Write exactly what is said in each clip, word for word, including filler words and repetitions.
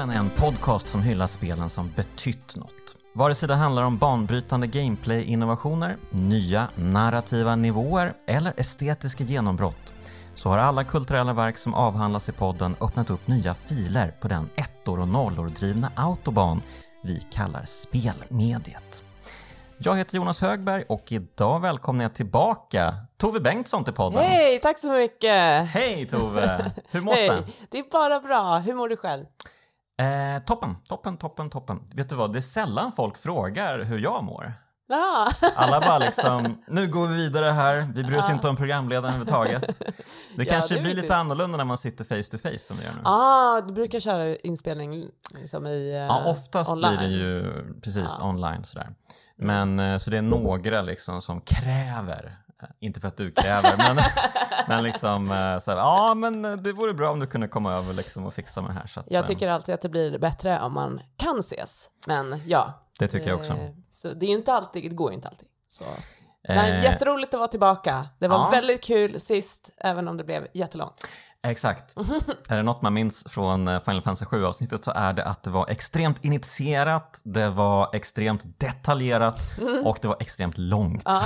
Rollspelen är en podcast som hyllar spelen som betytt något. Vare sig det handlar om banbrytande gameplay-innovationer, nya narrativa nivåer eller estetiska genombrott, så har alla kulturella verk som avhandlas i podden öppnat upp nya filer på den ettor och nollor drivna autobahn vi kallar spelmediet. Jag heter Jonas Högberg och idag välkomnar jag tillbaka Tove Bengtsson till podden. Hej, tack så mycket. Hej Tove, hur mår det? Det är bara bra, hur mår du själv? Eh, toppen, toppen, toppen, toppen. Vet du vad, det är sällan folk frågar hur jag mår. Ah. Alla bara liksom, nu går vi vidare här, vi bryr oss ah. inte om programledaren överhuvudtaget. Det ja, kanske det blir lite annorlunda när man sitter face to face som vi gör nu. Ja, ah, du brukar köra inspelning liksom i uh, Ja, oftast online. Blir det ju precis ah. online sådär. Men mm. så det är några liksom som kräver, inte för att du kräver, men, men liksom så här, ja men det vore bra om du kunde komma över liksom och fixa med det här. Så att, jag tycker alltid att det blir bättre om man kan ses, men ja. Det tycker jag också. Så det är ju inte alltid, det går ju inte alltid. Så. Men eh, jätteroligt att vara tillbaka. Det var ja. väldigt kul sist, även om det blev jättelångt. Exakt. Är det något man minns från Final Fantasy sju-avsnittet så är det att det var extremt initierat, det var extremt detaljerat mm. och det var extremt långt. Ja.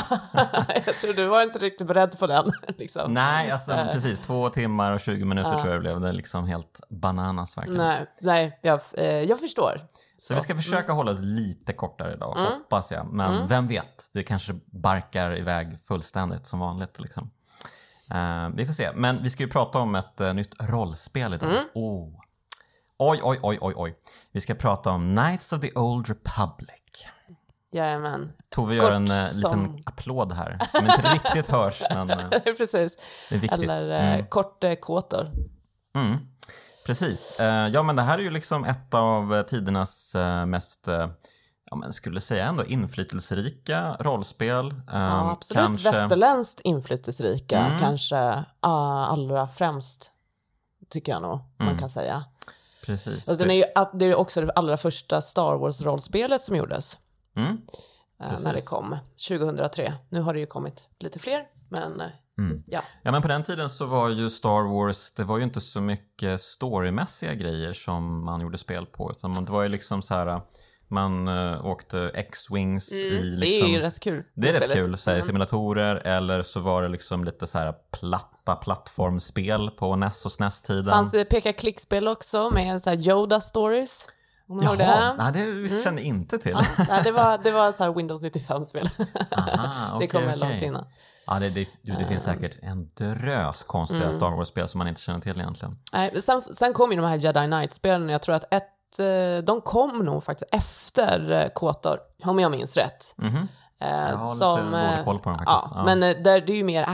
Jag tror du var inte riktigt beredd på den. Liksom. Nej, alltså precis. Två timmar och tjugo minuter ja. tror jag det blev. Det liksom helt bananas verkligen. Nej, nej jag, eh, jag förstår. Så, så vi ska försöka mm. hålla oss lite kortare idag, mm. hoppas jag. Men mm. vem vet, det kanske barkar iväg fullständigt som vanligt liksom. Uh, vi får se, men vi ska ju prata om ett uh, nytt rollspel idag. Mm. Oh. Oj, oj, oj, oj, oj. Vi ska prata om Knights of the Old Republic. Jajamän. Tove gör en uh, som... liten applåd här som inte riktigt hörs, men uh, precis. Det är viktigt. Eller uh, mm. kort uh, kåtor. Mm. Precis. Uh, ja, men det här är ju liksom ett av uh, tidernas uh, mest... Uh, ja, men skulle säga ändå inflytelserika rollspel. Um, ja, absolut. Kanske... Västerländskt inflytelserika. Mm. Kanske uh, allra främst, tycker jag nog mm. man kan säga. Precis. Alltså, den är ju, det är också det allra första Star Wars-rollspelet som gjordes. Mm. Uh, när det kom, tjugohundratre. Nu har det ju kommit lite fler, men... Uh, Mm. Ja. ja, men på den tiden så var ju Star Wars, det var ju inte så mycket storymässiga grejer som man gjorde spel på, utan det var ju liksom så här, man uh, åkte X-Wings mm. i liksom, det är ju rätt kul. Det är rätt kul, så här, mm. simulatorer, eller så var det liksom lite så här platta plattformsspel på N E S och S N E S-tiden. Fanns det peka-klickspel också med så här Yoda stories? Jaha, det? Nej, det vi kände mm. inte till. Ja, det var, det var så här Windows nittiofem-spel. Aha, okay, det kommer okay. långt innan. Ja, det, det, det finns säkert en drös konstiga mm. Star Wars-spel som man inte känner till egentligen. Nej, sen, sen kom ju de här Jedi Knight-spelen. Jag tror att ett, de kom nog faktiskt efter Kotor, om jag minns rätt. Mm-hmm. Eh, jag har som, lite dålig koll på dem faktiskt. Ja, ja. Men där, det är ju mer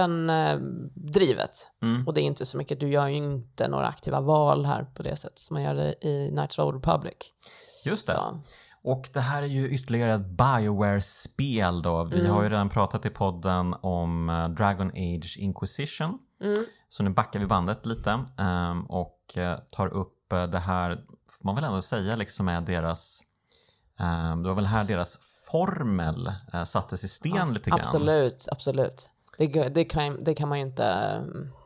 action-drivet. Mm. Och det är inte så mycket, du gör ju inte några aktiva val här på det sättet som man gör det i Knights of the Old Republic. Just det. Så. Och det här är ju ytterligare ett BioWare-spel då. Vi mm. har ju redan pratat i podden om Dragon Age Inquisition. Mm. Så nu backar vi bandet lite um, och uh, tar upp uh, det här, får man väl ändå säga liksom är deras, um, det var väl här deras formel uh, sattes i sten ja, lite grann. Absolut, absolut. Det, det, kan, det kan man ju inte...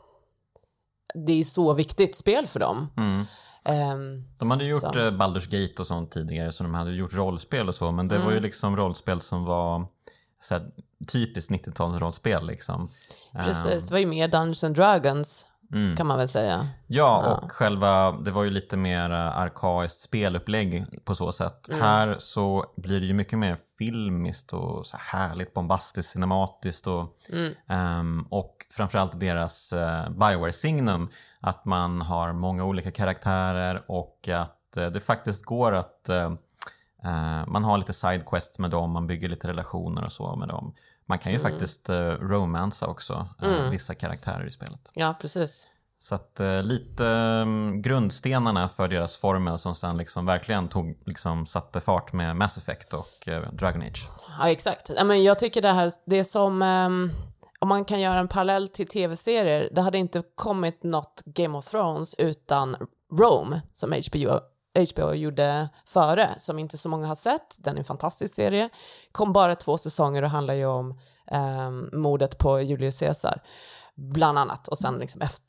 Det är så viktigt spel för dem. Mm. Um, de hade gjort så. Baldur's Gate och sånt tidigare, så de hade gjort rollspel och så, men det mm. var ju liksom rollspel som var så här, typiskt nittio-tals rollspel liksom. Precis, um, det var ju mer Dungeons and Dragons mm. kan man väl säga. Ja, ja, och själva, det var ju lite mer arkaiskt spelupplägg på så sätt. Mm. Här så blir det ju mycket mer filmiskt och så härligt bombastiskt, cinematiskt och, mm. um, och framförallt deras uh, BioWare-signum, att man har många olika karaktärer och att uh, det faktiskt går att uh, uh, man har lite sidequests med dem, man bygger lite relationer och så med dem. Man kan ju mm. faktiskt uh, romansa också uh, mm. vissa karaktärer i spelet. Ja, precis. Så att uh, lite um, grundstenarna för deras formel som sen liksom verkligen tog, liksom satte fart med Mass Effect och uh, Dragon Age. Ja, exakt. I men jag tycker det här, det är som um, om man kan göra en parallell till tv-serier, det hade inte kommit något Game of Thrones utan Rome som H B O H B O gjorde före, som inte så många har sett. Den är en fantastisk serie. Kom bara två säsonger och handlar ju om um, mordet på Julius Caesar bland annat, och sen liksom efter, av,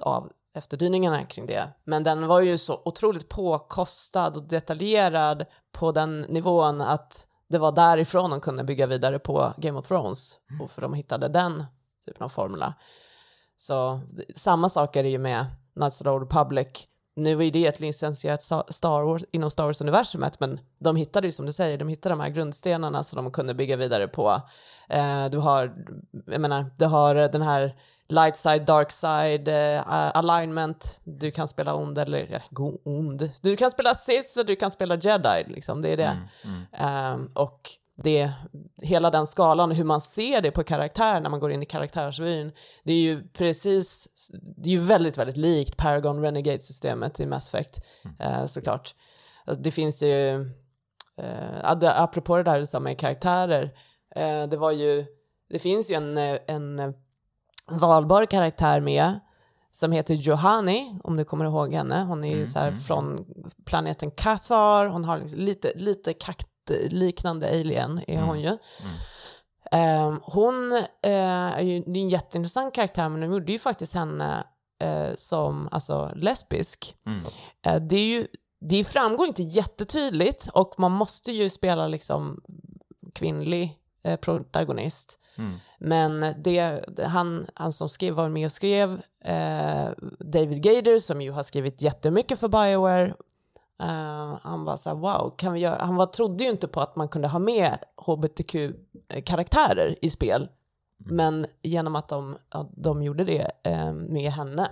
efterdyningarna kring det. Men den var ju så otroligt påkostad och detaljerad på den nivån att det var därifrån de kunde bygga vidare på Game of Thrones. Mm. Och för de hittade den typen av formula. Så samma sak är det ju med Knights of the Old Republic. Nu är det ett licensierat Star Wars inom Star Wars-universumet, men de hittade ju som du säger, de hittade de här grundstenarna som de kunde bygga vidare på. Eh, du har, jag menar, du har den här light side, dark side, uh, alignment. Du kan spela ond eller ja, go, ond. Du kan spela Sith och du kan spela Jedi, liksom. Det är det. Mm, mm. Um, och det, hela den skalan, hur man ser det på karaktär när man går in i karaktärsvyn, det är ju precis, det är ju väldigt, väldigt likt Paragon Renegade-systemet i Mass Effect, mm. uh, såklart. Alltså, det finns ju, uh, apropå det där du sa med karaktärer, uh, det var ju, det finns ju en, en valbar karaktär med som heter Juhani, om du kommer ihåg henne. Hon är ju mm, så här mm. från planeten Cathar. Hon har liksom lite, lite kaktliknande alien är mm. hon ju. Mm. Um, hon uh, är ju det är en jätteintressant karaktär, men de gjorde ju faktiskt henne uh, som alltså lesbisk. Mm. Uh, det är ju det framgår inte jättetydligt och man måste ju spela liksom kvinnlig uh, protagonist. Mm. Men det, det, han, han som skrev var med och skrev eh, David Gaider, som ju har skrivit jättemycket för BioWare. Uh, han var så här, wow, kan vi göra? Han var, trodde ju inte på att man kunde ha med H B T Q-karaktärer i spel. Mm. Men genom att de, att de gjorde det eh, med henne,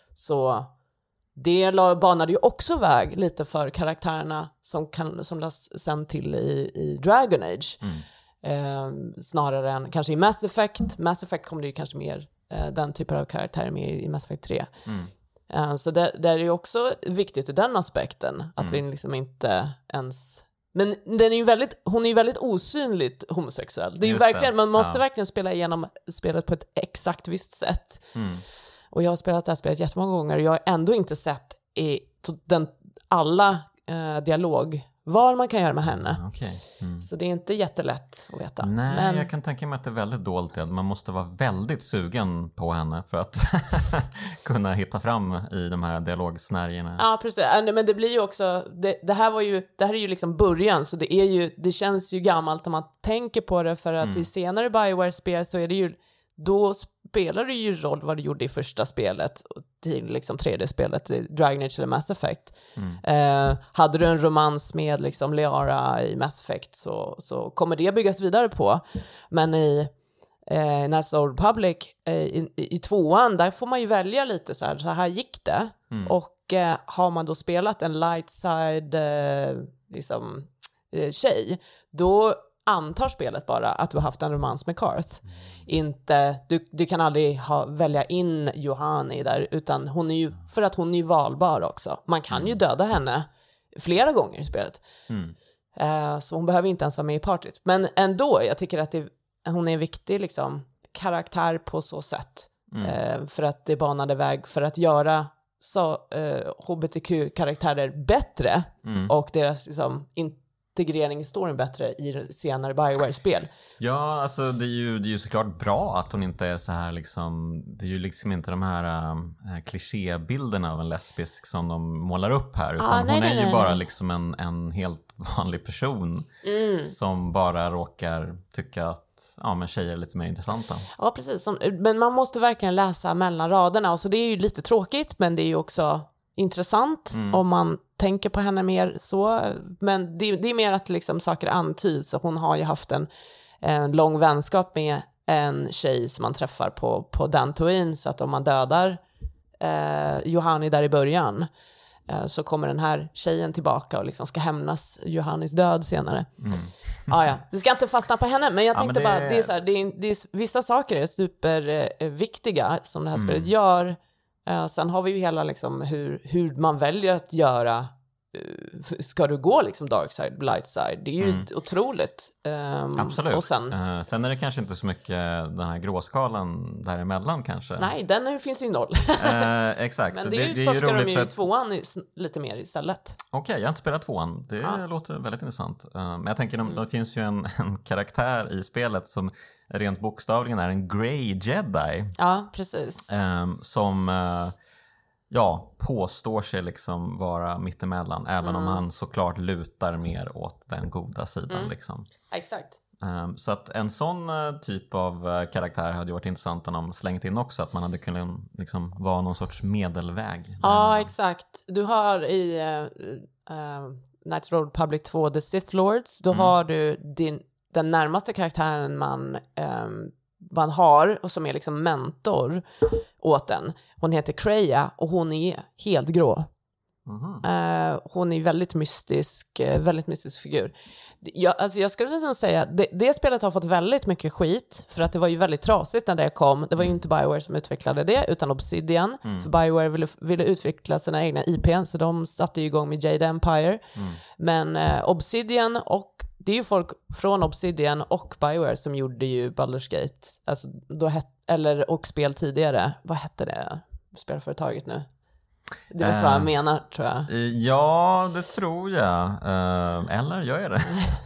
så det banade ju också väg lite för karaktärerna som, kan, som lades sen till i, i Dragon Age. Mm. Eh, snarare än kanske i Mass Effect. Mass Effect kom det ju kanske mer eh, den typen av karaktärer med i Mass Effect tre. Mm. Eh, så det, det är ju också viktigt ur den aspekten att mm. vi liksom inte ens... Men den är ju väldigt, hon är ju väldigt osynligt homosexuell. Det är ju verkligen, man måste ja. verkligen spela igenom spelet på ett exakt visst sätt. Mm. Och jag har spelat det här spelet jättemånga gånger och jag har ändå inte sett i den, alla eh, dialog vad man kan göra med henne. Okay. Mm. Så det är inte jättelätt att veta. Nej, men... jag kan tänka mig att det är väldigt dåligt. Man måste vara väldigt sugen på henne för att kunna hitta fram i de här dialogsnärjerna. Ja, precis. Men det blir ju också, det, det här var ju, det här är ju liksom början, så det är ju, det känns ju gammalt när man tänker på det, för att mm. i senare BioWare-spel så är det ju, då spelar det ju roll vad du gjorde i första spelet till liksom tredje spelet, Dragon Age eller Mass Effect. Mm. Eh, hade du en romans med liksom Liara i Mass Effect, så, så kommer det byggas vidare på. Men i eh, Knights of the Old Republic, eh, i, i, i tvåan, där får man ju välja lite så här, så här gick det. Mm. Och eh, har man då spelat en light side eh, liksom, eh, tjej, då antar spelet bara att du har haft en romans med Karth. Mm. Inte, du, du kan aldrig ha, välja in Juhani där, utan hon är ju, för att hon är ju valbar också. Man kan mm. ju döda henne flera gånger i spelet. Mm. Uh, så hon behöver inte ens vara med i partyt. Men ändå, jag tycker att det, hon är en viktig liksom, karaktär på så sätt. Mm. Uh, för att det banade väg för att göra så, uh, H B T Q-karaktärer bättre mm. och deras liksom, inte integrering i storyn bättre i senare BioWare-spel. Ja, alltså det är, ju, det är ju såklart bra att hon inte är så här liksom, det är ju liksom inte de här äh, klichébilderna av en lesbisk som de målar upp här, utan ah, nej, hon nej, är nej, ju nej, bara nej. liksom en, en helt vanlig person mm. som bara råkar tycka att ja, men tjejer är lite mer intressanta. Ja, precis. Men man måste verkligen läsa mellan raderna, och så det är ju lite tråkigt, men det är ju också intressant mm. om man tänker på henne mer så, men det, det är mer att liksom saker antyds, så hon har ju haft en, en lång vänskap med en tjej som man träffar på, på Dantooine, så att om man dödar eh, Juhani där i början eh, så kommer den här tjejen tillbaka och liksom ska hämnas Juhanis död senare. Mm. ah, ja. Du ska inte fastna på henne, men jag tänkte ja, men det... bara det är så här, det är, det är, vissa saker är superviktiga eh, som det här mm. spelet gör. Uh, sen har vi ju hela liksom hur, hur man väljer att göra. Uh, ska du gå liksom dark side, light side? Det är ju mm. otroligt. Um, Absolut. Och sen, uh, sen är det kanske inte så mycket den här gråskalan däremellan kanske. Nej, den finns ju noll. uh, exakt. Men det, det, det forskar de ju i tvåan lite mer istället. Okej, okay, jag har inte spelat tvåan. Det ja. låter väldigt intressant. Uh, men jag tänker, mm. det finns ju en, en karaktär i spelet som rent bokstavligen är en Grey Jedi. Ja, precis. Um, som... Uh, ja, påstår sig liksom vara mittemellan, även mm. om han såklart lutar mer åt den goda sidan. Mm. Liksom. Exakt. Um, så att en sån uh, typ av uh, karaktär hade ju varit intressant om de slängt in också, att man hade kunnat liksom vara någon sorts medelväg. Ja, exakt. Du har i uh, uh, Knights of the Old Republic två The Sith Lords, då mm. har du din, den närmaste karaktären man, um, man har och som är liksom mentor åt den. Hon heter Kreia och hon är helt grå. Mm-hmm. Uh, hon är väldigt mystisk, uh, väldigt mystisk figur. Jag, alltså jag skulle nästan säga det, det spelet har fått väldigt mycket skit för att det var ju väldigt trasigt när det kom. Det var ju inte BioWare som utvecklade det utan Obsidian. Mm. För BioWare ville, ville utveckla sina egna I P, så de satte ju igång med Jade Empire. Mm. Men uh, Obsidian, och det är ju folk från Obsidian och BioWare som gjorde ju Baldur's Gate, alltså då het, eller och spel tidigare. Vad hette det spelföretaget nu? Det vet uh, vad jag menar, tror jag. Ja, det tror jag. Uh, eller gör jag det?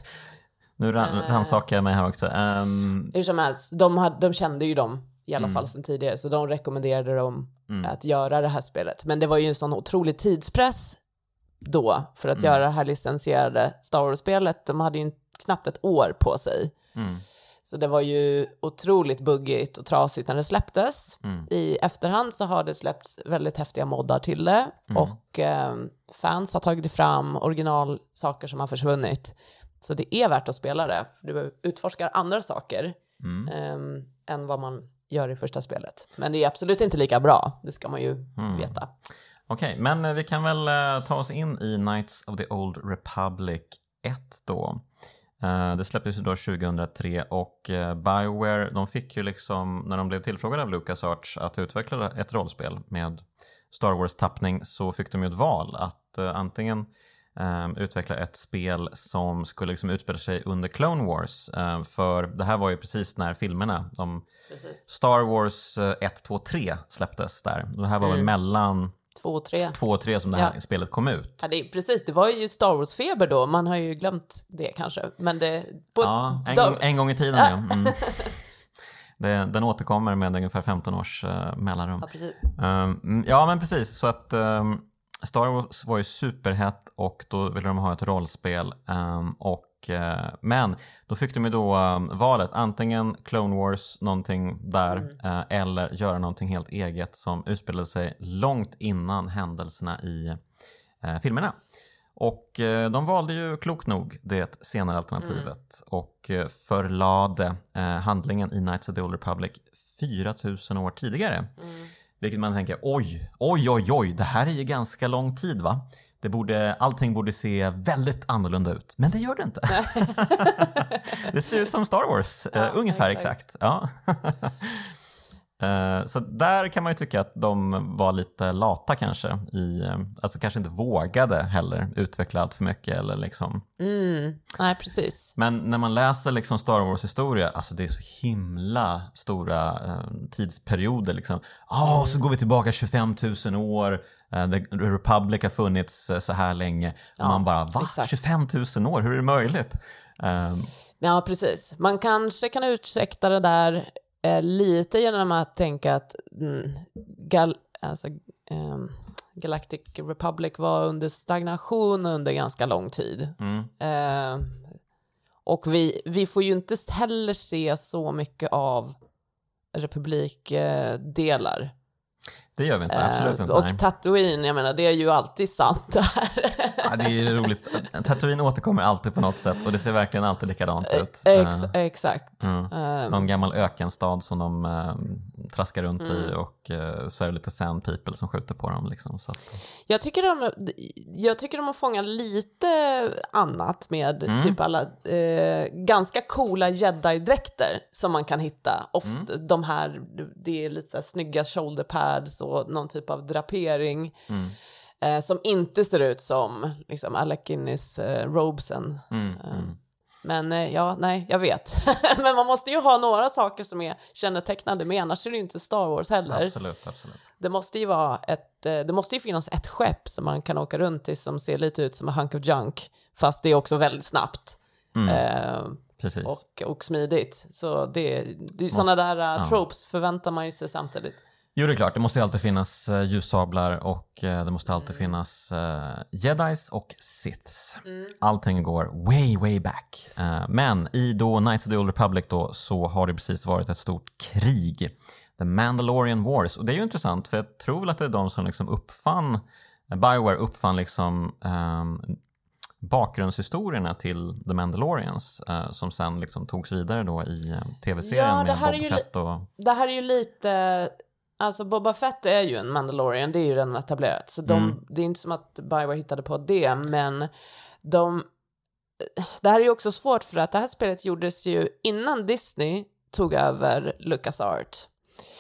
Nu rannsakar jag mig här också. Um, Hur som helst, de, hade, de kände ju dem i alla mm. fall sedan tidigare, så de rekommenderade dem mm. att göra det här spelet. Men det var ju en sån otrolig tidspress då för att mm. göra det här licensierade Star Wars-spelet. De hade ju knappt ett år på sig. Mm. Så det var ju otroligt buggigt och trasigt när det släpptes. Mm. I efterhand så har det släppts väldigt häftiga moddar till det. Mm. Och eh, fans har tagit fram originalsaker som har försvunnit. Så det är värt att spela det. Du utforskar andra saker mm. eh, än vad man gör i första spelet. Men det är absolut inte lika bra. Det ska man ju mm. veta. Okej, okay, men vi kan väl uh, ta oss in i Knights of the Old Republic ett då. Uh, det släpptes ju då tjugohundratre och uh, BioWare, de fick ju liksom, när de blev tillfrågade av LucasArts att utveckla ett rollspel med Star Wars-tappning, så fick de ju ett val att uh, antingen um, utveckla ett spel som skulle liksom utspela sig under Clone Wars, uh, för det här var ju precis när filmerna, de Star Wars uh, ett, två, tre släpptes där. Det här var mm. väl mellan Två och tre. Två och tre som det här ja. spelet kom ut. Ja, det, precis, det var ju Star Wars-feber då. Man har ju glömt det kanske. Men det, på, ja, en, gång, en gång i tiden. Ja. Mm. det, den återkommer med ungefär femton års uh, mellanrum. Ja, precis. Um, ja, men precis. Så att um, Star Wars var ju superhett och då ville de ha ett rollspel. Um, och men då fick de ju då um, valet, antingen Clone Wars, någonting där, mm. uh, eller göra någonting helt eget som utspelade sig långt innan händelserna i uh, filmerna. Och uh, de valde ju klokt nog det senare alternativet mm. och uh, förlade uh, handlingen i Knights of the Old Republic fyra tusen år tidigare. Mm. Vilket man tänker, oj, oj, oj, oj, det här är ju ganska lång tid, va? Det borde, allting borde se väldigt annorlunda ut. Men det gör det inte. Det ser ut som Star Wars. Ja, uh, ungefär exakt. exakt. Ja. uh, så där kan man ju tycka att de var lite lata kanske. I, uh, alltså kanske inte vågade heller utveckla allt för mycket. Eller liksom. Mm. Nej, precis. Men när man läser liksom Star Wars historia, alltså det är så himla stora uh, tidsperioder. Liksom. Oh, mm. Så går vi tillbaka tjugofem tusen år. Uh, The Republic har funnits uh, så här länge. Ja, och man bara, va? Exakt. tjugofem tusen år? Hur är det möjligt? Um, ja, precis. Man kanske kan ursäkta det där eh, lite genom att tänka att mm, gal- alltså, um, Galactic Republic var under stagnation under ganska lång tid. Mm. Uh, och vi, vi får ju inte heller se så mycket av republikdelar. Det gör vi inte, absolut inte. Och nej. Tatooine, jag menar, det är ju alltid sant där. Ja, det är roligt. Tatooine återkommer alltid på något sätt och det ser verkligen alltid likadant ut. Ex- exakt. Mm. Um, Någon gammal ökenstad som de uh, traskar runt mm. i och uh, så är det lite sand people som skjuter på dem. Liksom, så att... jag, tycker de, jag tycker de har fångat lite annat med mm. typ alla uh, ganska coola Jedi-dräkter som man kan hitta. Ofta mm. de här, det är lite så här snygga shoulder pads och någon typ av drapering mm. eh, som inte ser ut som liksom Alec Guinness eh, robesen. Mm, eh, mm. Men eh, ja, nej, jag vet. Men man måste ju ha några saker som är kännetecknande med, annars är det ju inte Star Wars heller. Absolut, absolut. Det måste ju vara ett, eh, det måste ju finnas ett skepp som man kan åka runt i som ser lite ut som en hunk of junk, fast det är också väldigt snabbt. Mm. Eh, Precis. Och, och smidigt. Så det, det är sådana där uh, ja. tropes förväntar man ju sig samtidigt. Jo, det är klart. Det måste ju alltid finnas uh, ljussablar och uh, det måste alltid mm. finnas uh, jedis och siths. Mm. Allting går way, way back. Uh, men i då Knights of the Old Republic då, så har det precis varit ett stort krig. The Mandalorian Wars. Och det är ju intressant, för jag tror väl att det är de som liksom uppfann, BioWare uppfann liksom um, bakgrundshistorierna till The Mandalorians uh, som sen liksom togs vidare då i uh, tv-serien ja, med Boba Fett och... Det här är ju lite... Alltså Boba Fett är ju en Mandalorian, det är ju redan etablerat. Så de, mm. det är inte som att BioWare hittade på det, men de... Det här är ju också svårt för att det här spelet gjordes ju innan Disney tog över LucasArts.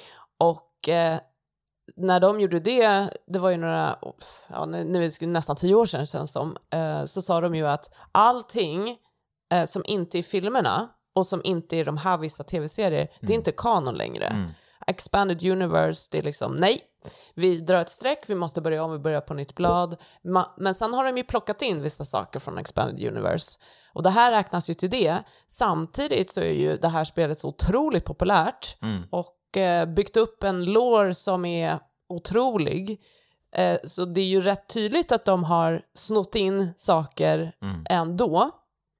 Och eh, när de gjorde det, det var ju några, ja, nu är det nästan tio år sedan känns som, eh, så sa de ju att allting eh, som inte är filmerna och som inte är de här vissa tv-serier, mm. det är inte kanon längre. Mm. Expanded Universe, det är liksom, nej, vi drar ett streck, vi måste börja om, vi börjar på nytt blad. Ma- men sen har de ju plockat in vissa saker från Expanded Universe. Och det här räknas ju till det. Samtidigt så är ju det här spelet så otroligt populärt mm. och eh, byggt upp en lore som är otrolig. Eh, så det är ju rätt tydligt att de har snott in saker mm. ändå.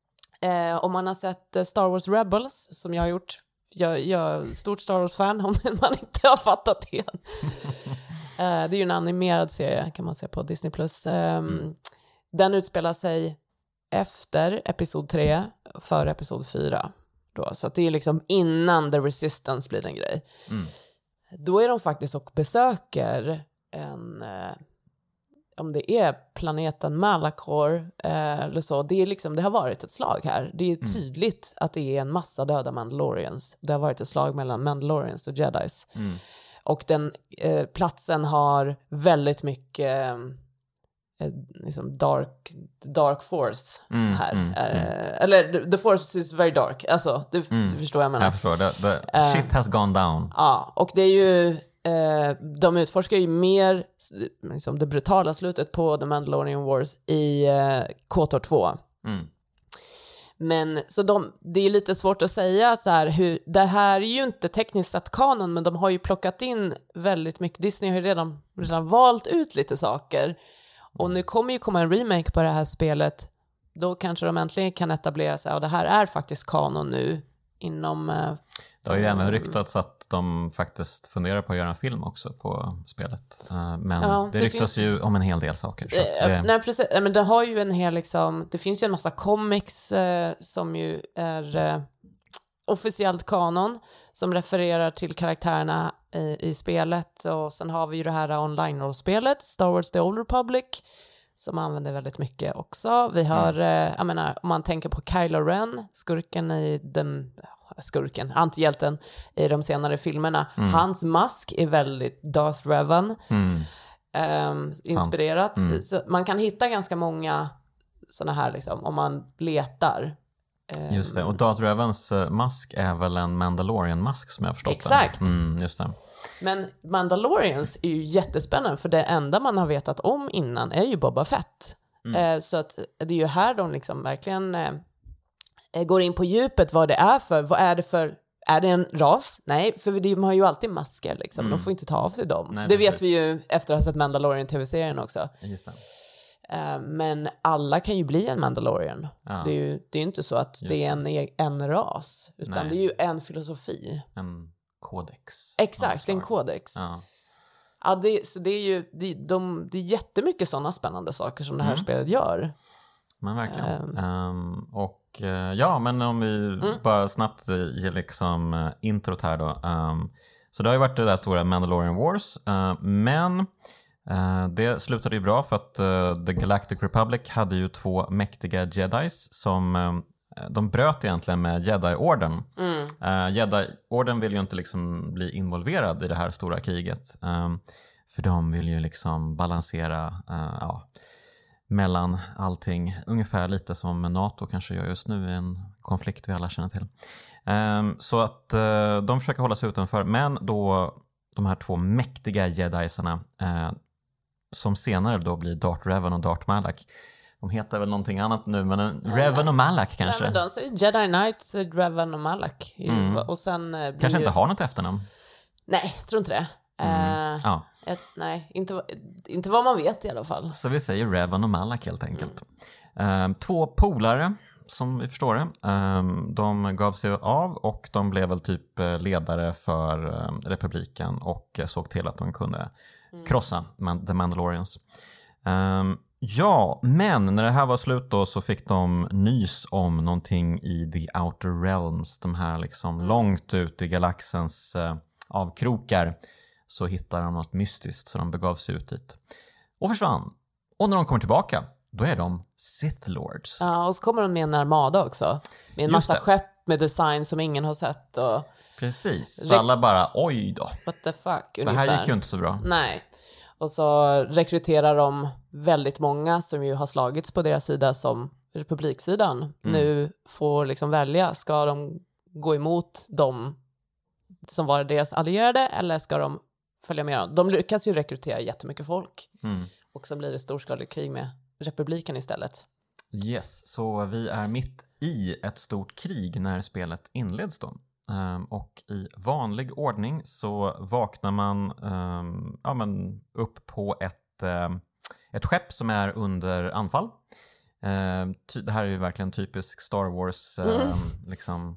Eh, om man har sett Star Wars Rebels, som jag har gjort, jag, jag är stort Star Wars-fan om man inte har fattat det. uh, det är ju en animerad serie kan man säga på Disney plus. Um, mm. Den utspelar sig efter episod tre, före episod fyra. Då. Så att det är liksom innan The Resistance blir en grej. Mm. Då är de faktiskt och besöker en... Uh, om det är planeten Malachor eh, eller så, det är liksom, det har varit ett slag här. Det är tydligt mm. att det är en massa döda Mandalorians. Det har varit ett slag mellan Mandalorians och Jedis. Mm. Och den eh, platsen har väldigt mycket eh, liksom dark, dark force mm, här. Mm, eh, mm. Eller the force is very dark. Alltså, du, mm. du förstår vad jag menar. Jag förstår. The, the uh, shit has gone down. Ja, och det är ju... de utforskar ju mer liksom det brutala slutet på The Mandalorian Wars i uh, KOTOR två. Mm. Men så de, det är lite svårt att säga så här, hur, det här är ju inte tekniskt sett kanon, men de har ju plockat in väldigt mycket. Disney har ju redan, redan valt ut lite saker. Och nu kommer ju komma en remake på det här spelet. Då kanske de äntligen kan etablera sig, och det här är faktiskt kanon nu inom... Uh, Det har ju även ryktats att de faktiskt funderar på att göra en film också på spelet. Men ja, det, det ryktas finns... ju om en hel del saker. Så att det... Nej, precis. Men det har ju en hel liksom... Det finns ju en massa comics eh, som ju är eh, officiellt kanon, som refererar till karaktärerna i, i spelet. Och sen har vi ju det här online-rollspelet, Star Wars The Old Republic, som använder väldigt mycket också. Vi har, mm. eh, jag menar, om man tänker på Kylo Ren, skurken i den... skurken, antihjälten i de senare filmerna. Mm. Hans mask är väldigt Darth Revan mm. um, inspirerat. Mm. Så man kan hitta ganska många såna här liksom, om man letar. Um, just det, och Darth Revans mask är väl en Mandalorian-mask som jag har förstått. Exakt. Mm, just det. Men Mandalorians är ju jättespännande, för det enda man har vetat om innan är ju Boba Fett. Mm. Uh, så att det är ju här de liksom verkligen... Uh, går in på djupet vad det är för, vad är det för, är det en ras? Nej, för de har ju alltid masker liksom, mm. de får inte ta av sig dem. Nej, det precis. Vet vi ju efter att ha sett Mandalorian tv-serien också. Just det. Uh, men alla kan ju bli en Mandalorian. Ja. Det är ju det är inte så att Just det är en, en ras, utan Nej. Det är ju en filosofi. En kodex. Exakt, en kodex. Ja. Ja, det, så det är ju det, de, det är jättemycket sådana spännande saker som det här mm. spelet gör. Men verkligen. Um, um, och uh, ja, men om vi mm. bara snabbt ger liksom uh, introt här då. Um, så det har ju varit det där stora Mandalorian Wars. Uh, men uh, det slutade ju bra, för att uh, The Galactic Republic hade ju två mäktiga jedis som uh, de bröt egentligen med Jedi-orden. Mm. Uh, Jedi-orden vill ju inte liksom bli involverad i det här stora kriget. Um, för de vill ju liksom balansera... Uh, ja, mellan allting, ungefär lite som NATO kanske gör just nu i en konflikt vi alla känner till. Um, så att uh, de försöker hålla sig utanför, men då de här två mäktiga jedisarna uh, som senare då blir Darth Revan och Darth Malak. De heter väl någonting annat nu, men uh, Revan och Malak kanske. Nej, men de säger Jedi Knights, Revan och Malak. Mm. Och sen uh, kanske ju... inte har något efternamn. Nej, tror inte det. Mm. Eh, ja. ett, nej, inte, inte vad man vet i alla fall. Så vi säger Revan och Malak helt enkelt. Mm. Eh, två polare, som vi förstår det. Eh, de gav sig av och de blev väl typ ledare för eh, republiken och såg till att de kunde mm. krossa Man- The Mandalorians. Eh, ja, men när det här var slut då så fick de nys om någonting i The Outer Realms. De här liksom mm. långt ut i galaxens eh, avkrokar. Så hittar de något mystiskt så de begav sig ut dit. Och försvann. Och när de kommer tillbaka, då är de Sith Lords. Ja, och så kommer de med en armada också. Med en massa skepp med design som ingen har sett. Och... Precis, så Re- alla bara, oj då. What the fuck, det ungefär. Här gick ju inte så bra. Nej. Och så rekryterar de väldigt många som ju har slagits på deras sida som republiksidan. Mm. Nu får liksom välja, ska de gå emot dem som var deras allierade eller ska de följa med dem? De lyckas ju rekrytera jättemycket folk. Mm. Och så blir det storskaligt krig med republiken istället. Yes, så vi är mitt i ett stort krig när spelet inleds då. Um, och i vanlig ordning så vaknar man um, ja, men upp på ett, um, ett skepp som är under anfall. Um, ty- det här är ju verkligen typisk Star Wars um, mm. liksom...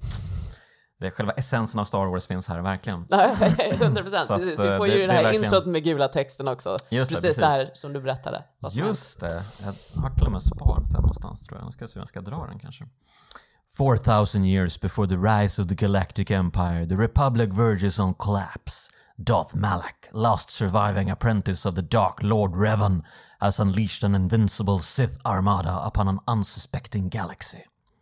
Det är själva essensen av Star Wars finns här, verkligen. hundra procent. Att, vi får ju det, det här verkligen... introt med gula texten också. Just precis, det, precis det här som du berättade. Just det. Jag har till och med sparat den någonstans, tror jag. Jag ska se om jag ska dra den kanske. Four thousand years before the rise of the Galactic Empire, the Republic verges on collapse. Darth Malak, last surviving apprentice of the Dark Lord Revan, has unleashed an invincible Sith armada upon an unsuspecting galaxy.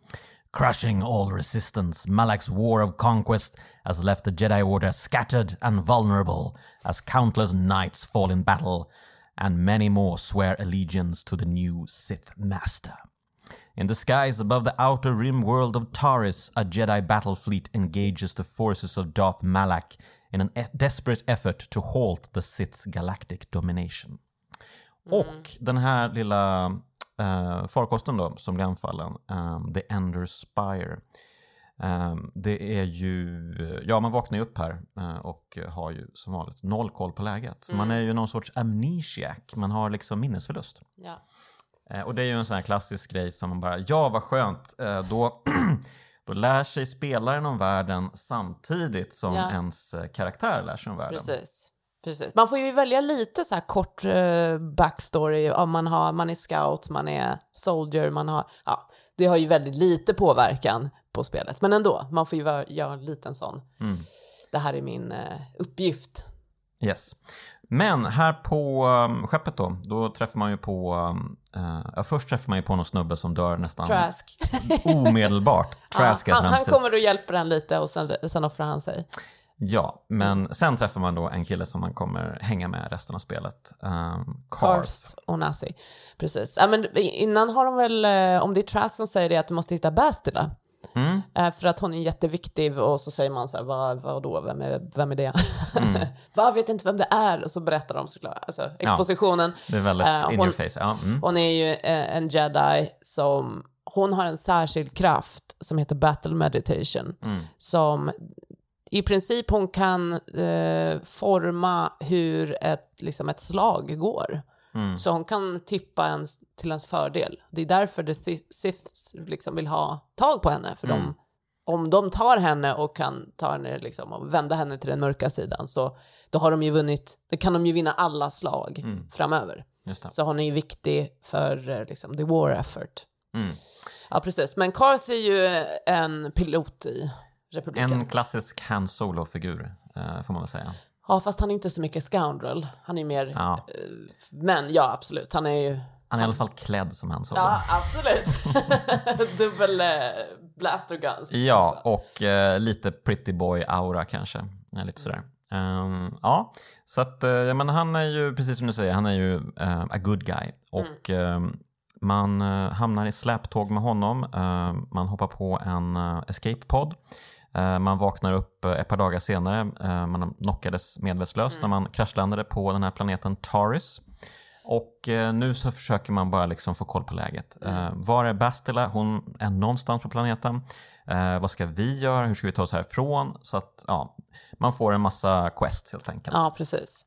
Crushing all resistance, Malak's war of conquest has left the Jedi Order scattered and vulnerable as countless knights fall in battle and many more swear allegiance to the new Sith Master. In the skies above the outer rim world of Taris, a Jedi battle fleet engages the forces of Darth Malak in an e- desperate effort to halt the Sith's galactic domination. Mm. Och den här lilla... Uh, farkosten då, som blir anfallen, um, The Ender Spire. Um, det är ju, ja man vaknar ju upp här uh, och har ju som vanligt noll koll på läget. För mm. man är ju någon sorts amnesiac, man har liksom minnesförlust. Ja. Uh, och det är ju en sån här klassisk grej som man bara, ja vad skönt, uh, då, då lär sig spelaren om världen samtidigt som ja. ens uh, karaktär lär sig om världen. Precis. Precis. Man får ju välja lite så här kort uh, backstory om man har man är scout, man är soldier, man har ja, det har ju väldigt lite påverkan på spelet, men ändå man får ju vara, göra en liten sån. Mm. Det här är min uh, uppgift. Yes. Men här på um, skeppet då, då träffar man ju på um, uh, ja, först träffar man ju på någon snubbe som dör nästan Trask. omedelbart. Trask ja, han, han kommer och hjälper den lite och sen, sen offrar han sig. Ja, men mm. sen träffar man då en kille som man kommer hänga med resten av spelet. Um, Carth Onasi. Precis. Ja, men innan har de väl, om det är Trask som säger det, att du måste hitta Bastila. Mm. Uh, för att hon är jätteviktig och så säger man så här, vad, vad då, vem är, vem är det? Mm. Vad, vet inte vem det är? Och så berättar de såklart, alltså expositionen. Ja, det är väldigt uh, in hon, your face. Ja, mm. Hon är ju uh, en jedi som, hon har en särskild kraft som heter Battle Meditation. Mm. Som i princip hon kan eh, forma hur ett, liksom ett slag går. Mm. Så hon kan tippa en till ens fördel. Det är därför the Siths liksom vill ha tag på henne. För mm. de, om de tar henne och kan ta henne liksom, och vända henne till den mörka sidan, så då har de ju vunnit, då kan de ju vinna alla slag mm. framöver. Just det. Så hon är ju viktig för liksom, the war effort. Mm. Ja, precis. Men Carth är ju en pilot i republiken. En klassisk Han Solo-figur, eh, får man väl säga. Ja, fast han är inte så mycket scoundrel. Han är mer... Ja. Eh, men ja, absolut. Han är ju... Han är i alla fall klädd som Han Solo. Ja, absolut. Dubbel eh, blaster guns. Ja, också. Och eh, lite pretty boy-aura kanske. Ja, lite sådär. Um, ja, så att eh, men han är ju, precis som du säger, han är ju uh, a good guy. Och... Mm. Eh, man uh, hamnar i släptåg med honom. Uh, man hoppar på en uh, escape pod. Uh, man vaknar upp uh, ett par dagar senare. Uh, man knockades medvetslös mm. när man kraschlandade på den här planeten Taris. Och uh, nu så försöker man bara liksom få koll på läget. Mm. Uh, var är Bastila? Hon är någonstans på planeten. Uh, vad ska vi göra? Hur ska vi ta oss härifrån? Så att, ja, man får en massa quest helt enkelt. Ja, precis.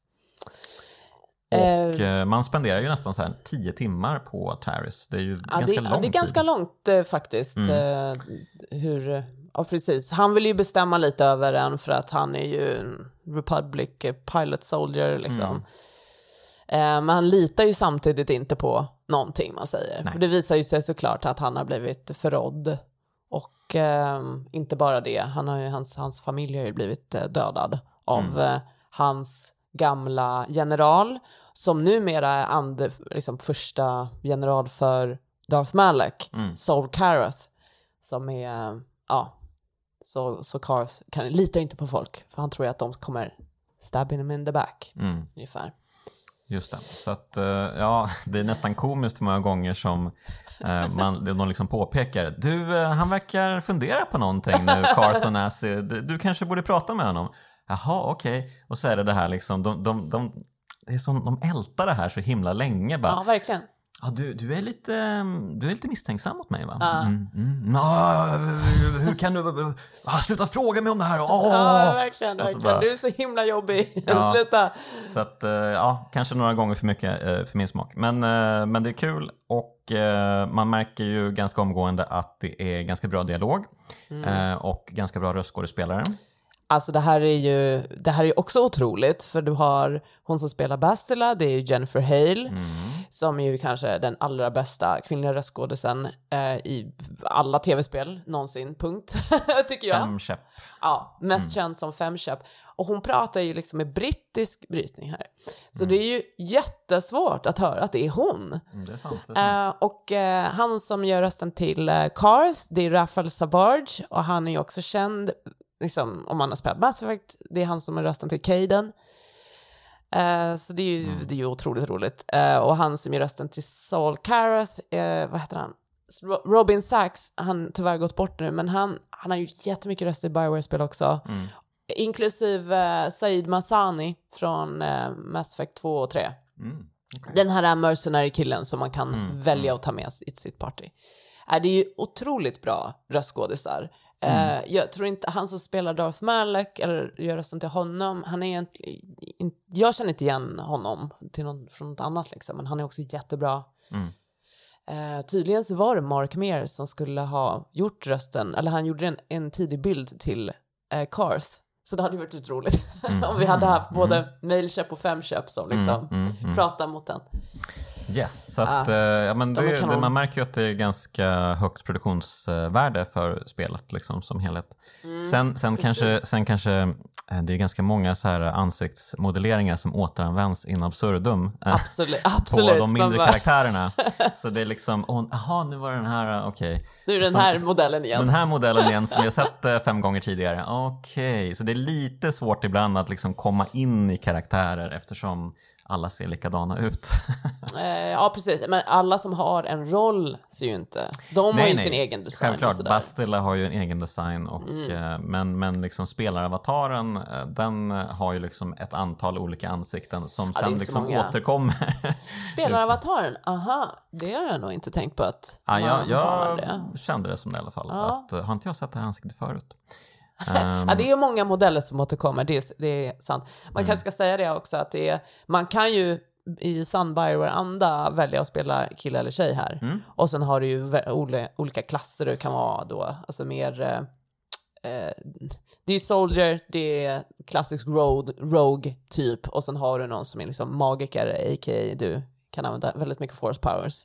Och eh, man spenderar ju nästan så här tio timmar på Taris. Det är ju ja, ganska det, lång det är ganska tid. långt eh, faktiskt. Mm. Eh, hur, ja, precis. Han vill ju bestämma lite över den för att han är ju en Republic pilot soldier liksom. Mm. Eh, men han litar ju samtidigt inte på någonting man säger. För det visar ju sig såklart att han har blivit förrådd. Och eh, inte bara det, han har ju, hans, hans familj har ju blivit eh, dödad av mm. eh, hans gamla general som numera är and, liksom, första general för Darth Malak, mm. Sol Karath, som är, ja, så, så Karath kan lita inte på folk, för han tror ju att de kommer stab him in the back, mm. ungefär. Just det, så att ja, det är nästan komiskt många gånger som eh, man, de liksom påpekar, du, eh, han verkar fundera på någonting nu, Carthan Assi, du, du kanske borde prata med honom. Jaha, okej. Okay. Och så är det det här liksom, de, de, de, det är som, de ältar det här så himla länge. Bara, ja, verkligen. Ja, du, du, är lite, du är lite misstänksam mot mig, va? Ja. Mm, mm. Ah, hur kan du... Ah, sluta fråga mig om det här. Oh. Ja, verkligen. verkligen. Bara, du är så himla jobbig. Ja, sluta. Så att, ja, kanske några gånger för mycket för min smak. Men, men det är kul och man märker ju ganska omgående att det är ganska bra dialog mm. och ganska bra röstskådespelare. Alltså det här är ju det här är också otroligt, för du har hon som spelar Bastila, det är ju Jennifer Hale mm. som är ju kanske den allra bästa kvinnliga röstskådisen eh, i alla tv-spel någonsin, punkt, tycker jag. Femkäpp. Ja, mest mm. känd som Femkäpp. Och hon pratar ju liksom med brittisk brytning här. Så mm. det är ju jättesvårt att höra att det är hon. Mm, det är sant. Det är sant. Uh, och uh, han som gör rösten till uh, Carth, det är Raphael Savage, och han är ju också känd liksom, om man har spelat Mass Effect, det är han som är rösten till Caden. Uh, så det är, ju, mm. det är ju otroligt roligt. Uh, och han som är rösten till Sol Karath, uh, vad heter han? Robin Sachs, han tyvärr gått bort nu, men han, han har gjort jättemycket röster i BioWare-spel också. Mm. Inklusive uh, Said Masani från uh, Mass Effect två och tre. Mm. Okay. Den här mercenary-killen som man kan mm. välja att ta med i sitt party. Uh, det är ju otroligt bra röstskådisar. Mm. Uh, jag tror inte han som spelar Darth Malak eller gör rösten till honom, han är egentligen, jag känner inte igen honom till någon, från något annat liksom, men han är också jättebra. Mm. Uh, tydligen så var det Mark Meer som skulle ha gjort rösten, eller han gjorde en, en tidig bild till uh, Carth, så det hade varit otroligt mm. om vi hade haft mm. både mailköp och femköp som liksom mm. Mm. Mm. pratar mot den. Yes, så att, uh, ja, men det, det, man märker ju att det är ganska högt produktionsvärde för spelet liksom, som helhet. Mm, sen, sen, kanske, sen kanske det är ganska många så här ansiktsmodelleringar som återanvänds in absurdum absolut, på absolut, de mindre bara... karaktärerna. Så det är liksom, jaha, oh, nu var den här, okej. Okay. Nu är den här som, modellen igen. Den här modellen igen som jag sett fem gånger tidigare. Okej, okay. Så det är lite svårt ibland att liksom komma in i karaktärer eftersom alla ser likadana ut. eh, ja, precis. Men alla som har en roll ser ju inte. De nej, har ju nej. sin egen design. Självklart, Bastila har ju en egen design. Och, mm. eh, men, men liksom spelaravataren, eh, den har ju liksom ett antal olika ansikten som ja, sen liksom återkommer. Spelaravataren, aha, det har jag nog inte tänkt på att ja, man jag, jag har det. kände det som det i alla fall. Ja. Att, har inte jag sett det här ansiktet förut? Um, ja, det är ju många modeller som återkommer, det är, det är sant. Man mm. kanske ska säga det också, att det är, man kan ju i sann BioWare-anda välja att spela kille eller tjej här. Mm. Och sen har du ju olika, olika klasser du kan vara då, alltså mer eh, det är ju soldier, det är klassisk rogue, rogue typ, och sen har du någon som är liksom magiker, a k a du kan använda väldigt mycket force powers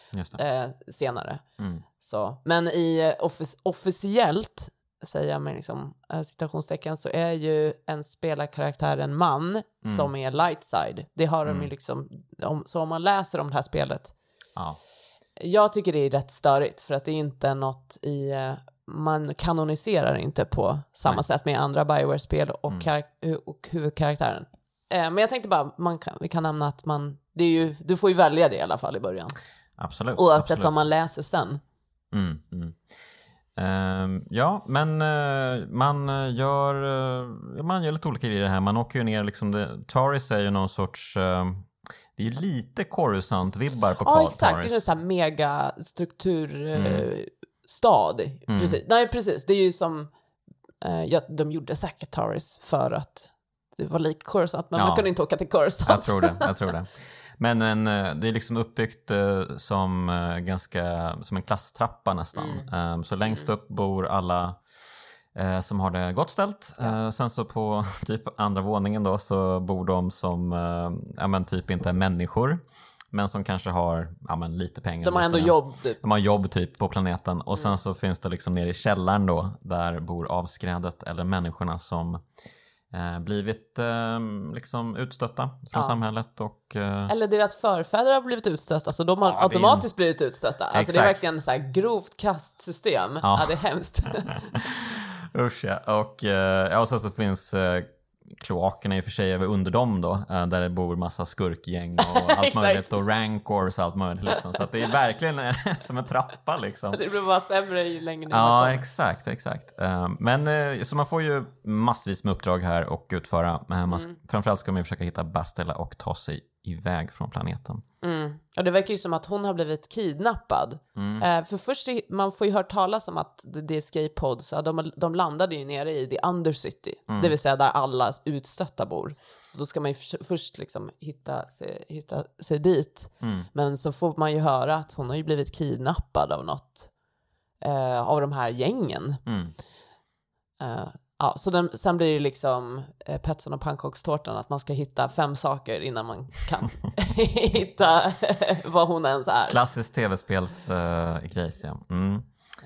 eh, senare. Mm. Så, men i offic- officiellt säga med liksom, citationstecken, så är ju en spelarkaraktär en man mm. som är light side. Det har mm. de ju liksom, om, så om man läser om det här spelet. Ja. Jag tycker det är rätt störigt, för att det är inte något i, man kanoniserar inte på samma Nej. sätt med andra BioWare-spel och, mm. karak- och huvudkaraktären. Eh, men jag tänkte bara, man kan, vi kan nämna att man, det är ju, du får ju välja det i alla fall i början. Absolut. Oavsett absolut. vad man läser sen. Mm, mm. Uh, ja, men uh, man gör uh, man gör lite olika grejer här. Man åker ju ner liksom, det, Taris är ju någon sorts uh, det är ju lite Coruscant-vibbar på Taris. Ja, exakt, det är en sån här megastrukturstad. Uh, mm. Precis. Nej, precis, det är ju som Eh, ja, de gjorde säkert Taris för att det var lik Coruscant, men Ja. man kunde inte åka till Coruscant. Jag tror det, jag tror det. Men en, det är liksom uppbyggt uh, som uh, ganska som en klasstrappa nästan. Mm. Um, så längst upp bor alla uh, som har det gott ställt. Ja. Uh, sen så på typ andra våningen då så bor de som uh, ja, men typ inte är människor. Men som kanske har ja, men lite pengar. De har ändå jobb. Typ. De har jobb typ på planeten. Och sen mm. så finns det liksom nere i källaren då. Där bor avskrädet eller människorna som eh, blivit eh, liksom utstötta från ja. samhället. Och, eh... eller deras förfäder har blivit utstötta. Så de har ja, automatiskt en... blivit utstötta. Alltså det är verkligen så här grovt kastsystem. Ja, ja det är hemskt. Usch ja. Och, eh, ja, och sen så finns... Eh, kloakerna i och för sig över under dem då, där det bor massa skurkgäng och allt möjligt och rancors och allt möjligt liksom. Så att det är verkligen som en trappa liksom. Det blir bara sämre ju längre ner. Ja, exakt, exakt. Men så man får ju massvis med uppdrag här och utföra. Men man, mm. framförallt ska man ju försöka hitta Bastila och ta sig iväg från planeten. Mm. Och det verkar ju som att hon har blivit kidnappad. Mm. Eh, för först, man får ju hört talas om att det är escape pods. Så de, de landade ju nere i the undercity. Mm. Det vill säga där alla utstötta bor. Så då ska man ju för, först liksom hitta, sig, hitta sig dit. Mm. Men så får man ju höra att hon har ju blivit kidnappad av något. Eh, av de här gängen. Mm. Eh, Ja, så den, sen blir det liksom eh, Petson och pannkakstårtan att man ska hitta fem saker innan man kan hitta vad hon ens är. Klassisk tv-spels uh, grejs, ja. Mm.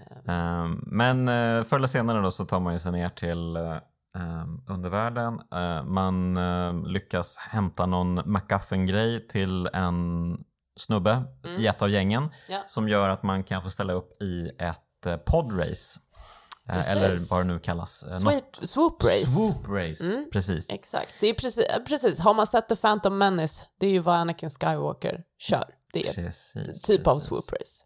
Mm. Um, men uh, förr eller senare då så tar man ju sig ner till uh, um, undervärlden. Uh, man uh, lyckas hämta någon MacGuffin-grej till en snubbe mm. i ett av gängen ja. som gör att man kan få ställa upp i ett uh, podrace. Precis. Eller vad det nu kallas. Swoop, swoop race. Swoop race, mm. precis. Exakt, det är precis, precis. Har man sett The Phantom Menace, det är ju vad Anakin Skywalker kör. Det är precis, typ precis. av swoop race.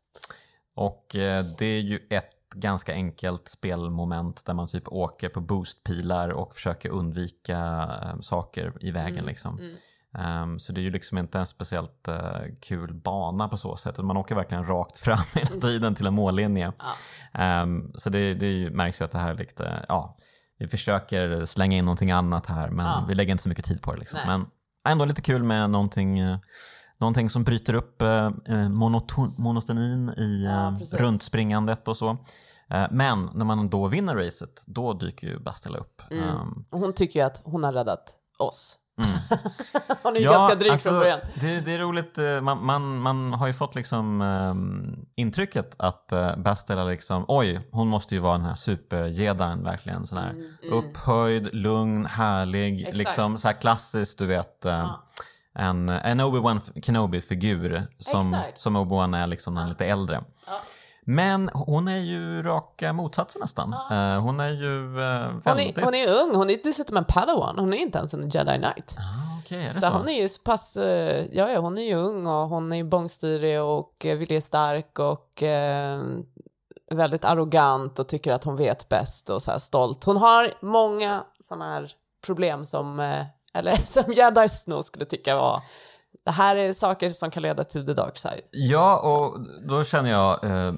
Och eh, det är ju ett ganska enkelt spelmoment där man typ åker på boostpilar och försöker undvika eh, saker i vägen mm. liksom. Mm. Um, så det är ju liksom inte en speciellt uh, kul bana på så sätt. Man åker verkligen rakt fram hela tiden till en mållinje. Ja. Um, så det, det märks ju att det här är lite, ja, vi försöker slänga in någonting annat här, men ja. vi lägger inte så mycket tid på det liksom. Men ändå lite kul med någonting, uh, någonting som bryter upp uh, monoton- monotonin i uh, ja, rundspringandet och så. Uh, men när man då vinner racet, då dyker ju Bastila upp. Mm. Um, hon tycker ju att hon har räddat oss. Mm. Hon är ju ja, ganska dryg alltså, från början. Det, det är roligt, man, man, man har ju fått liksom um, intrycket att uh, Bastila liksom, oj, hon måste ju vara den här superjedaren, verkligen sån här mm, mm. upphöjd, lugn, härlig. Exakt. Liksom så här klassiskt, du vet uh, ja. en, en Obi-Wan Kenobi-figur som, som Obi-Wan är liksom ja. lite äldre. Ja. Men hon är ju raka motsatsen nästan. Ja. Uh, hon är ju uh, väldigt... Hon är, hon är ung, hon är dessutom en Padawan. Hon är inte ens en Jedi Knight. Ah, okay, är det så, så hon är ju så pass... Uh, ja, ja, hon är ju ung och hon är ju bångstyrig och uh, viljestark och uh, väldigt arrogant och tycker att hon vet bäst och så här stolt. Hon har många sådana här problem som... Uh, eller som Jedis nog skulle tycka var... Det här är saker som kan leda till the dark side. Ja, och då känner jag... Eh,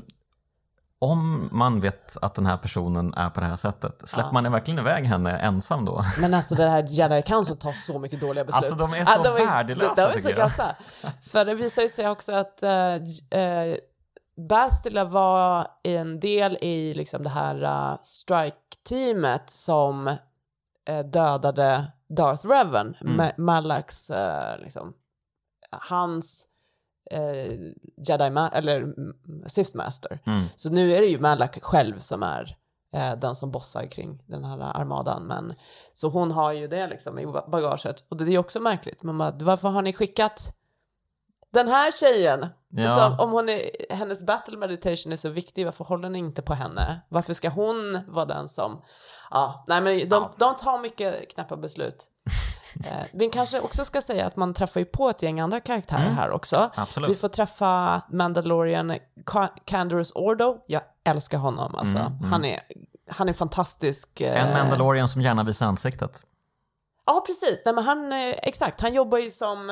om man vet att den här personen är på det här sättet, släpper ja. man verkligen iväg henne ensam då? Men alltså det här Jedi Council tar så mycket dåliga beslut. Alltså de är så ja, de är, värdelösa, de, de är så kassa. För det visar ju sig också att uh, uh, Bastila var en del i liksom det här uh, strike-teamet som uh, dödade Darth Revan, mm. Ma- Malaks uh, liksom hans eh, Jedi ma- eller Sith Master. Mm. Så nu är det ju Malak själv som är eh, den som bossar kring den här armadan. Men, så hon har ju det liksom i bagaget. Och det är ju också märkligt. Men bara, varför har ni skickat den här tjejen? Ja. Så, om hon är, hennes battle meditation är så viktig, varför håller ni inte på henne? Varför ska hon vara den som... Ja, nej men de, de tar mycket knäppa beslut. Eh, vi kanske också ska säga att man träffar ju på ett gäng andra karaktärer mm. här också. Absolut. Vi får träffa Mandalorian Canderous Ordo. Jag älskar honom alltså. Mm, mm. Han, är, han är fantastisk. En Mandalorian som gärna visar ansiktet. Ja, precis. Nej, men han, exakt, han jobbar ju som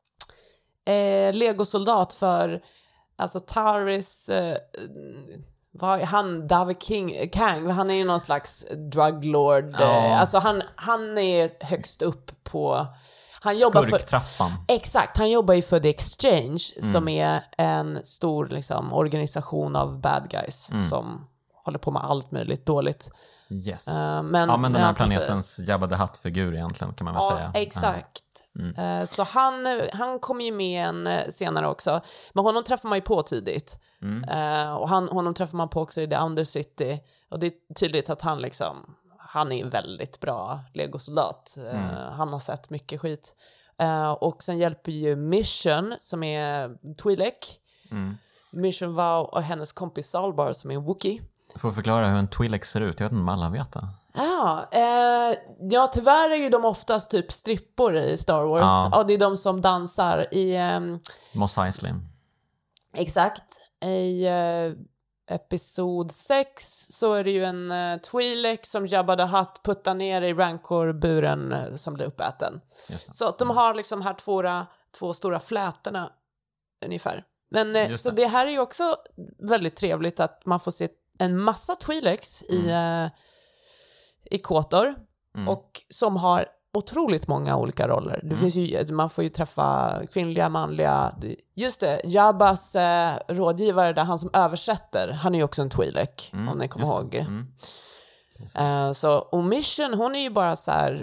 eh, legosoldat för alltså Taris eh, vad är han? David King, Kang, han är ju någon slags druglord. Ja. Alltså han, han är högst upp på... Han jobbar för, exakt, han jobbar ju för The Exchange mm. som är en stor liksom, organisation av bad guys mm. som håller på med allt möjligt dåligt. Yes. Uh, men, ja, men den här ja, planetens Jabba the Hutt-figur egentligen kan man väl ja, säga. Exakt. Mm. Uh, så han, han kommer ju med en senare också. Men honom träffar man ju på tidigt. Mm. Uh, och han, honom träffar man på också i The Undercity. Och det är tydligt att han liksom... Han är en väldigt bra legosoldat. Mm. Uh, han har sett mycket skit. Uh, och sen hjälper ju Mission, som är Twi'lek. Mm. Mission Wow och hennes kompis Salbar, som är en Wookiee. Jag får förklara hur en Twi'lek ser ut. Jag vet inte om alla vet det. Ja, uh, ja, tyvärr är ju de oftast typ strippor i Star Wars. Ja, ja det är de som dansar i... Um... Mos Eisley. Exakt. I... Uh... Episod sex så är det ju en uh, Twi'lek som Jabba the Hutt puttar ner i Rancor-buren uh, som blir uppäten. Så att de har liksom här två, två stora flätorna ungefär. Men uh, så det. det här är ju också väldigt trevligt att man får se en massa Twi'leks mm. i, uh, i Kotor mm. och som har otroligt många olika roller. Det mm. finns ju, man får ju träffa kvinnliga, manliga. Just det, Jabbas eh, rådgivare, där han som översätter, han är ju också en Twi'lek, mm. om ni kommer ihåg. Mm. Uh, så och Mission, hon är ju bara så här...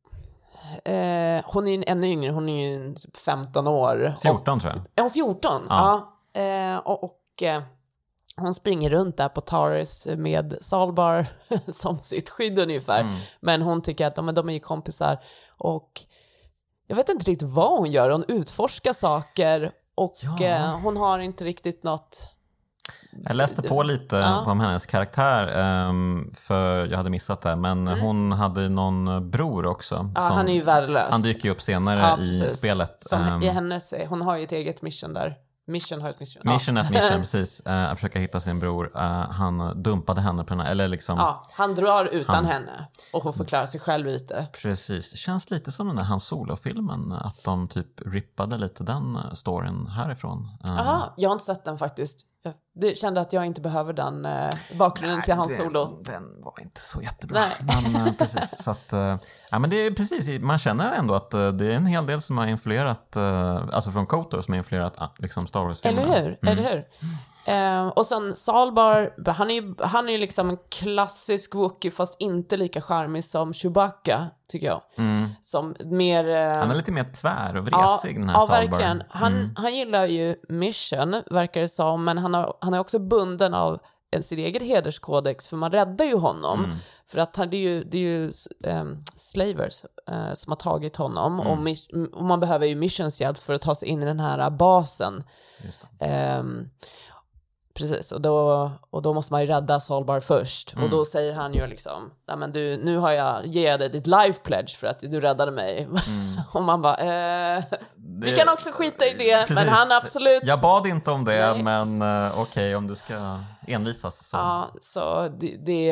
Uh, hon är ännu yngre, hon är ju femton år. fjorton tror jag. Ja, fjorton. Ja. ja. Uh, och... och uh, hon springer runt där på Taris med Salbar som sitt skydd ungefär. Mm. Men hon tycker att de, de är ju kompisar. Och jag vet inte riktigt vad hon gör. Hon utforskar saker. Och ja. eh, hon har inte riktigt något... Jag läste på lite ja. om hennes karaktär. Um, för jag hade missat det. Men mm. hon hade någon bror också. Ja, som, han är ju värdelös. Han dyker ju upp senare ja, i spelet. Som um, i hennes, hon har ju ett eget mission där. Mission har ett mission. Mission ja. at mission, precis. Uh, att försöka hitta sin bror. Uh, han dumpade henne på den här, eller liksom... Ja, han drar utan han, henne. Och hon förklarar sig själv lite. Precis. Det känns lite som den där Han Solo-filmen. Att de typ rippade lite den storyn härifrån. Jaha, uh, jag har inte sett den faktiskt. Jag kände att jag inte behöver den uh, bakgrunden nej, till Han Solo. Den var inte så jättebra. Nej. Men, uh, precis. Så att, uh, ja, men det är precis, man känner ändå att uh, det är en hel del som har influerat, uh, alltså från Kotor som har influerat uh, liksom Star Wars-filmerna. Eller hur, mm. eller hur? Uh, och sen Salbar, han är ju han är ju liksom en klassisk Wookiee fast inte lika charmig som Chewbacca, tycker jag. Mm. Som mer... Uh, han är lite mer tvär och vresig, ja, den här ja, Salbar. Verkligen. Han, mm. han gillar ju Mission, verkar det som, men han, har, han är också bunden av en sin egen hederskodex, för man räddar ju honom. Mm. För att han, det är ju, det är ju um, slavers uh, som har tagit honom. Mm. Och, mis- och man behöver ju Missions hjälp för att ta sig in i den här basen. Just det. Um, Precis, och då, och då måste man ju rädda Salbar först. Mm. Och då säger han ju liksom, nej men du, nu har jag gett dig ditt life pledge för att du räddade mig. Mm. Och man bara, eh, det, vi kan också skita i det. Precis. Men han absolut... Jag bad inte om det, nej. Men uh, okej, okay, om du ska envisas så. Ja, så det... det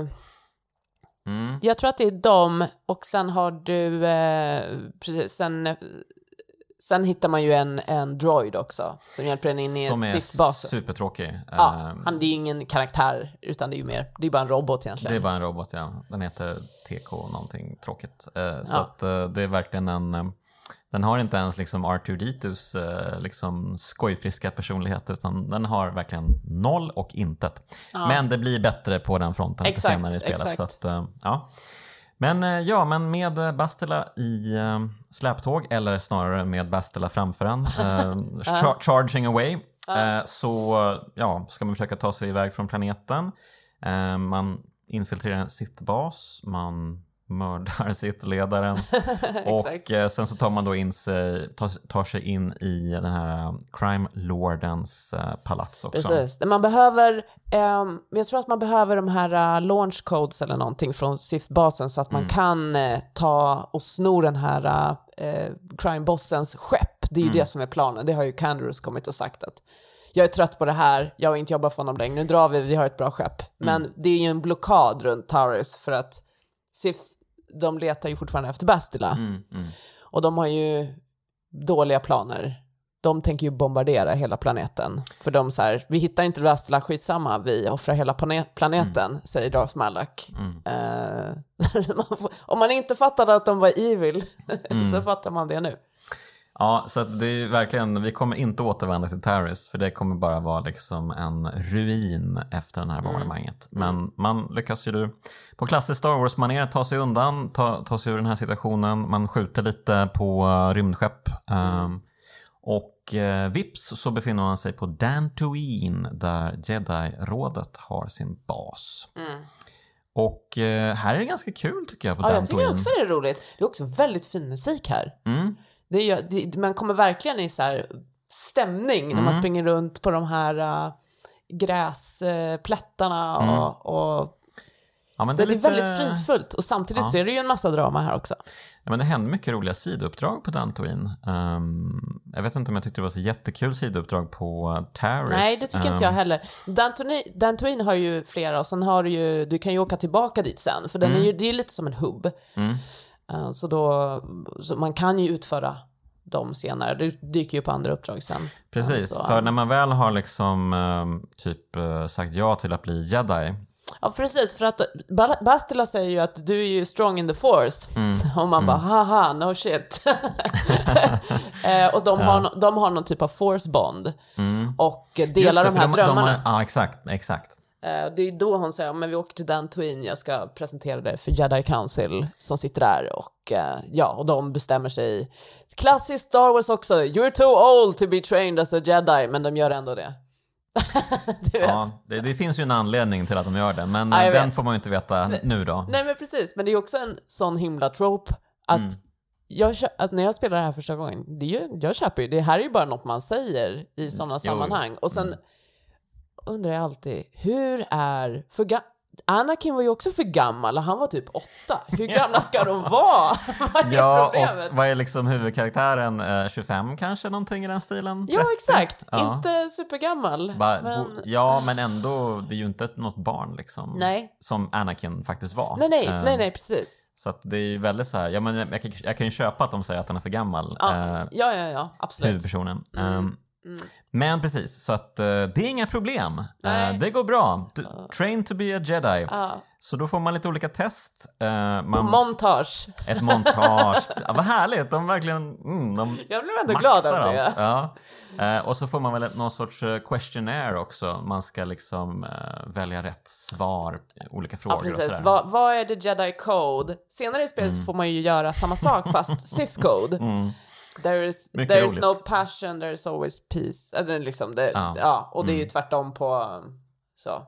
mm. Jag tror att det är dem, och sen har du, eh, precis, sen... Sen hittar man ju en, en droid också som hjälper en in i Sith-basen. Som är supertråkig. Ja, han, det är ju ingen karaktär, utan det är ju mer, det är bara en robot egentligen. Det är bara en robot, ja. Den heter T K någonting tråkigt. Så ja. att det är verkligen en... Den har inte ens liksom R two D twos liksom skojfriska personlighet, utan den har verkligen noll och intet. Ja. Men det blir bättre på den fronten lite senare i spelet. Exakt. Så att, ja. Men ja, men med Bastila i uh, släptåg, eller snarare med Bastila framför en, uh, char- charging away, uh, så ja, ska man försöka ta sig iväg från planeten. Uh, man infiltrerar en sittbas, man mördar sittledaren och uh, sen så tar man då in sig, tar, tar sig in i den här crime lordens uh, palats också. Precis, man behöver um, jag tror att man behöver de här uh, launch codes eller någonting från Sith-basen så att man mm. kan uh, ta och sno den här uh, crime-bossens skepp. Det är ju mm. det som är planen. Det har ju Canderous kommit och sagt att jag är trött på det här, jag vill inte jobba för honom längre, nu drar vi, vi har ett bra skepp. Men mm. det är ju en blockad runt Taris för att Sith, de letar ju fortfarande efter Bastila. Mm, mm. Och de har ju dåliga planer. de tänker ju bombardera hela planeten. För de så här, vi hittar inte Bastila, skitsamma, vi offrar hela planet- planeten, mm. säger Darth Malak. Mm. Uh, om man inte fattade att de var evil, mm. så fattar man det nu. Ja, så att det är verkligen, vi kommer inte återvända till Taris, för det kommer bara vara liksom en ruin efter den här bombardemanget. Mm. Men man lyckas ju du på klassiskt Star Wars-manér ta sig undan, ta, ta sig ur den här situationen. Man skjuter lite på rymdskepp. Mm. Um, och eh, vips så befinner man sig på Dantooine, där Jedi-rådet har sin bas. Mm. Och eh, här är det ganska kul tycker jag på ja, Dantooine. Jag tycker också det är roligt. Det är också väldigt fin musik här. Mm. Det är, det, man kommer verkligen i så här stämning mm. när man springer runt på de här uh, gräsplättarna mm. och, och ja, men det, det är, lite... är väldigt fridfullt och samtidigt ja. så är det ju en massa drama här också. Ja, men det händer mycket roliga sidouppdrag på Dantooine. Um, jag vet inte om jag tyckte det var så jättekul sidouppdrag på Taris. Nej, det tycker um... inte jag heller. Dantooine, Dantooine har ju flera och sen har du ju, du kan ju åka tillbaka dit sen för den mm. är ju, det är lite som en hubb. Mm. Uh, så då så man kan ju utföra de senare. Det dyker ju på andra uppdrag sen. Precis, uh, så, för när man väl har liksom um, typ uh, sagt ja till att bli Jedi. Ja, precis, för att Bastila säger ju att du är ju strong in the force. Mm. Och man mm. bara, haha, no shit. eh, och de, ja. har, de har någon typ av force bond. Mm. Och delar det, de här de, drömmarna. De har, ja, exakt, exakt. Eh, det är då hon säger, men vi åker till Dantooine, jag ska presentera det för Jedi Council som sitter där. Och eh, ja, och de bestämmer sig. Klassiskt Star Wars också, you're too old to be trained as a Jedi. Men de gör ändå det. Du vet. Ja, det, det finns ju en anledning till att de gör det. Men ja, den vet. får man ju inte veta nej, nu då. Nej men precis, men det är också en sån himla trope att, mm. jag, att när jag spelar det här första gången, det är ju, jag köper ju, det här är ju bara något man säger i sådana sammanhang. Och sen mm. undrar jag alltid, hur är för ga- Anakin var ju också för gammal, han var typ åtta. Hur gamla ska de vara? Vad är ja, problemet? Och vad är liksom huvudkaraktären? Eh, tjugofem kanske, någonting i den stilen? Ja, exakt. Ja. Inte supergammal. Ba, men... bo, ja, men ändå, det är ju inte något barn liksom. Nej. Som Anakin faktiskt var. Nej, nej, eh, nej, nej, precis. Så att det är ju väldigt så här, ja, men jag, jag, jag kan ju köpa att de säger att han är för gammal. Ja, eh, ja, ja, ja, absolut. Huvudpersonen. Mm. Um, Mm. Men precis, så att uh, det är inga problem. Uh, det går bra. Du, uh. Train to be a Jedi. Uh. Så då får man lite olika test. Uh, man montage. Ett montage. Ja, vad härligt. De verkligen mm, de jag blev ändå glad av det. Ja. Uh, och så får man väl någon sorts questionnaire också. Man ska liksom uh, välja rätt svar. Olika frågor ja, precis. och sådär. Vad, vad är det Jedi Code? Senare i spelet mm. så får man ju göra samma sak fast Sith Code. Mm. There is, there is no passion, there is always peace. Eller liksom det, ja. ja, och det är ju tvärtom på så.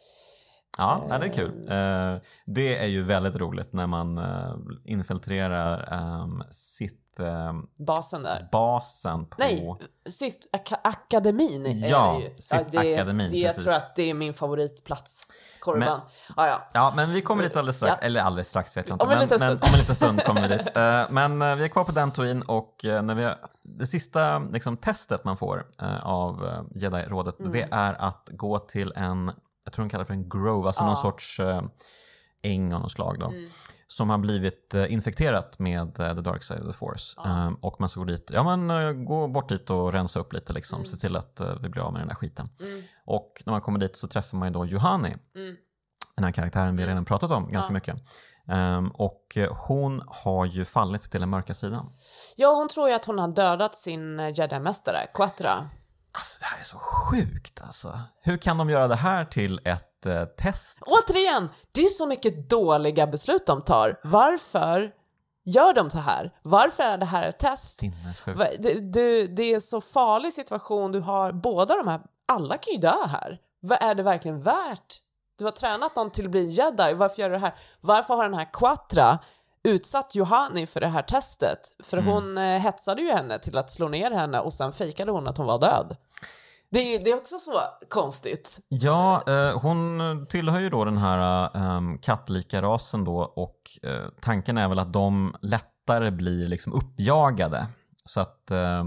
Ja, eh. det är kul. Uh, det är ju väldigt roligt när man uh, infiltrerar um, sitt um, basen där. Basen på Nej, Sith ak- akademin ja, är det ju. Sith ja, det, akademin, det, jag tror att det är min favoritplats. Korvan. Men, ah, ja. ja, men vi kommer dit alldeles strax. Ja. Eller alldeles strax vet jag inte. Om en men, liten men om en liten stund kommer vi dit. Uh, men uh, vi är kvar på Dantooine och uh, när vi har, det sista liksom, testet man får uh, av uh, Jedi-rådet mm. det är att gå till en, jag tror de kallar det för en grove, alltså ja. någon sorts uh, äng av något slag då. Mm. Som har blivit uh, infekterat med uh, the dark side of the force. Ja. Um, och man ska gå dit, ja men uh, gå bort dit och rensa upp lite liksom. Mm. Se till att uh, vi blir av med den här skiten. Mm. Och när man kommer dit så träffar man ju då Juhani. Mm. Den här karaktären vi redan pratat om ganska ja. mycket. Um, och hon har ju fallit till den mörka sidan. Ja, hon tror ju att hon har dödat sin Jedi-mästare, Quatra. Alltså det här är så sjukt alltså. Hur kan de göra det här till ett uh, test? Återigen, det är så mycket dåliga beslut de tar. Varför gör de så här? Varför är det här ett test? Det, det, det är så farlig situation du har. Båda de här, alla kan ju dö här. Vad är det verkligen värt? Du har tränat någon till att bli Jedi. Varför gör du det här? Varför har den här Quatra utsatt Juhani för det här testet? För mm. hon eh, hetsade ju henne till att slå ner henne och sen fejkade hon att hon var död. Det är, det är också så konstigt. Ja, eh, hon tillhör ju då den här eh, kattlika rasen då och eh, tanken är väl att de lättare blir liksom uppjagade. Så att eh,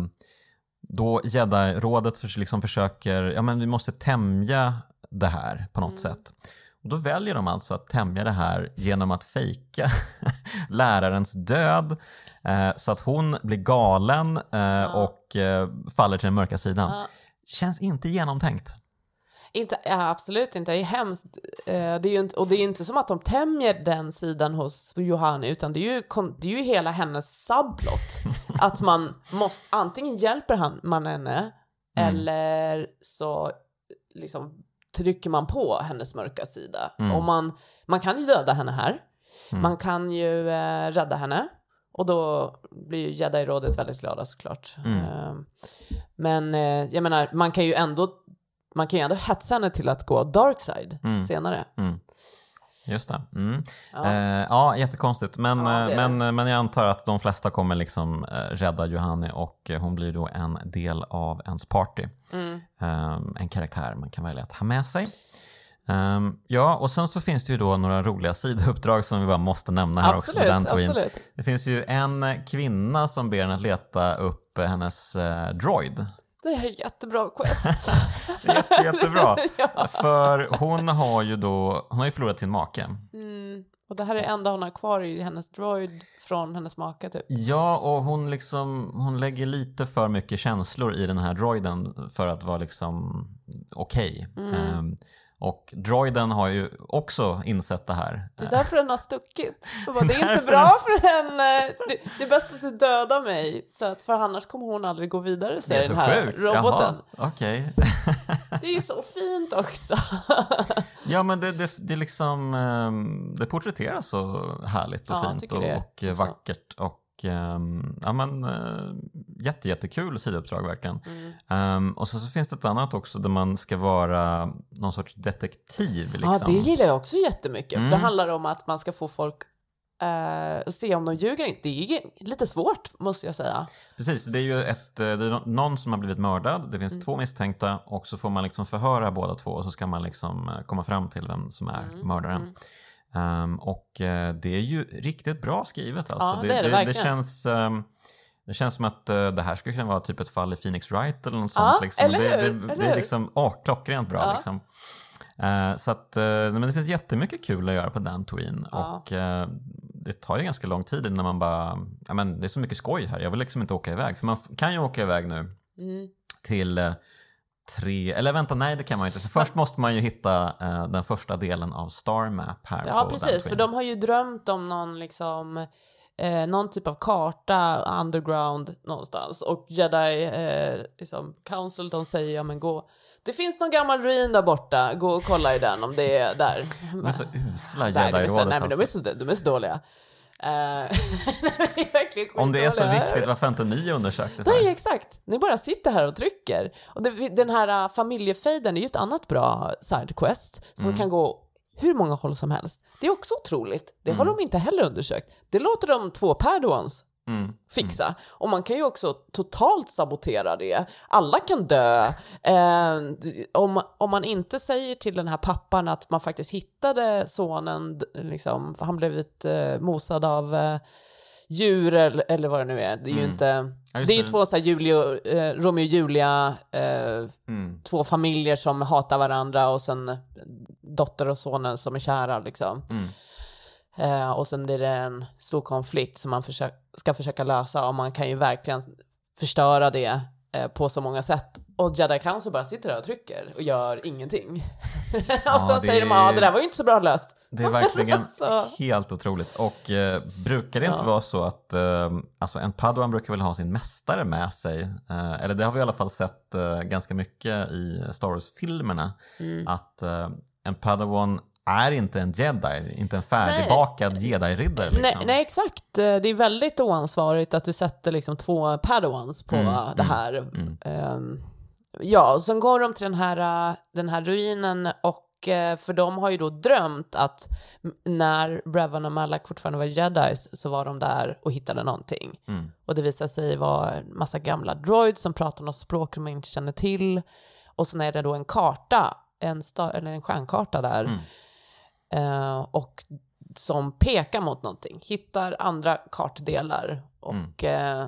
då Jedi-rådet liksom försöker, ja men vi måste tämja det här på något mm. sätt. Och då väljer de alltså att tämja det här genom att fejka lärarens död Eh, så att hon blir galen eh, Ja. och eh, faller till den mörka sidan. Ja. Känns inte genomtänkt. Inte, ja, absolut inte, det är hemskt. Eh, det är ju inte, och det är inte som att de tämjer den sidan hos Juhani, utan det är ju, kon- det är ju hela hennes subplot. Att man måste, antingen hjälper han, man henne, Mm. eller så liksom trycker man på hennes mörka sida. Mm. Och man, man kan ju döda henne här. Mm. Man kan ju eh, rädda henne. Och då blir ju Jedi-rådet väldigt glada såklart. Mm. Eh, men eh, jag menar, man kan ju ändå man kan ju ändå hetsa henne till att gå dark side Mm. senare. Mm. Just det. Mm. Ja. Eh, ja, jättekonstigt. Men, Ja, det är eh, men, men jag antar att de flesta kommer liksom eh, rädda Juhani och eh, hon blir då en del av ens party. Mm. Um, en karaktär man kan välja att ha med sig. Um, ja, och sen så finns det ju då några roliga sidouppdrag som vi bara måste nämna här Absolut, också på Dantooine. absolut. Det finns ju en kvinna som ber en att leta upp hennes eh, droid. Det är en jättebra quest. Jätte, jättebra. Ja. För hon har ju då hon har ju förlorat sin make. Mm. Och det här är det enda hon har kvar i hennes droid från hennes maka typ. Ja, och hon liksom hon lägger lite för mycket känslor i den här droiden för att vara liksom okej. Okay. Mm. Um, och droiden har ju också insett det här. Det är därför den har stuckit. Bara, det är inte bra för henne. Det, det är bäst att du dödar mig. Så att för annars kommer hon aldrig gå vidare, Det är säger så den här sjukt. roboten. Jaha, okej. Det är ju så fint också. Ja, men det, det, det liksom um, det porträtteras så härligt och Ja, jag fint tycker och, det och också. vackert och um, ja men uh, jätte, jättekul sidouppdrag verkligen. Mm. Um, och så, så finns det ett annat också där man ska vara någon sorts detektiv liksom. Ja, det gillar jag också jättemycket. Mm. För det handlar om att man ska få folk eh, att se om de ljuger inte. Det är lite svårt, måste jag säga. Precis, det är ju ett, det är någon som har blivit mördad, det finns Mm. två misstänkta och så får man liksom förhöra båda två och så ska man liksom eh, komma fram till vem som är Mm. mördaren. Mm. Um, och uh, det är ju riktigt bra skrivet alltså. Ja, det är det det, verkligen. känns, um, det känns som att uh, det här skulle kunna vara typ ett fall i Phoenix Wright eller något sånt. Ja, Liksom. eller det, hur? det, Eller det är hur? liksom åh, klockrent bra. Ja. Liksom. Uh, så att, uh, men det finns jättemycket kul att göra på Dantooine. Ja. Och uh, det tar ju ganska lång tid när man bara, ja men det är så mycket skoj här, jag vill liksom inte åka iväg. För man f- kan ju åka iväg nu Mm. till uh, tre, eller vänta nej det kan man ju inte. För först måste man ju hitta uh, den första delen av Star Map här Ja, på precis. Dantooine. För de har ju drömt om någon liksom eh, någon typ av karta underground någonstans. Och Jedi eh, liksom, Council, de säger ja men gå. Det finns någon gammal ruin där borta. Gå och kolla i den om det är där. De är så usla Nej, de är så, Jedi-rådet nej men de är alltså. så, de är så dåliga. Eh, det är verkligen Om det är så skitdåliga. viktigt, varför inte ni undersökt det för? Nej, exakt. Ni bara sitter här och trycker. Och det, den här uh, familjefejden är ju ett annat bra sidequest som Mm. kan gå hur många håll som helst. Det är också otroligt. Det har Mm. de inte heller undersökt. Det låter de två Padawans Mm. fixa. Och man kan ju också totalt sabotera det. Alla kan dö. Eh, om, om man inte säger till den här pappan att man faktiskt hittade sonen, liksom, han blivit eh, mosad av eh, djur eller, eller vad det nu är. Det är ju Mm. inte... Ja, just det är ju det. två så här Julio, eh, Romeo och Julia, eh, Mm. två familjer som hatar varandra och sen dotter och sonen som är kära liksom. Mm. Eh, och sen blir det en stor konflikt som man försö- ska försöka lösa och man kan ju verkligen förstöra det eh, på så många sätt. Och Jedi Council bara sitter där och trycker och gör ingenting. och sen det säger de, är- ja det där var ju inte så bra löst. Det är verkligen Alltså. helt otroligt. Och eh, brukar det inte Ja. vara så att eh, alltså en Padawan brukar väl ha sin mästare med sig? Eh, eller det har vi i alla fall sett eh, ganska mycket i Star Wars-filmerna. Mm. Att eh, en Padawan är inte en jedi, inte en färdigbakad jedi-riddare. Liksom. Nej, nej, exakt. Det är väldigt oansvarigt att du sätter liksom två Padawans på Mm, det här. mm. Ehm, ja, och sen går de till den här, äh, den här ruinen och äh, för de har ju då drömt att m- när Revan och Malak fortfarande var jedis så var de där och hittade någonting. Mm. Och det visar sig vara en massa gamla droids som pratar något språk man inte känner till. Och sen är det då en karta, en, sta- eller en stjärnkarta där. Mm. Eh, och som pekar mot någonting, hittar andra kartdelar och eh,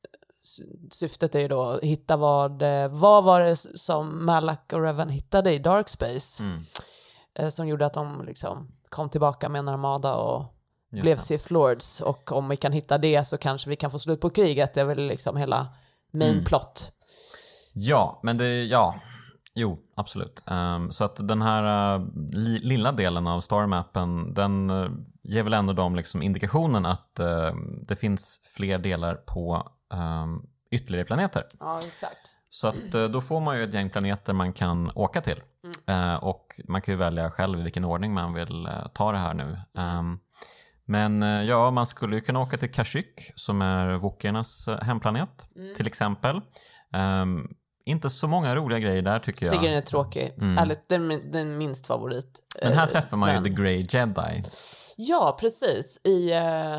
sy- syftet är ju då att hitta vad, eh, vad var det som Malak och Revan hittade i Dark Space Mm. eh, som gjorde att de liksom kom tillbaka med en armada och Just blev det. Sith Lords, och om vi kan hitta det så kanske vi kan få slut på kriget. Det är väl liksom hela main mm. plot. Ja, men det, ja, jo, absolut. Um, så att den här uh, li, lilla delen av Starmappen, den uh, ger väl ändå de liksom indikationen att uh, det finns fler delar på um, ytterligare planeter. Ja, exakt. Så att uh, då får man ju ett gäng planeter man kan åka till. Mm. Uh, och man kan ju välja själv i vilken ordning man vill uh, ta det här nu. Um, men uh, ja, man skulle ju kunna åka till Kashyyyk, som är Wookiernas uh, hemplanet, mm. till exempel. Um, Inte så många roliga grejer där, tycker jag. Jag tycker den är tråkig. Mm. Ärligt, den, den minst favorit. Men här träffar man men... ju The Grey Jedi. Ja, precis. I, eh,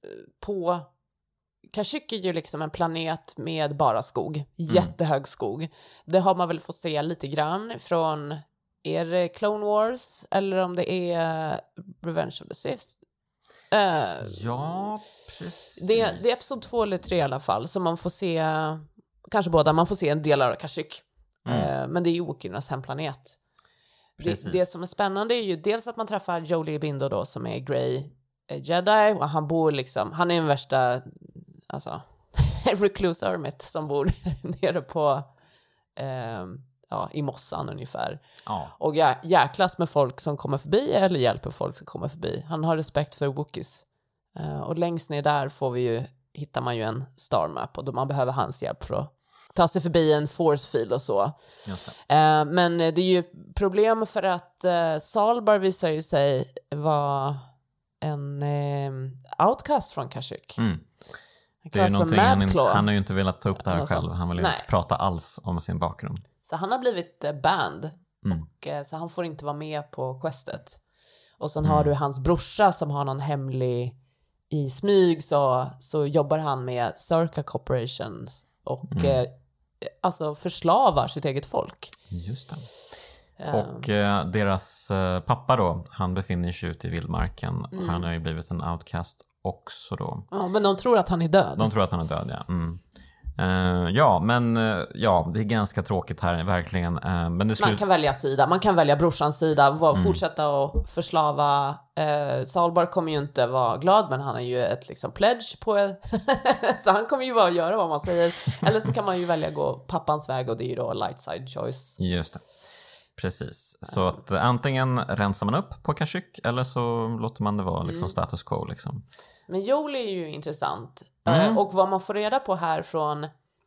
på Kashyyyk är ju liksom en planet med bara skog. Mm. Jättehög skog. Det har man väl fått se lite grann från, är det Clone Wars? Eller om det är Revenge of the Sith? Uh, ja, precis. Det, det är episod två eller tre i alla fall. Så man får se... Kanske båda, man får se en del av Kashyyyk. Mm. Eh, men det är ju Wookiernas hemplanet. Det, det som är spännande är ju dels att man träffar Jolee Bindo då, som är Grey Jedi. Och han bor liksom, han är den värsta, alltså, recluse hermit som bor nere på, eh, ja, i mossan ungefär. Ja. Och jä, jäklas med folk som kommer förbi eller hjälper folk som kommer förbi. Han har respekt för Wookiees. Eh, och längst ner där får vi ju, hittar man ju en star map och då man behöver hans hjälp för att ta sig förbi en force field och så. Eh, men det är ju problem för att eh, Salbar visar ju sig vara en eh, outcast från Kashyyyk. Mm. Det är ju någonting han, in, han har ju inte velat ta upp det här alltså, själv. Han vill ju inte prata alls om sin bakgrund. Så han har blivit eh, banned. Mm. Och, eh, så han får inte vara med på questet. Och sen mm. har du hans brorsa som har någon hemlig, i smyg så, så jobbar han med Circa Corporations och mm. eh, alltså förslavar sitt eget folk. Just det. Och eh, deras eh, pappa då, han befinner sig ute i vildmarken. Mm. Och han har ju blivit en outcast också då. Ja, men de tror att han är död. De tror att han är död, ja. Mm. Uh, ja, men uh, ja, det är ganska tråkigt här, verkligen. Uh, men det skulle... Man kan välja sida, man kan välja brorsans sida, var, mm. fortsätta att förslava. Uh, Salbar kommer ju inte vara glad, men han är ju ett liksom pledge på så han kommer ju bara göra vad man säger. Eller så kan man ju välja gå pappans väg, och det är ju då light side choice. Just det. Precis. Så att uh, antingen rensar man upp på Kashyyyk eller så låter man det vara liksom mm. status quo liksom. Men Jolee är ju intressant. Mm. Uh, och vad man får reda på här från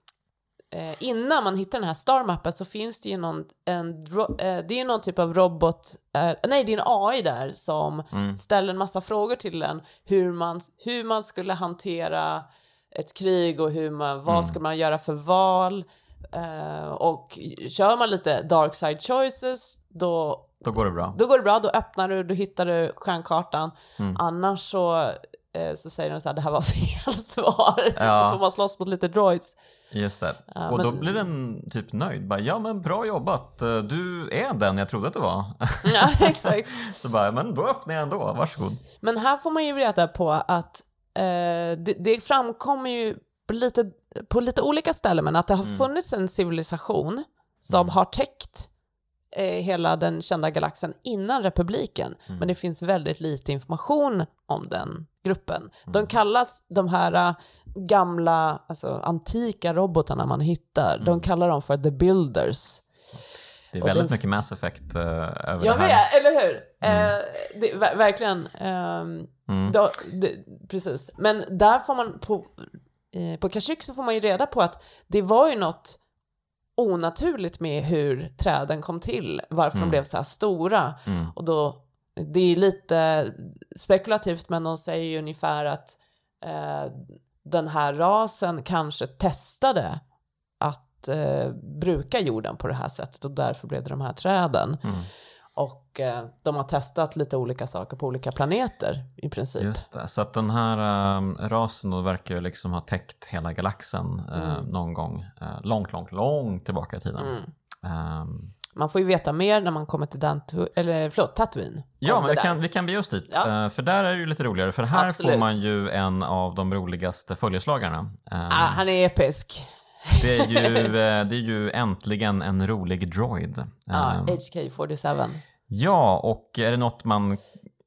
uh, innan man hittar den här starmappen, så finns det ju någon en, uh, det är någon typ av robot, uh, nej det är en A I där som mm. ställer en massa frågor till en hur man, hur man skulle hantera ett krig och hur man, vad mm. ska man göra för val. Uh, och kör man lite dark side choices, då, då går det bra. Då går det bra, då öppnar du, då hittar du stjärnkartan. Mm. Annars så, uh, så säger den så här, det här var fel svar. Ja. Så får man slåss mot lite droids. Just det. Uh, och men... då blir den typ nöjd. Bara, ja men bra jobbat, du är den jag trodde att det var. Ja, exakt. Så bara, men då öppnar jag ändå, varsågod. Men här får man ju reda på att uh, det, det framkommer ju på lite, på lite olika ställen, men att det har mm. funnits en civilisation som mm. har täckt eh, hela den kända galaxen innan republiken, mm. men det finns väldigt lite information om den gruppen. Mm. De kallas, de här uh, gamla, alltså antika robotarna man hittar, mm. de kallar dem för The Builders. Det är väldigt det... mycket Mass Effect uh, över jag det här. Vet, eller hur? Mm. Eh, det, ver- verkligen. Um, mm. då, det, precis. Men där får man på på Kashyyyk så får man ju reda på att det var ju något onaturligt med hur träden kom till, varför mm. de blev så här stora. Mm. Och då, det är lite spekulativt, men de säger ju ungefär att eh, den här rasen kanske testade att eh, bruka jorden på det här sättet, och därför blev det de här träden. Mm. Och eh, de har testat lite olika saker på olika planeter i princip. Just det, så att den här äh, rasen då verkar ju liksom ha täckt hela galaxen äh, mm. någon gång äh, långt, långt, långt tillbaka i tiden. Mm. Um, man får ju veta mer när man kommer till Dantu- eller förlåt, Tatooine. Ja, men vi kan, vi kan bege oss dit. Ja. Uh, för där är det ju lite roligare, för här Absolut. Får man ju en av de roligaste följeslagarna. Um, ah, han är episk. Det är, ju, det är ju äntligen en rolig droid. Ja, H K fyrtiosju. Ja, och är det något man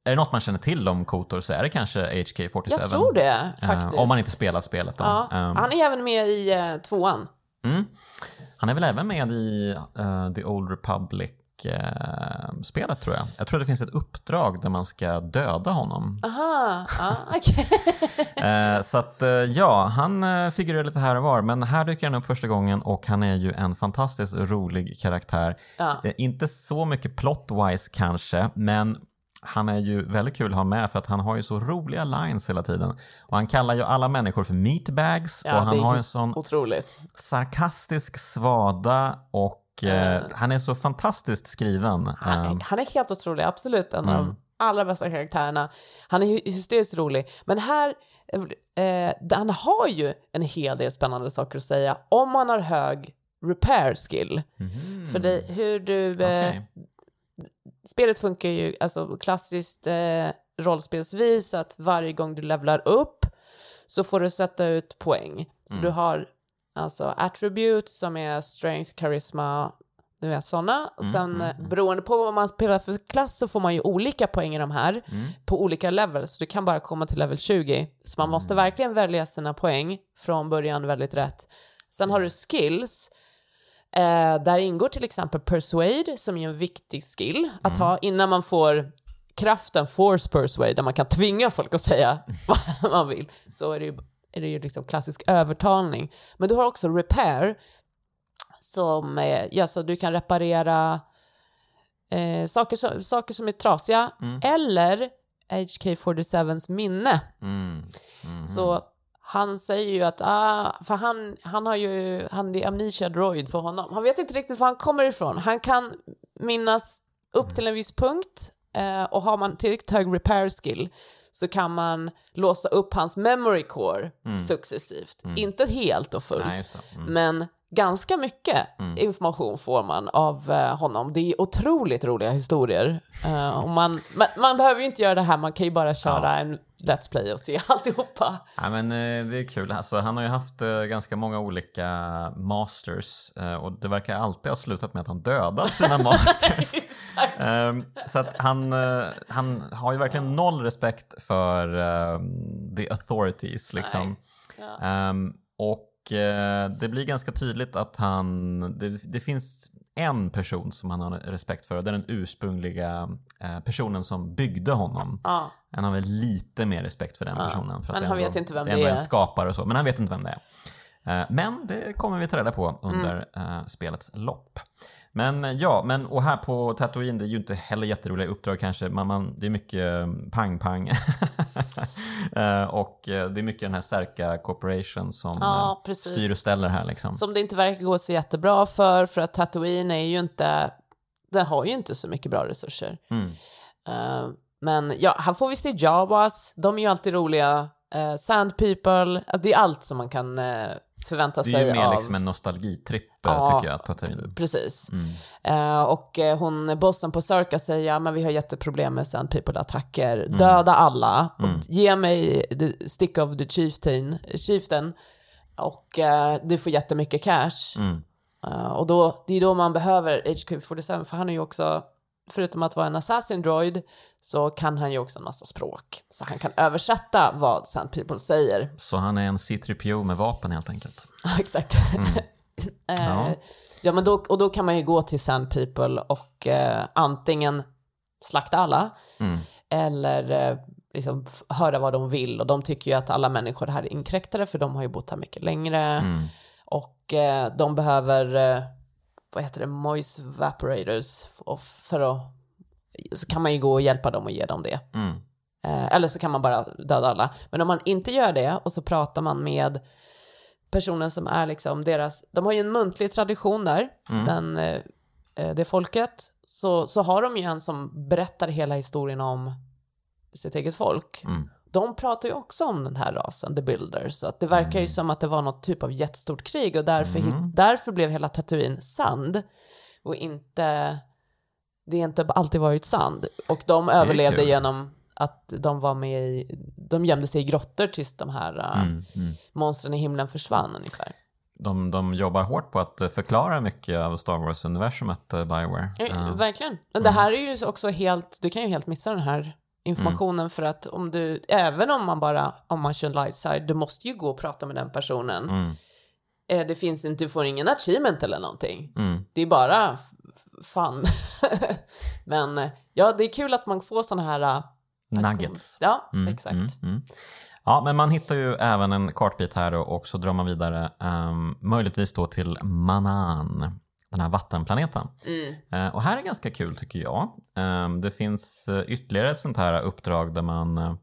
är det något man känner till om KOTOR så är det kanske H K fyrtiosju. Jag tror det, faktiskt. Uh, om man inte spelat spelet då. Ja, um, han är även med i uh, tvåan. Mm. Han är väl även med i uh, The Old Republic uh, spelet tror jag. Jag tror det finns ett uppdrag där man ska döda honom. Aha, ah, okej. Okay. uh, så att uh, ja, han uh, figurerar lite här och var. Men här dyker han upp första gången och han är ju en fantastiskt rolig karaktär. Ja. Uh, inte så mycket plot-wise kanske, men han är ju väldigt kul att ha med för att han har ju så roliga lines hela tiden. Och han kallar ju alla människor för meatbags. Ja, och han det är har en sån otroligt sarkastisk svada och uh, han är så fantastiskt skriven. Han, um, han är helt otrolig, absolut en mm. av de allra bästa karaktärerna. Han är hysteriskt rolig. Men här, eh, han har ju en hel del spännande saker att säga om man har hög repair skill. Mm. För det, hur du... Eh, okay. Spelet funkar ju alltså klassiskt eh, rollspelsvis, så att varje gång du levlar upp så får du sätta ut poäng. Så Mm. du har alltså attributes som är strength, charisma, du vet sådana. Mm, Sen mm, mm. beroende på vad man spelar för klass så får man ju olika poäng i de här Mm. på olika levels. Så du kan bara komma till level tjugo. Så man måste verkligen välja sina poäng från början väldigt rätt. Sen har du skills. Eh, där ingår till exempel persuade som är en viktig skill att ha innan man får kraften force persuade där man kan tvinga folk att säga vad man vill. Så är det ju, är det ju liksom klassisk övertalning. Men du har också repair som är, ja, så du kan reparera eh, saker, som, saker som är trasiga Mm. eller H K fyrtiosju:s minne. Mm. Mm. Så han säger ju att, ah, för han, han har ju, han är amnesia droid på honom. Han vet inte riktigt var han kommer ifrån. Han kan minnas upp till en viss punkt eh, och har man tillräckligt hög repair skill så kan man låsa upp hans memory core Mm. successivt. Mm. Inte helt och fullt, Nej, just det. Mm. men ganska mycket Mm. information får man av eh, honom. Det är otroligt roliga historier. Uh, och man, man, man behöver ju inte göra det här, man kan ju bara köra Ja. en Let's Play och se alltihopa. Ja, men eh, det är kul. Alltså, han har ju haft eh, ganska många olika masters eh, och det verkar alltid ha slutat med att han dödat sina masters. Exakt. um, så att han, eh, han har ju verkligen noll respekt för um, the authorities liksom. Ja. Um, och eh, det blir ganska tydligt att han, det, det finns en person som han har respekt för och det är den ursprungliga eh, personen som byggde honom. Ja. Han har väl lite mer respekt för den Ja. personen. För att Men det han ändå, vet inte vem det är. det ändå är. en skapare och så, men han vet inte vem det är. Eh, men det kommer vi ta reda på under Mm. eh, spelets lopp. Men eh, ja, men, och här på Tatooine, det är ju inte heller jätteroliga uppdrag kanske. Man, man, det är mycket pang-pang. eh, och eh, det är mycket den här starka corporation som Ja, eh, precis. styr och ställer här liksom. Som det inte verkar gå så jättebra för, för att Tatooine är ju inte, den har ju inte så mycket bra resurser. Mm. Uh, men ja, här får vi se Jawas, de är ju alltid roliga. Uh, Sand People, uh, det är allt som man kan uh, förvänta Det sig är ju mer av. liksom en nostalgitripp Ja, tycker jag. Tatooine. Precis. Mm. Uh, och uh, hon, bossen på Circa säger, ja men vi har jätteproblem med Sand People-attacker. Mm. Döda alla och Mm. ge mig the stick of the chieftain, chieftain och uh, du får jättemycket cash. Mm. Uh, och då, det är då man behöver H K fyrtiosju, för han är ju också, förutom att vara en assassin droid, så kan han ju också en massa språk. Så han kan översätta vad Sand People säger. Så han är en C tre P O med vapen helt enkelt. Exakt. Mm. uh, Ja. ja, men då, och då kan man ju gå till Sand People och uh, antingen slakta alla Mm. eller uh, liksom f- höra vad de vill. Och de tycker ju att alla människor här är inkräktare, för de har ju bott här mycket längre. Mm. Och eh, de behöver, eh, vad heter det, moist evaporators. Och för att, så kan man ju gå och hjälpa dem och ge dem det. Mm. Eh, eller så kan man bara döda alla. Men om man inte gör det och så pratar man med personen som är liksom deras, de har ju en muntlig tradition där, Mm. den, eh, det folket. Så, så har de ju en som berättar hela historien om sitt eget folk. Mm. De pratar ju också om den här rasen, The Builders. Så att det verkar ju Mm. som att det var något typ av jättestort krig. Och därför, Mm. därför blev hela Tatooine sand. Och inte, det har inte alltid varit sand. Och de överlevde kul. genom att de var med i, de gömde sig i grottor tills de här uh, Mm. Mm. monstren i himlen försvann ungefär. De, de jobbar hårt på att förklara mycket av Star Wars-universumet, uh, BioWare. Eh, Uh, Verkligen. Men det här är ju också helt, du kan ju helt missa den här informationen mm. för att om du, även om man bara, om man kör light side, du måste ju gå och prata med den personen. Mm. Eh, det finns inte, du får ingen achievement eller någonting. Mm. Det är bara f- fan. Men eh, ja, det är kul att man får såna här uh, nuggets. Ja, mm. exakt. Mm. Mm. Ja, men man hittar ju även en kartbit här då, och så drar man vidare um, möjligtvis då till Manaan, den här vattenplaneten. Mm. Uh, och här är ganska kul tycker jag. Um, det finns uh, ytterligare ett sånt här uppdrag där man uh,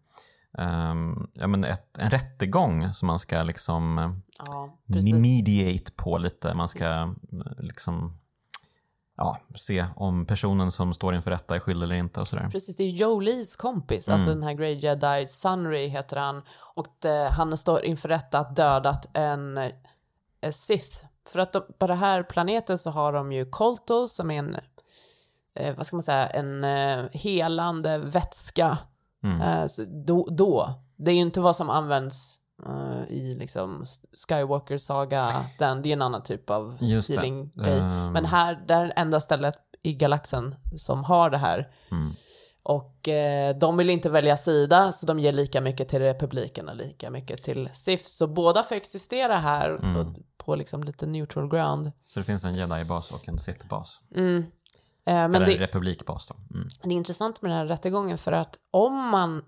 um, ja, men ett, en rättegång som man ska liksom uh, ja, mediate på lite. Man ska uh, liksom ja, se om personen som står inför rätta är skyldig eller inte och sådär. Precis, det är Jolies kompis, Mm. alltså den här Grey Jedi, Sunry heter han, och det, han står inför rätta att dödat en, en Sith. För att de, på den här planeten så har de ju Koltos som är en, eh, vad ska man säga, en eh, helande vätska. Mm. Eh, så då, då, det är ju inte vad som används uh, i liksom Skywalker saga, den, det är en annan typ av healing-grej. Um... Men här, det är det enda stället i galaxen som har det här. Mm. Och eh, de vill inte välja sida, så de ger lika mycket till republiken och lika mycket till Sith. Så båda får existera här mm. och, på liksom lite neutral ground. Så det finns en Jedi-bas och en Sith-bas. Mm. Eh, men Eller det, en republikbas då. Mm. det är intressant med den här rättegången för att om man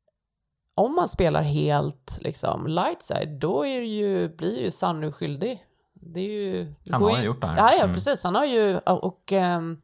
om man spelar helt liksom light side, då är det ju, blir ju Sunny skyldig. Det är ju, han har ju gjort det här. Ja, ja mm. precis. Han har ju, och, och um,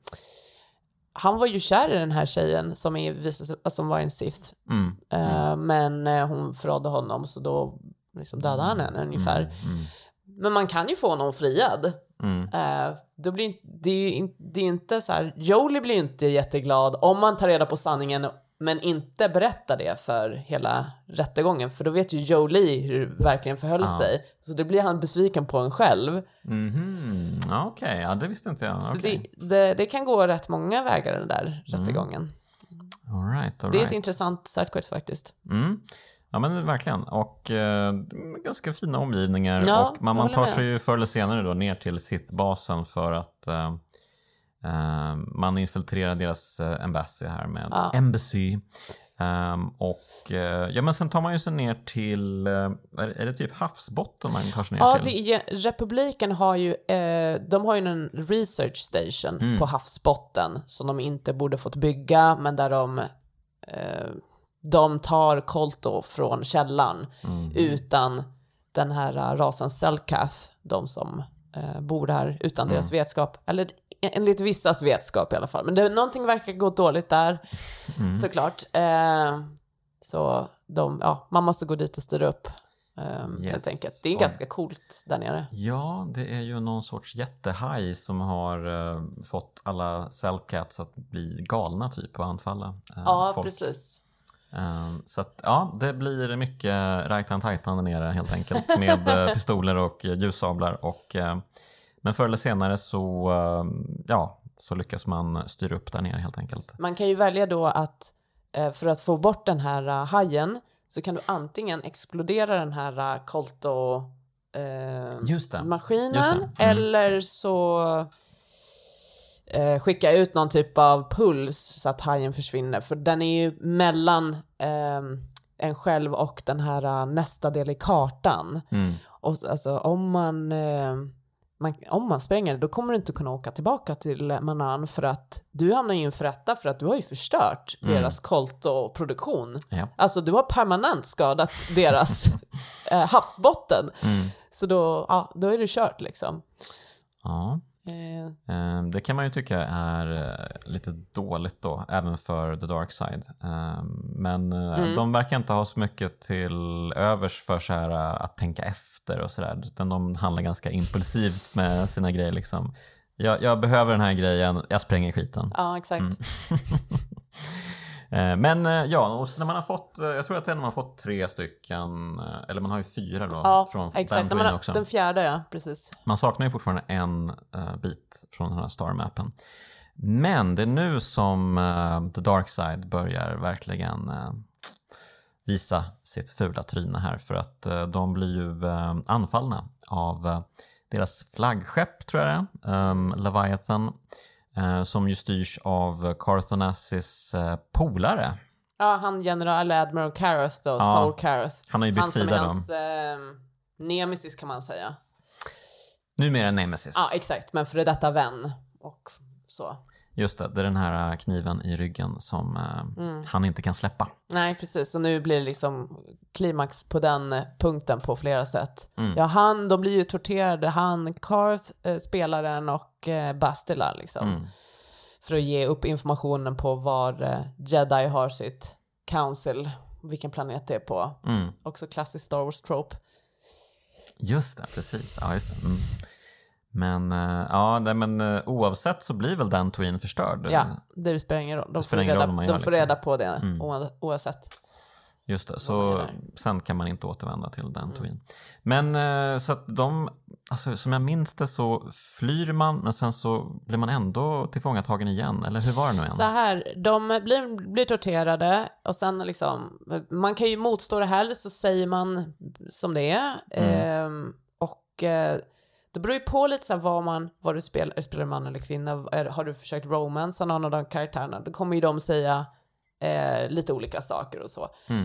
han var ju kär i den här tjejen som, är, som var en Sith. Mm. Mm. Uh, men uh, hon förrådde honom, så då liksom dödade han henne ungefär. Mm. Mm. Men man kan ju få någon friad. Mm. Uh, då blir, det, är ju, det är inte så här, Jolie blir inte jätteglad om man tar reda på sanningen men inte berättar det för hela rättegången, för då vet ju Jolie hur det verkligen förhöll ah. sig. Så det blir han besviken på en själv. Mm-hmm. Ja, okej, okay. Ja, det visste inte jag. Så okay. det, det, det kan gå rätt många vägar den där mm. rättegången. All right, all det är right. ett intressant sidequest faktiskt. Mm. Ja, men verkligen. Och eh, ganska fina omgivningar. Ja, och man, man tar med. sig ju förr eller senare då ner till Sith-basen för att eh, Uh, man infiltrerar deras uh, embassy här med ja. embassy um, och uh, ja, men sen tar man ju sig ner till uh, är, är det typ havsbotten man tar sig ner ja, till? Ja, republiken har ju eh, de har ju en research station mm. på havsbotten som de inte borde fått bygga, men där de eh, de tar Kolto från källan mm. utan den här rasen Selkath, de som eh, bor här utan mm. deras vetskap, eller enligt vissas vetskap i alla fall. Men det, någonting verkar gå dåligt där, mm. såklart. Eh, så de, ja, man måste gå dit och styra upp eh, yes. helt enkelt. Det är och, ganska coolt där nere. Ja, det är ju någon sorts jättehaj som har eh, fått alla Selcats att bli galna typ och anfalla eh, Ja, folk. precis. Um, så att ja, det blir mycket rajtan tajtan där nere helt enkelt med uh, pistoler och uh, ljussablar och uh, men förr eller senare så uh, ja, så lyckas man styra upp där nere helt enkelt. Man kan ju välja då att uh, för att få bort den här uh, hajen så kan du antingen explodera den här uh, Kolto uh, Just det. maskinen Just det. Mm. eller så Eh, skicka ut någon typ av puls så att hajen försvinner, för den är ju mellan eh, en själv och den här uh, nästa del i kartan mm. och alltså om man, eh, man om man spränger då kommer du inte kunna åka tillbaka till Manaan, för att du hamnar ju inför rätta för att du har ju förstört mm. deras Kolto-produktion. Ja. Alltså du har permanent skadat deras eh, havsbotten mm. så då, ja, då är det kört liksom. Ja. Det kan man ju tycka är lite dåligt då, även för The Dark Side. Men mm. de verkar inte ha så mycket till övers för så här att tänka efter och sådär, utan de handlar ganska impulsivt med sina grejer liksom. Jag, jag behöver den här grejen, jag spränger skiten. Ja, exakt. Mm. Men ja, och så när man har fått, jag tror att det är när man har fått tre stycken, eller man har ju fyra då. Ja, från exakt. Man har, också. Den fjärde, ja, precis. Man saknar ju fortfarande en uh, bit från den här starmappen. Men det är nu som uh, The Dark Side börjar verkligen uh, visa sitt fula tryne här, för att uh, de blir ju uh, anfallna av uh, deras flaggskepp, tror jag det är, um, Leviathan. Uh, som ju styrs av Carthonassis uh, polare Ja, han general Admiral Karath då, ja. Saul Karath. Han har ju bytt sida då. Han som är hans eh, nemesis kan man säga. Numera nemesis. Ja, exakt, men för detta vän och så. Just det, det är den här kniven i ryggen som eh, mm. han inte kan släppa. Nej, precis. Och nu blir det liksom klimax på den punkten på flera sätt. Mm. Ja, han, de blir ju torterade. Han, Karth, eh, spelaren och eh, Bastila liksom. Mm. För att ge upp informationen på var eh, Jedi har sitt council. Vilken planet det är på. Mm. Också klassisk Star Wars trope. Just det, precis. Ja, just det. Mm. Men, ja, nej, men oavsett så blir väl Dantooine förstörd. Ja, det spelar ingen roll. De får, ingen reda, roll de gör, får liksom. reda på det mm. oavsett. Just det, så sen kan man inte återvända till Dantooine. Mm. Men så att de, alltså, som jag minns det så flyr man, men sen så blir man ändå tillfångatagen igen. Eller hur var det nu igen? Så här, de blir, blir torterade och sen liksom, man kan ju motstå det här, så säger man som det är. Mm. Ehm, och det beror ju på lite så här vad man, vad du spelar, spelar man eller kvinna, är, har du försökt romance någon av de karaktärerna, då kommer ju de säga eh, lite olika saker och så. Mm.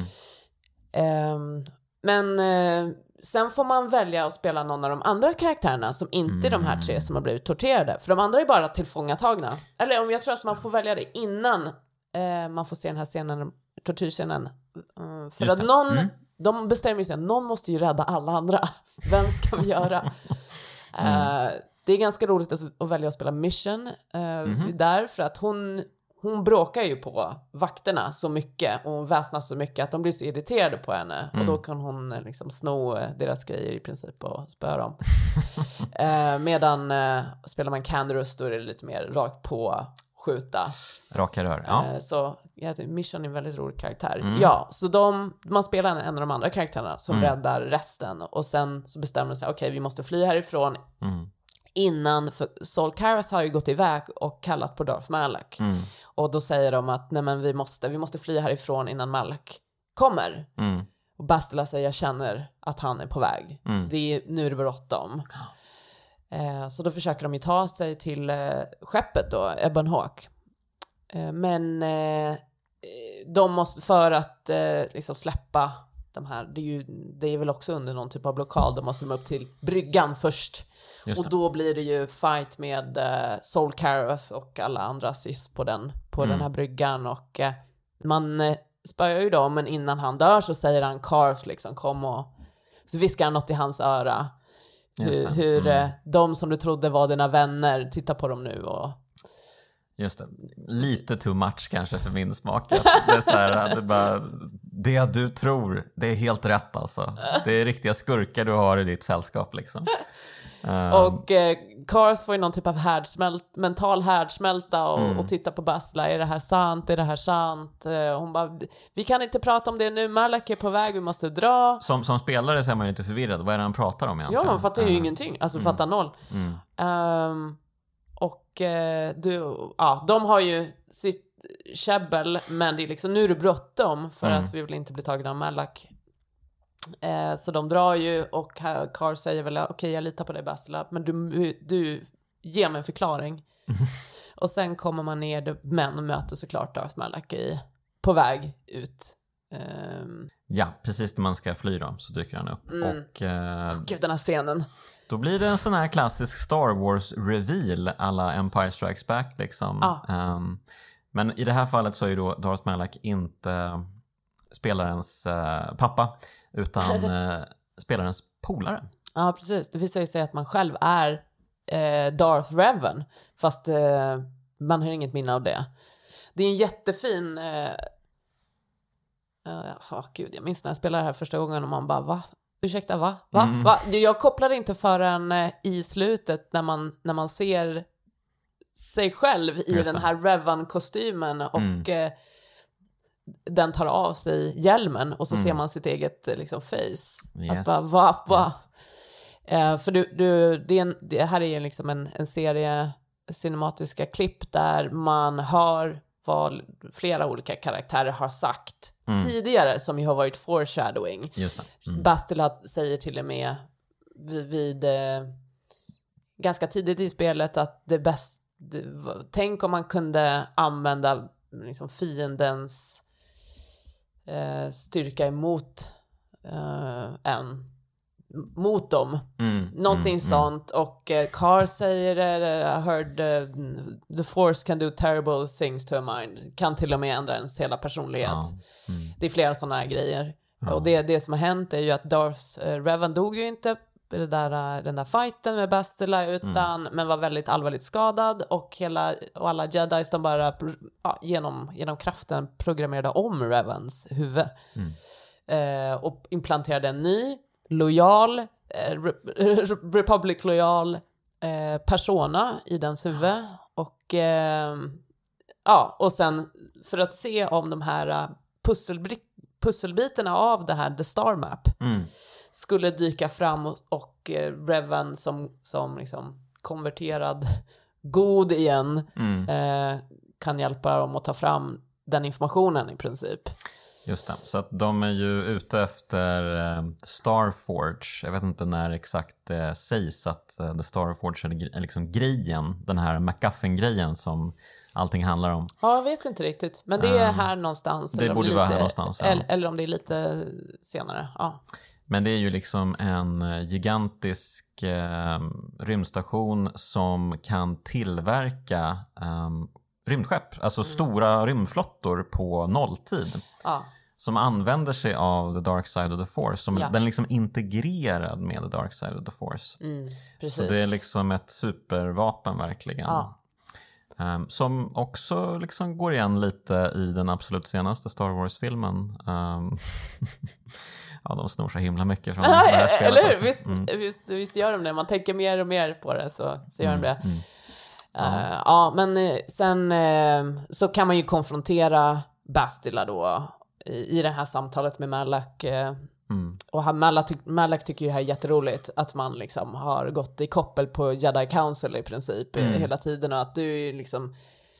Eh, men eh, sen får man välja att spela någon av de andra karaktärerna som inte mm. är de här tre som har blivit torterade, för de andra är bara tillfångatagna. Eller om jag tror att man får välja det innan eh, man får se den här scenen, tortyrscenen. Uh, för att någon, mm. de bestämmer sig, någon måste ju rädda alla andra. Vem ska vi göra? Mm. Uh, det är ganska roligt att, att välja att spela Mission uh, mm-hmm. där, för att hon, hon bråkar ju på vakterna så mycket och hon väsnas så mycket att de blir så irriterade på henne. Mm. Och då kan hon liksom sno deras grejer i princip och spöra dem. uh, medan uh, spelar man Canderous, då är det lite mer rakt på, skjuta. Raka rör, ja. Uh, så ja, Mission är en väldigt rolig karaktär. Mm. Ja, så de, man spelar en, en av de andra karaktärerna som mm. räddar resten. Och sen så bestämmer de sig, okej, okay, vi måste fly härifrån mm. innan, för Saul Karath har ju gått iväg och kallat på Darth Malak. Mm. Och då säger de att nej, men vi måste, vi måste fly härifrån innan Malak kommer. Mm. Och Bastila säger, jag känner att han är på väg. Mm. Det är, nu är det bråttom. Eh, så då försöker de ju ta sig till eh, skeppet då, Ebon Hawk. Eh, men eh, de måste, för att eh, liksom släppa de här, det är ju, det är väl också under någon typ av blockad, de måste de upp till bryggan först. Och då blir det ju fight med eh, Saul Karath och alla andra Sith på den, på mm. den här bryggan, och eh, man eh, spöar ju dem, men innan han dör så säger han Karth liksom, kom, och så viskar han något i hans öra. Hur, hur mm. de som du trodde var dina vänner, titta på dem nu. Och just det, lite too much kanske för min smak. Det är så här, det, bara, det du tror, det är helt rätt alltså. Det är riktiga skurkar du har i ditt sällskap liksom. Um. Och eh, Karth får ju någon typ av härdsmält, mental härdsmälta och, mm. och titta på Bastila, är det här sant, är det här sant? Eh, hon bara, vi kan inte prata om det nu, Malak är på väg, vi måste dra. Som, som spelare så är man ju inte förvirrad, vad är det han pratar om egentligen? Ja, man fattar ju uh. ingenting, alltså mm. fattar noll. Mm. Um, och eh, du, ja, de har ju sitt käbbel, men det är liksom, nu är det bråttom för mm. att vi vill inte bli tagna av Malak. Eh, så de drar ju, och Karth säger väl, okej okay, jag litar på dig Bastila, men du, du ger mig en förklaring. Och sen kommer man ner, men möter såklart Darth Malak i, på väg ut. Um, ja, precis när man ska fly då, så dyker han upp. Mm. Och eh, Gud, den här scenen. Då blir det en sån här klassisk Star Wars reveal alla Empire Strikes Back liksom. Ah. Um, men i det här fallet så är ju då Darth Malak inte spelarens uh, pappa, utan uh, spelarens polare. Ja, precis. Det visar ju sig att man själv är eh, Darth Revan, fast eh, man har inget minne av det. Det är en jättefin eh, uh, oh, gud, jag minns när jag spelade det här första gången och man bara, va? Ursäkta, va? Va? Mm. va? Jag kopplade inte förrän eh, i slutet när man, när man ser sig själv i den här Revan-kostymen och mm. eh, den tar av sig hjälmen och så mm. ser man sitt eget liksom, face. Yes. Att bara, va? va? Yes. Eh, för du, du, det, är en, det här är ju liksom en, en serie cinematiska klipp där man hör vad flera olika karaktärer har sagt mm. tidigare, som ju har varit foreshadowing. Just det. Mm. Bastila säger till och med vid, vid eh, ganska tidigt i spelet att det bäst, det, tänk om man kunde använda liksom fiendens eh, styrka emot eh, en mot dem. Mm, Någonting mm, sånt. Mm. Och eh, Carr säger I heard uh, the force can do terrible things to a mind. Kan till och med ändra ens hela personlighet. Ja, mm. Det är flera sådana här grejer. Ja. Och det, det som har hänt är ju att Darth uh, Revan dog ju inte i det där, den där fighten med Bastila utan, mm. men var väldigt allvarligt skadad. Och, hela, och alla jedis de bara ja, genom, genom kraften programmerade om Revans huvud. Mm. Eh, och implanterade en ny lojal, eh, re- Republic-lojal eh, persona i dens huvud. Och eh, ja, och sen för att se om de här pusselbrick- pusselbitarna av det här The Star Map mm. skulle dyka fram och, och eh, Revan som, som liksom konverterad god igen mm. eh, kan hjälpa dem att ta fram den informationen i princip. Just det, så att de är ju ute efter eh, Starforge. Jag vet inte när exakt det eh, sägs att eh, The Starforge är liksom grejen, den här MacGuffin-grejen som allting handlar om. Ja, jag vet inte riktigt, men det är här någonstans. Det eller borde lite, vara här någonstans. Ja. Eller, eller om det är lite senare, ja. Men det är ju liksom en gigantisk eh, rymdstation som kan tillverka eh, rymdskepp, alltså mm. stora rymdflottor på nolltid. Ja. Som använder sig av the dark side of the force. Som ja. Den är liksom integrerad med the dark side of the force. Mm, så det är liksom ett supervapen verkligen. Ja. Um, som också liksom går igen lite i den absolut senaste Star Wars-filmen. Um, ja, de snor så himla mycket från det här spelet. Eller hur? Alltså. Visst, mm. visst, visst gör de det. Man tänker mer och mer på det så, så gör mm, de det. Mm. Uh, ja. ja, men sen uh, så kan man ju konfrontera Bastila då i, i det här samtalet med Malak. Uh, mm. Och han, Malak, ty- Malak tycker ju det här är jätteroligt att man liksom har gått i koppel på Jedi Council i princip mm. hela tiden och att du är liksom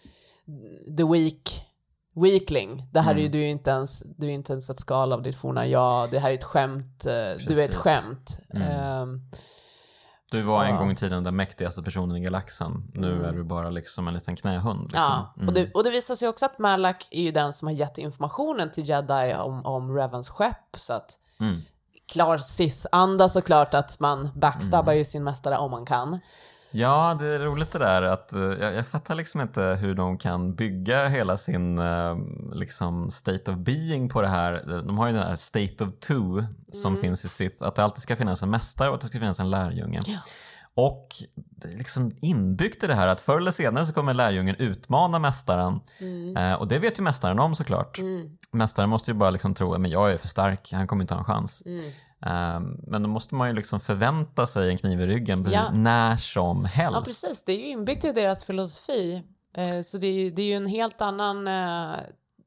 the weak weakling. Det här mm. är ju du är inte ens du är inte ens ett skal av ditt forna jag. Det här är ett skämt. Uh, du är ett skämt. Mm. Uh, Du var en ja. gång i tiden den mäktigaste personen i galaxen. Nu mm. är du bara liksom en liten knähund. Liksom. Ja, mm. och, det, och det visar sig också att Malak är ju den som har gett informationen till Jedi om, om Revans skepp. Så att mm. klar Sith-anda såklart att man backstabbar mm. ju sin mästare om man kan. Ja, det är roligt det där att jag, jag fattar liksom inte hur de kan bygga hela sin liksom state of being på det här. De har ju den här state of two som mm. finns i Sith, att det alltid ska finnas en mästare och att det ska finnas en lärjunge. Ja. Och det är liksom inbyggt i det här att förr eller senare så kommer lärjungen utmana mästaren. Mm. Eh, och det vet ju mästaren om såklart. Mm. Mästaren måste ju bara liksom tro att jag är för stark, han kommer inte ha en chans. Mm. Um, men då måste man ju liksom förvänta sig en kniv i ryggen precis ja. när som helst. Ja, precis. Det är ju inbyggt i deras filosofi. Uh, så det är, ju, det är ju en helt annan uh,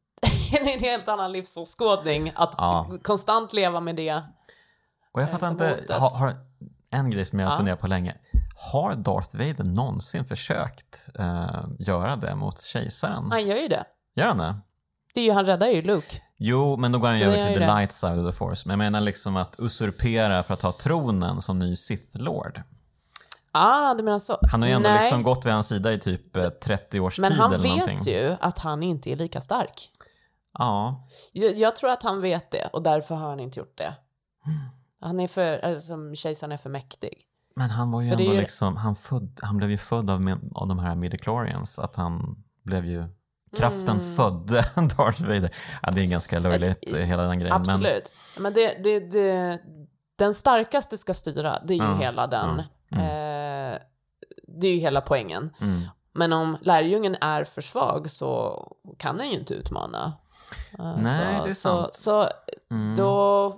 en helt annan livsåskådning att ja. konstant leva med det. Och jag fattar inte, har, har en grej som jag har ja. funderat på länge. Har Darth Vader någonsin försökt uh, göra det mot kejsaren? Han gör ju det. Gör han det? Det är ju, han räddar ju Luke. Jo, men då går han ju över till the det. light side of the force. Men jag menar liksom att usurpera för att ta tronen som ny Sith-lord. Ah, du menar så. Han har ju ändå Nej. liksom gått vid hans sida i typ trettio års men tid eller någonting. Men han vet ju att han inte är lika stark. Ja. Jag, jag tror att han vet det och därför har han inte gjort det. Mm. Han är för, alltså, kejsaren är för mäktig. Men han var ju för ändå är... liksom, han, född, han blev ju född av, av de här midichlorians. Att han blev ju... Kraften mm. födde Darth Vader. Ja, det är ganska löjligt, Ett, hela den grejen. Absolut. Men, men det, det, det, den starkaste ska styra. Det är ju mm. hela den. Mm. Mm. Eh, det är ju hela poängen. Mm. Men om lärjungen är för svag så kan den ju inte utmana. Eh, Nej, så, det är sant. Så, så mm. då...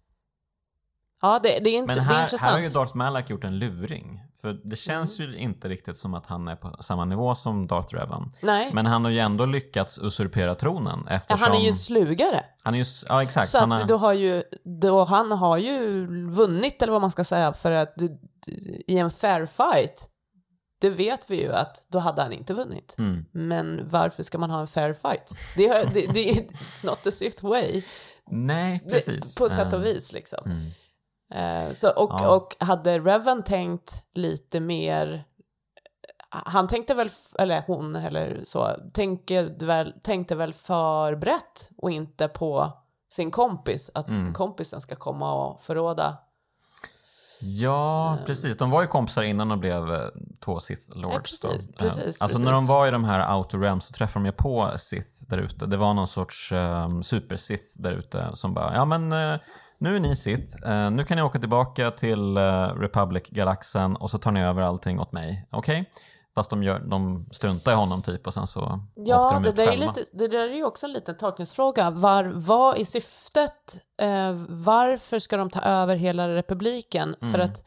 Ja, det, det, är, int- Men här, det är intressant. här har ju Darth Malak gjort en luring. För det känns mm. ju inte riktigt som att han är på samma nivå som Darth Revan. Nej. Men han har ju ändå lyckats usurpera tronen. Eftersom... Ja, han är ju slugare. Han är ju, ja, exakt. Så han att är... då har ju, då han har ju vunnit, eller vad man ska säga, för att i en fair fight, det vet vi ju att då hade han inte vunnit. Mm. Men varför ska man ha en fair fight? Det är, det, det är not the Sith way. Nej, precis. Det, på sätt och vis liksom. Mm. Uh, så, och, ja. och hade Revan tänkt lite mer, han tänkte väl, eller hon eller så, tänkte väl, tänkte väl för brett och inte på sin kompis, att Mm. kompisen ska komma och förråda. Ja, precis. De var ju kompisar innan de blev eh, två Sith Lords. Ja, precis, då. precis, Eh, alltså precis. när de var i de här Outer Realms så träffade de ju på Sith där ute. Det var någon sorts eh, super-Sith där ute som bara, ja men eh, nu är ni Sith, eh, nu kan ni åka tillbaka till eh, Republic-galaxen och så tar ni över allting åt mig, okej? Okay? Fast de, gör, de struntar i honom typ och sen så Ja, åkte de det ut där, är själva. lite, det där är ju också en liten tolkningsfråga. Var, vad är syftet? Eh, varför ska de ta över hela republiken? Mm. För att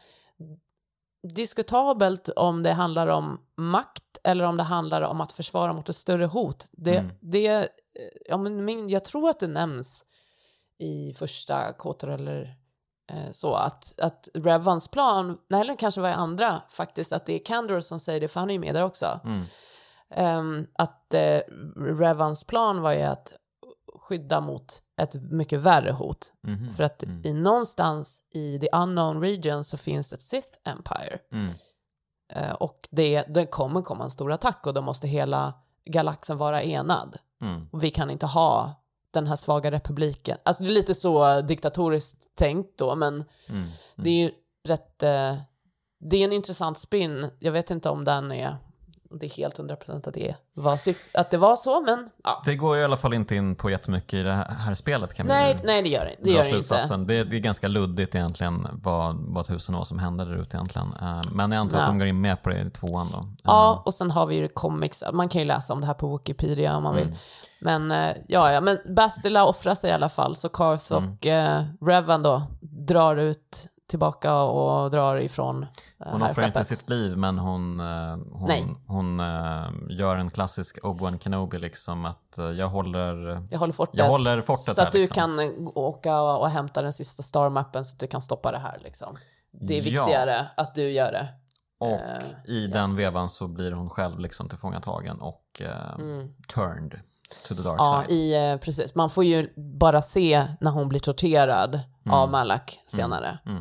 diskutabelt om det handlar om makt eller om det handlar om att försvara mot ett större hot. Det, Mm. det, ja, men min, jag tror att det nämns i första Kotor eller eh, så att, att Revans plan, nej eller kanske var i andra faktiskt, att det är Kandor som säger det, för han är ju med där också. Mm. Um, att eh, Revans plan var ju att skydda mot ett mycket värre hot. Mhm. För att Mm. i någonstans i the unknown region så finns det ett Sith Empire. Mm. Uh, och det, det kommer komma en stor attack och då måste hela galaxen vara enad. Mm. Och vi kan inte ha den här svaga republiken. Alltså det är lite så diktatoriskt tänkt då, men Mm. Mm. det är ju rätt... Uh, det är en intressant spin. Jag vet inte om den är... Det är helt hundra procent att det var, syf- att det var så, men ja. Det går i alla fall inte in på jättemycket i det här spelet kan Nej, vi nej, det gör det, det, dra gör det slutsatsen. inte. Det, det är ganska luddigt egentligen vad, vad tusen år som hände där ute egentligen. Uh, men jag antar Ja. att de går in med på det i tvåan då. Uh, Ja, och sen har vi ju comics. Man kan ju läsa om det här på Wikipedia om man vill. Mm. Men uh, ja, ja, men Bastila offrar sig i alla fall, så Karth och uh, Revan då drar ut tillbaka och drar ifrån uh, Hon här offrar inte skeppet. sitt liv, men hon, eh, Nej. hon, hon eh, gör en klassisk Obi-Wan Kenobi liksom att eh, jag håller Jag håller fortet, Jag håller fortet så här, att du liksom. kan eh, åka och hämta den sista starmappen så att du kan stoppa det här liksom. Det är Ja. viktigare att du gör det. och Eh, i den vevan så blir hon själv liksom tillfångatagen och eh, Mm. turned to the dark Ja, side. i, eh, precis. Man får ju bara se när hon blir torterad av Malak senare. Mm.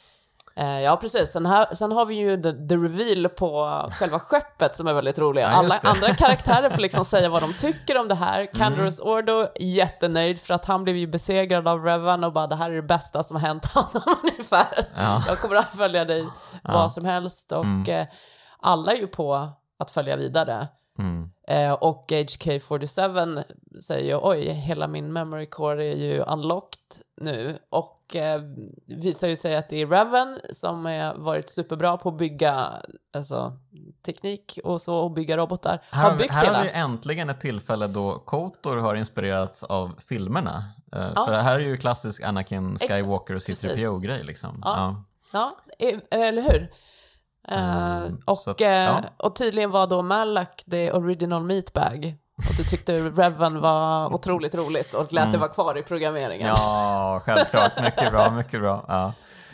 Eh, ja, precis. Sen, här, sen har vi ju the, the reveal på själva skeppet som är väldigt roliga. Ja, Alla just det. andra karaktärer får liksom säga vad de tycker om det här. Candorus Ordo jättenöjd för att han blev ju besegrad av Revan och bara det här är det bästa som har hänt honom ungefär. Ja. Jag kommer att följa dig vad som helst och Mm. eh, alla är ju på att följa vidare. Mm. Eh, och H K fyrtiosju säger ju oj, hela min memory core är ju unlocked nu och eh, visar ju sig att det är Revan som har varit superbra på att bygga alltså, teknik och så och bygga robotar. Här, har har vi, byggt här hela. har vi äntligen ett tillfälle då Kotor har inspirerats av filmerna. Eh, Ja. För det här är ju klassisk Anakin Ex- Skywalker och C tre P O-grej liksom. Ja. Ja, eh, eller hur? Eh, Mm, och, så att, eh, ja. och tydligen var då Malak the original meatbag. Och du tyckte Revan var otroligt roligt och lät det vara kvar i programmeringen. Mm. Ja, självklart. Mycket bra, mycket bra. Ja.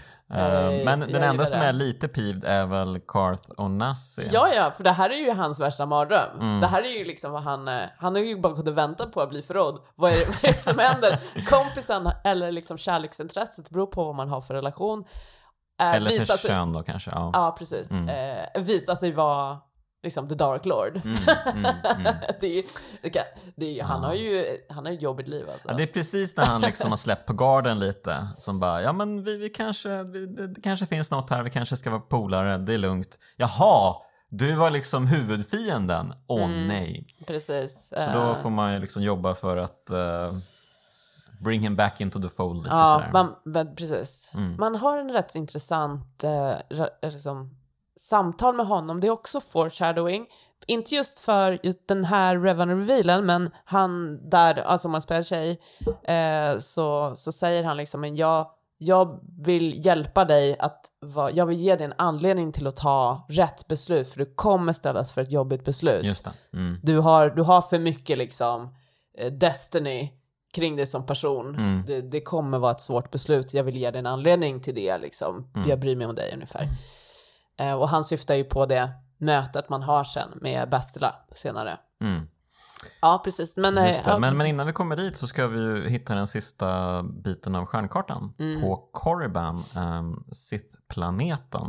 Eh, Eh, Men jag den enda gillar som det. är lite peeved är väl Karth och Nassi. Ja, ja, för det här är ju hans värsta mardröm. Mm. Det här är ju liksom vad han... eh, Han har ju bara gått och väntat på att bli förrådd. Vad är, vad är det som händer? Kompisen eller liksom kärleksintresset, beror på vad man har för relation. Eh, Eller visar för sig- kön då kanske. Ja. Ja, precis. Eh, visar sig vara liksom the Dark Lord. Mm, mm, mm. det är, ju- det kan, det är, ju- han har ju han har ju ett jobbigt liv alltså. Ja, det är precis när han liksom har släppt på garden lite. Som bara, ja men vi, vi kanske, vi, det, det kanske finns något här, vi kanske ska vara polare, det är lugnt. Jaha, du var liksom huvudfienden. Åh Mm. nej. Precis. Så då får man ju liksom jobba för att uh, bring him back into the fold lite Ja, sådär. man, men precis. Mm. Man har en rätt intressant eh, ra- liksom, samtal med honom. Det är också foreshadowing. Inte just för just den här Revan-revealen, men han där, alltså om man spelar tjej, eh, så, så säger han liksom, men jag, jag vill hjälpa dig att, va, jag vill ge dig en anledning till att ta rätt beslut, för du kommer ställas för ett jobbigt beslut. Just det. Mm. Du har, du har för mycket liksom eh, destiny kring dig som person. Mm. Det, det kommer vara ett svårt beslut. Jag vill ge dig en anledning till det liksom. Mm. Jag bryr mig om dig ungefär. Eh, och han syftar ju på det mötet man har sen med Bastila senare. Mm. Ja, precis. Men, eh, Just det. ja, Men, men innan vi kommer dit så ska vi ju hitta den sista biten av stjärnkartan Mm. på Korriban, um, Sith-planeten.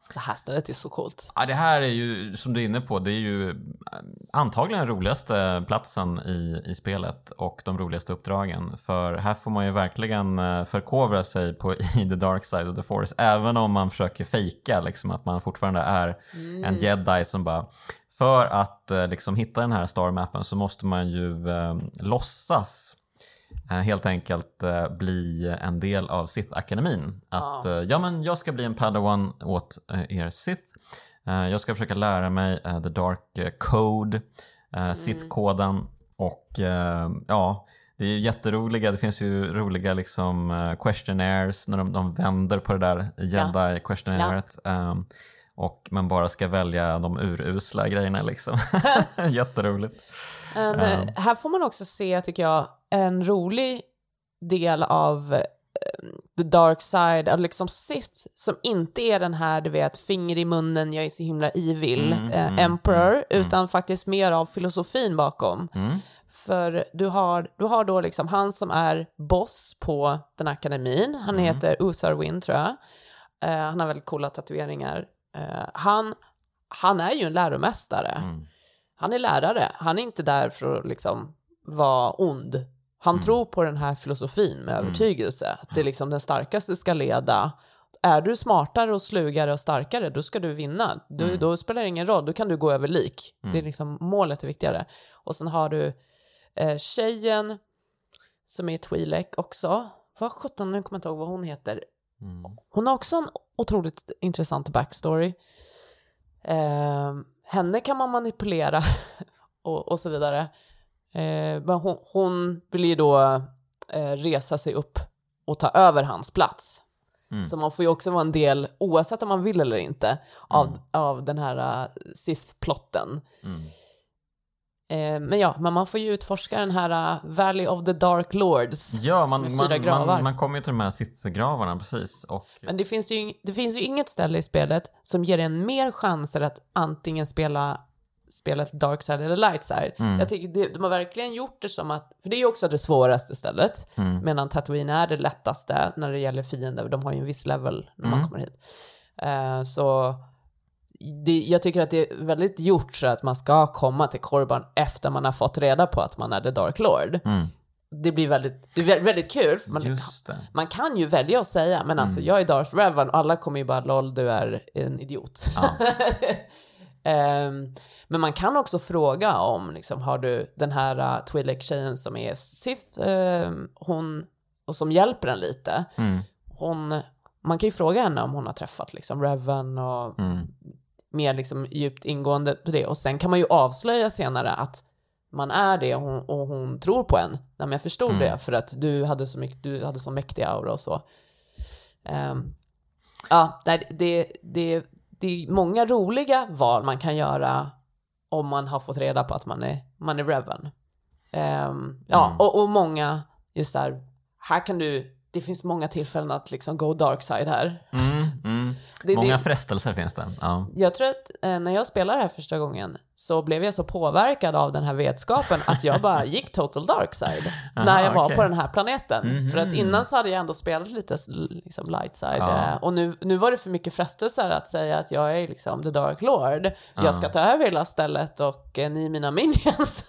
det här stället är så coolt. Ja, det här är ju, som du är inne på, det är ju antagligen den roligaste platsen i, i spelet och de roligaste uppdragen. För här får man ju verkligen förkovra sig på i the dark side of the force, även om man försöker fejka liksom, att man fortfarande är mm. en jedi som bara... För att liksom, hitta den här starmappen så måste man ju eh, låtsas eh, helt enkelt eh, bli en del av Sith-akademin. Att, ah. eh, ja men jag ska bli en padawan åt eh, er Sith. Eh, jag ska försöka lära mig eh, the dark eh, code, eh, mm. Sith-koden. Och eh, ja, det är ju jätteroliga, det finns ju roliga liksom eh, questionnaires när de, de vänder på det där Jedi-questionnaires. Ja. Ja. Um, Och man bara ska välja de urusla grejerna liksom. Jätteroligt. En, um. Här får man också se, tycker jag, en rolig del av uh, the dark side, av liksom Sith, som inte är den här, du vet, finger i munnen, jag är så himla evil mm, uh, mm, emperor, mm, utan mm. faktiskt mer av filosofin bakom. Mm. För du har, du har då liksom han som är boss på den akademin. Han mm. heter Uthar Wynn, tror jag. Uh, han har väldigt coola tatueringar. Uh, han, han är ju en läromästare. Mm. Han är lärare. Han är inte där för att liksom vara ond. Han mm. tror på den här filosofin med mm. övertygelse. Att det är liksom den starkaste ska leda. Är du smartare och slugare och starkare, då ska du vinna. Du, mm. Då spelar det ingen roll. Då kan du gå över lik. Mm. Det är liksom, målet är viktigare. Och sen har du eh, tjejen som är Twi'lek också. Vad sjutton, nu kommer jag inte ihåg vad hon heter. Mm. Hon har också en otroligt intressant backstory. Eh, henne kan man manipulera och, och så vidare. Eh, men hon, hon vill ju då eh, resa sig upp och ta över hans plats. Mm. Så man får ju också vara en del, oavsett om man vill eller inte, av, mm. av den här uh, Sith-plotten. Mm. Eh, men ja, men man får ju utforska den här uh, Valley of the Dark Lords. Ja, man, man, man, man kommer ju till de här Sith-gravarna, precis. Och... Men det finns, ju, det finns ju inget ställe i spelet som ger en mer chanser att antingen spela spelet Dark Side eller Light Side. Mm. Jag tycker det, de har verkligen gjort det som att, för det är ju också det svåraste stället, mm. medan Tatooine är det lättaste när det gäller fiender. De har ju en viss level när man mm. kommer hit. Uh, så det, jag tycker att det är väldigt gjort så att man ska komma till Korriban efter man har fått reda på att man är The Dark Lord. Mm. Det blir väldigt, det är väldigt kul. Man, man kan ju välja att säga, men alltså mm. jag är Darth Revan och alla kommer ju bara, lol, du är en idiot. Ja. um, men man kan också fråga om liksom, har du den här uh, Twi'lek-tjejen som är Sith, uh, hon, och som hjälper en lite. Mm. Hon, man kan ju fråga henne om hon har träffat liksom, Revan och mm. mer liksom, djupt ingående på det. Och sen kan man ju avslöja senare att man är det och hon, och hon tror på en. Nej, men jag förstod mm. det för att du hade så mycket, du hade så mäktig aura och så. Um, ja, det, det, det, det är många roliga val man kan göra om man har fått reda på att man är, man är Revan. Um, ja, mm. och, och många, just där, här kan du, det finns många tillfällen att liksom go dark side här. Mm, mm. Det, många det, frestelser finns det. Ja. Jag tror att eh, när jag spelade här första gången så blev jag så påverkad av den här vetskapen att jag bara gick total dark side Aha, när jag var okay. på den här planeten. Mm-hmm. För att innan så hade jag ändå spelat lite liksom light side. Ja. Eh, och nu, nu var det för mycket frestelser att säga att jag är liksom the dark lord. Ja. Jag ska ta över hela stället och eh, ni mina minions.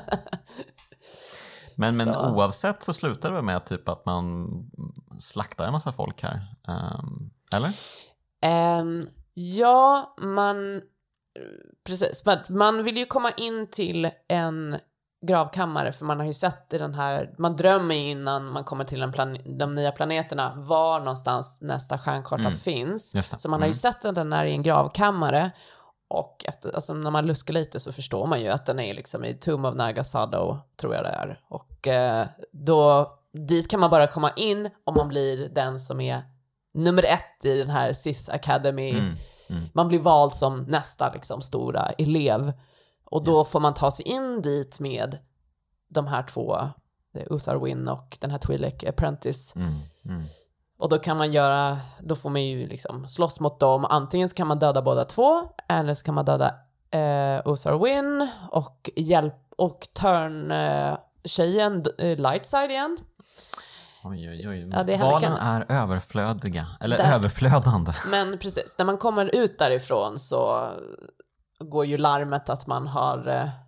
Men, men oavsett så slutar det med typ att man slaktar en massa folk här. Um, eller? Um, ja, man... Precis. Man vill ju komma in till en gravkammare, för man har ju sett i den här... Man drömmer innan man kommer till en plan, de nya planeterna var någonstans nästa stjärnkarta mm. finns. Så man har ju mm. sett att den är i en gravkammare. Och efter, alltså när man luskar lite så förstår man ju att den är liksom i Tomb of Naga Sadow, tror jag det är. Och eh, då, dit kan man bara komma in om man blir den som är nummer ett i den här Sith Academy. Mm, mm. Man blir vald som nästa liksom stora elev. Och då yes. får man ta sig in dit med de här två, Uthar Wynn och den här Twi'lek Apprentice. Mm, mm. Och då kan man göra, då får man ju liksom slåss mot dem. Antingen så kan man döda båda två, eller så kan man döda uh, Uthar Wynn och hjälp och turn uh, tjejen uh, light side igen. Oj, oj, oj. Ja, det Valen kan... är överflödiga, eller Där... överflödande. Men precis, när man kommer ut därifrån så går ju larmet att man har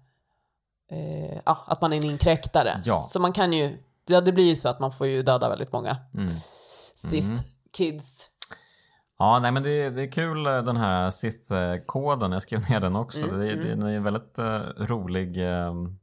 eh, ja, att man är en inkräktare. Ja. Så man kan ju, ja, det blir ju så att man får ju döda väldigt många Mm. Sith-kids. Ja, nej men det, det är kul den här Sith-koden. Jag skrev ner den också. Mm, det, mm. det, den är väldigt uh, rolig um,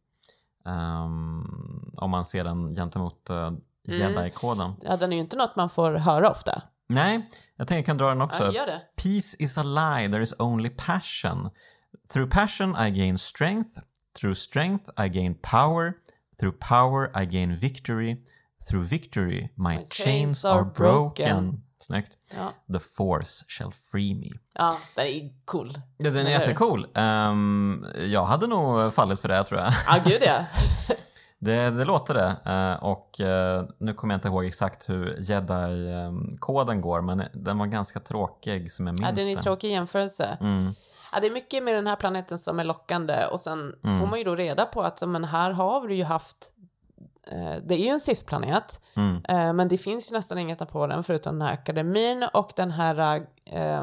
um, om man ser den gentemot uh, Jedi-koden. Ja, den är ju inte något man får höra ofta. Nej, jag tänker jag kan dra den också. Ja, gör det. Peace is a lie, there is only passion. Through passion I gain strength. Through strength I gain power. Through power I gain victory. Through victory my, my chains, chains are broken. broken. Snyggt. Ja. The force shall free me. Ja, den är cool. Ja, den är jättecool. Um, jag hade nog fallit för det, tror jag. Ja, gud ja. det, det låter det. Uh, och uh, nu kommer jag inte ihåg exakt hur Jedi-koden går, men den var ganska tråkig som jag minns. Ja, den är en tråkig jämförelse. Mm. Ja, det är mycket med den här planeten som är lockande. Och sen mm. får man ju då reda på att men här har vi ju haft... Det är ju en Sith-planet, mm. men det finns ju nästan inget på den förutom den här akademin och den här äh,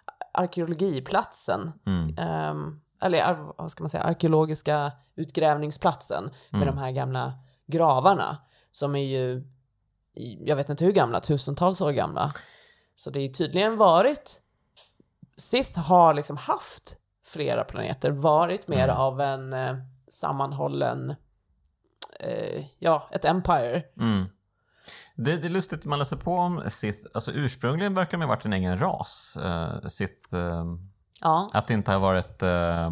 arkeologiplatsen. Mm. Äh, eller vad ska man säga, arkeologiska utgrävningsplatsen mm. med de här gamla gravarna som är ju, jag vet inte hur gamla, tusentals år gamla. Så det är tydligen varit, Sith har liksom haft flera planeter, varit mer mm. av en eh, sammanhållen Uh, ja, ett empire. Mm. Det, det är lustigt man läser på om Sith. Alltså ursprungligen verkar de ha varit en egen ras. Uh, Sith. Uh, ja. Att det inte har varit uh,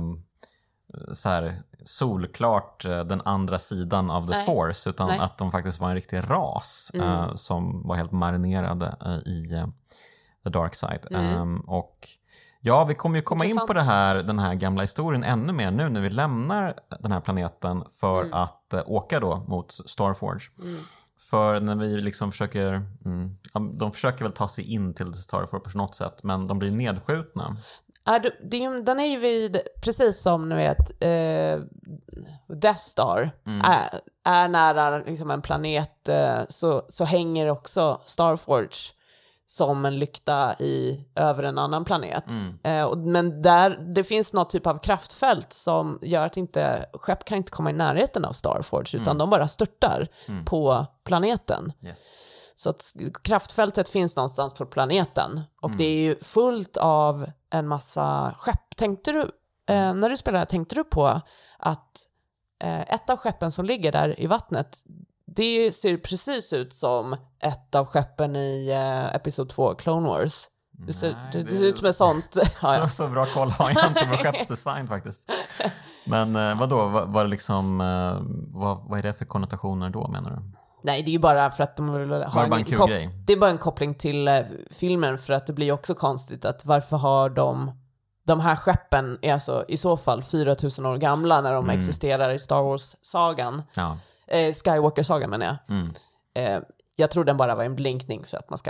så här solklart uh, den andra sidan av the Nej. force. Utan Nej. att de faktiskt var en riktig ras. Mm. Uh, som var helt marinerade uh, i uh, the dark side. Mm. Um, och ja, vi kommer ju komma Intressant. in på det här, den här gamla historien ännu mer nu när vi lämnar den här planeten för mm. att uh, åka då mot Starforge. Mm. För när vi liksom försöker, mm, de försöker väl ta sig in till Starforge på något sätt, men de blir nedskjutna. Är det, det är, den är ju vid, precis som ni vet, eh, Death Star mm. är, är nära liksom en planet eh, så, så hänger också Starforge som en lykta i, över en annan planet. Mm. Eh, och, men där, det finns något typ av kraftfält som gör att inte, skepp kan inte komma i närheten av Starforge, utan mm. de bara störtar mm. på planeten. Yes. Så att kraftfältet finns någonstans på planeten. Och mm. det är ju fullt av en massa skepp. Tänkte du, eh, när du spelade, tänkte du på att eh, ett av skeppen som ligger där i vattnet, det ser precis ut som ett av skeppen i uh, episod två, Clone Wars. Det ser, Nej, det, det ser ut som ett sånt. så, så bra koll har jag inte på skeppsdesign faktiskt. Men uh, vadå, var, var det liksom, uh, vad, vad är det för konnotationer då, menar du? Nej, det är ju bara för att de vill ha var det bara en kul kop- grej? Det är bara en koppling till uh, filmen, för att det blir också konstigt att varför har de de här skeppen är alltså i så fall fyra tusen år gamla när de mm. existerar i Star Wars-sagan. Ja. Eh, Skywalker-sagan menar jag. Mm. Eh, jag tror den bara var en blinkning för att man ska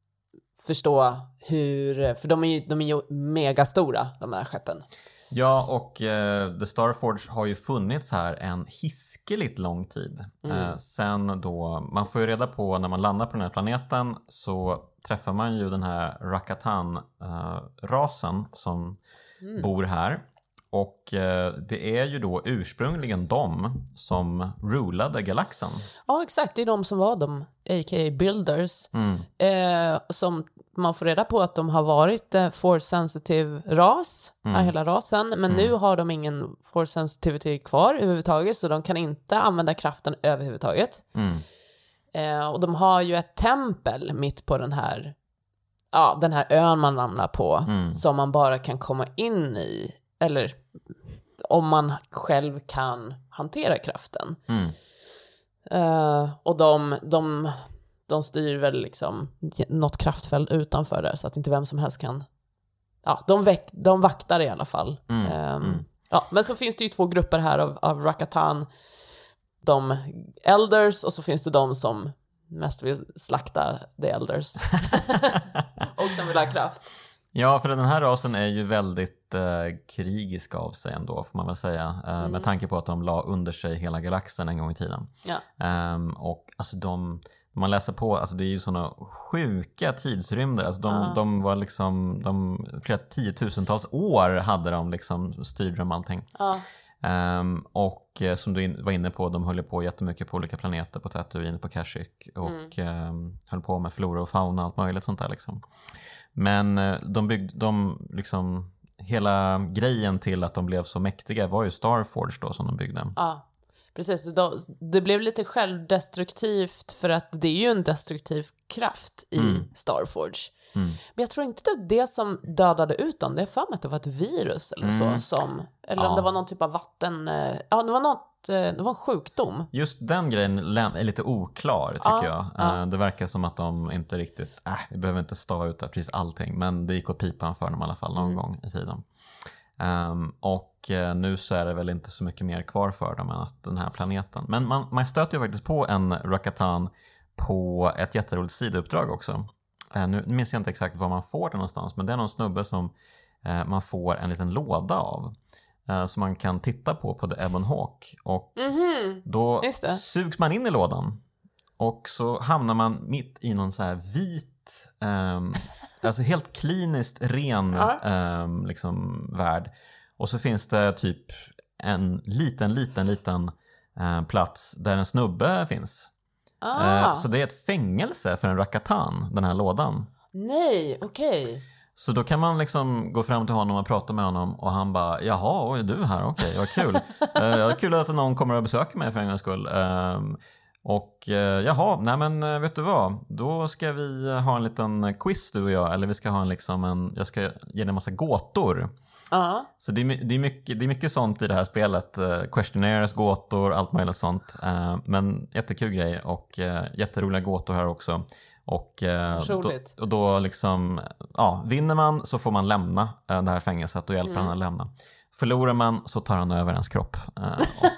förstå hur, för de är ju, de är ju megastora, de här skeppen. Ja, och eh, The Starforge har ju funnits här en hiskeligt lång tid. Mm. Eh, sen då, man får ju reda på när man landar på den här planeten så träffar man ju den här Rakatan-rasen eh, som mm. bor här. Och eh, det är ju då ursprungligen de som rulade galaxen. Ja, exakt. Det är de som var de, a k a. Builders. Mm. Eh, som man får reda på att de har varit eh, force sensitive ras, mm. hela rasen. Men mm. nu har de ingen force sensitivity kvar överhuvudtaget, så de kan inte använda kraften överhuvudtaget. Mm. Eh, och de har ju ett tempel mitt på den här, ja, den här ön man ramlar på, mm. som man bara kan komma in i. Eller om man själv kan hantera kraften. Mm. Uh, och de, de, de styr väl liksom något kraftfält utanför där så att inte vem som helst kan... Ja, de, väck, de vaktar i alla fall. Mm. Um, mm. Ja, men så finns det ju två grupper här av, av Rakatan. De Elders, och så finns det de som mest vill slakta the Elders. Och som vill ha kraft. Ja, för den här rasen är ju väldigt eh, krigisk av sig ändå, får man väl säga. Eh, mm. Med tanke på att de la under sig hela galaxen en gång i tiden. Ja. Um, och alltså de, man läser på, alltså det är ju såna sjuka tidsrymder. Alltså de, Ja. de var liksom, de, flera tiotusentals år hade de liksom styrde om allting. Ja. Um, och uh, som du in, var inne på, de höll på jättemycket på olika planeter, på Tatooine, på Kashyyyk och mm. um, höll på med flora och fauna och allt möjligt sånt där liksom. Men uh, de byggde, de liksom, hela grejen till att de blev så mäktiga var ju Starforge då som de byggde. Ja. Precis, det blev lite självdestruktivt för att det är ju en destruktiv kraft i mm. Starforge. Mm. Men jag tror inte det är det som dödade ut dem. Det är för mig att det var ett virus eller mm. så. Som, eller ja. om det var någon typ av vatten... Ja, det var något, det var en sjukdom. Just den grejen är lite oklar tycker ja, jag. Ja. Det verkar som att de inte riktigt... Äh, vi behöver inte stava ut precis allting. Men det gick åt pipan för dem i alla fall någon mm. gång i tiden. Um, och uh, nu så är det väl inte så mycket mer kvar för dem än att den här planeten. Men man, man stöter ju faktiskt på en Rakatan på ett jätteroligt sidouppdrag också. Uh, nu minns jag inte exakt var man får det någonstans, men det är någon snubbe som uh, man får en liten låda av. Uh, som man kan titta på på The Ebon Hawk. Och mm-hmm. då sugs man in i lådan. Och så hamnar man mitt i någon så här vit Um, alltså helt kliniskt ren um, liksom, värld. Och så finns det typ en liten, liten, liten uh, plats där en snubbe finns. ah. uh, Så det är ett fängelse för en Rakatan, den här lådan. Nej, okej okay. Så då kan man liksom gå fram till honom och prata med honom. Och han bara, jaha, är du här? Okej, okay, vad kul. uh, Kul att någon kommer att besöka mig för en gångs skull. um, Och eh, jaha, nej men vet du vad? Då ska vi ha en liten quiz du och jag. Eller vi ska ha en liksom en, jag ska ge dig en massa gåtor. Uh-huh. Så det är, det, är mycket, det är mycket sånt i det här spelet. Eh, questionnaires, gåtor, allt möjligt sånt. Eh, men jättekul grej och eh, jätteroliga gåtor här också. Och, eh, då, och då liksom, ja, vinner man så får man lämna eh, det här fängelset och hjälper mm. han att lämna. Förlorar man så tar han över ens kropp. Uh,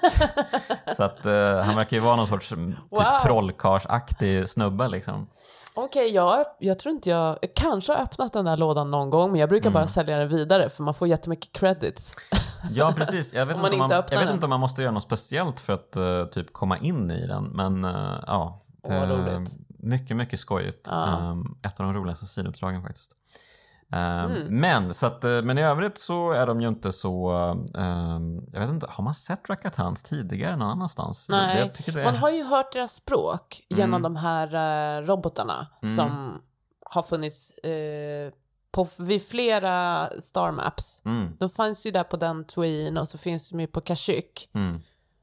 och, så att uh, han verkar ju vara någon sorts typ wow. trollkarsaktig snubbe liksom. Okej, okay, jag, jag tror inte jag... jag kanske har öppnat den där lådan någon gång, men jag brukar mm. bara sälja den vidare för man får jättemycket credits. Ja, precis. Jag vet, om inte, man om man, inte jag vet inte om man måste göra något speciellt för att uh, typ komma in i den. Men uh, ja, det är mycket, mycket skojigt. Ah. Um, ett av de roligaste sidouppdragen faktiskt. Um, mm. men, så att, men i övrigt så är de ju inte så um, jag vet inte, har man sett Rakatans tidigare någon annanstans? Nej, jag, jag tycker det är... man har ju hört deras språk mm. genom de här uh, robotarna mm. som har funnits uh, på, vid flera Star Maps. Mm. De fanns ju där på Dantooine och så finns de ju på Kashyyyk. Mm. Uh,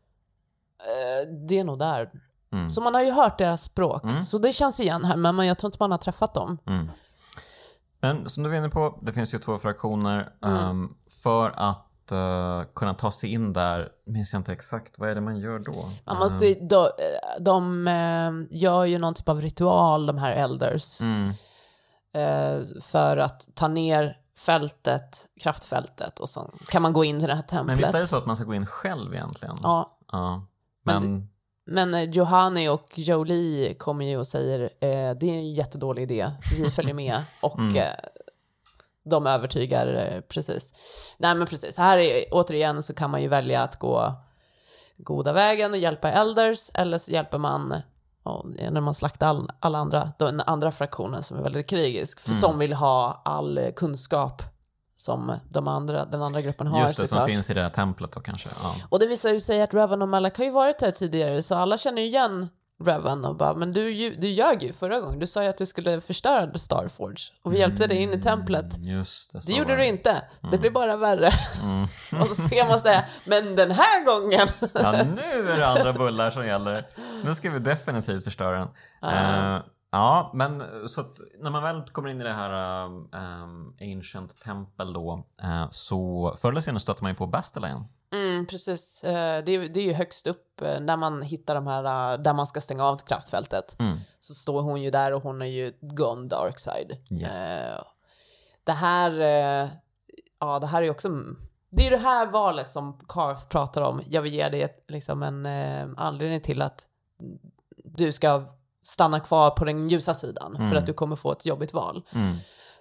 det är nog där. Mm. Så man har ju hört deras språk. Mm. Så det känns igen här, men jag tror inte man har träffat dem. Mm. Men som du var inne på, det finns ju två fraktioner. Mm. Um, för att uh, kunna ta sig in där, minns jag inte exakt, vad är det man gör då? Man måste, uh. de de uh, gör ju någon typ av ritual, de här elders. Mm. Uh, för att ta ner fältet, kraftfältet, och så kan man gå in i det här templet. Men visst är det så att man ska gå in själv egentligen? Ja. Ja. Men... men Men Juhani och Jolie kommer ju och säger eh, det är en jättedålig idé, vi följer med. Och mm. eh, de övertygar eh, precis. Nej men precis, här är, återigen så kan man ju välja att gå goda vägen och hjälpa elders. Eller så hjälper man, oh, när man slaktar all, alla andra, den andra fraktionen som är väldigt krigisk. För mm. som vill ha all kunskap som de andra, den andra gruppen har. Just det, som klart finns i det här templet då kanske. Ja. Och det visar ju sig att Revan och Malak har ju varit här tidigare, så alla känner ju igen Revan och bara, men du, du ljög ju förra gången. Du sa ju att du skulle förstöra The Starforge och vi mm, hjälpte dig in i templet. Just det, det gjorde du inte. Mm. Det blir bara värre. Mm. Och så ska man säga, men den här gången. Ja, nu är det andra bullar som gäller. Nu ska vi definitivt förstöra den. Uh. Uh, Ja, men så att när man väl kommer in i det här um, Ancient Temple då, uh, så förr eller senare stöter man ju på Bastila igen. Mm, precis. Uh, det, är, det är ju högst upp uh, när man hittar de här, uh, där man ska stänga av kraftfältet. Mm. Så står hon ju där och hon är ju gone dark side. Yes. Uh, det här, uh, ja det här är ju också, det är det här valet som Carth pratar om. Jag vill ge dig ett, liksom en uh, anledning till att du ska stanna kvar på den ljusa sidan mm. för att du kommer få ett jobbigt val. Mm.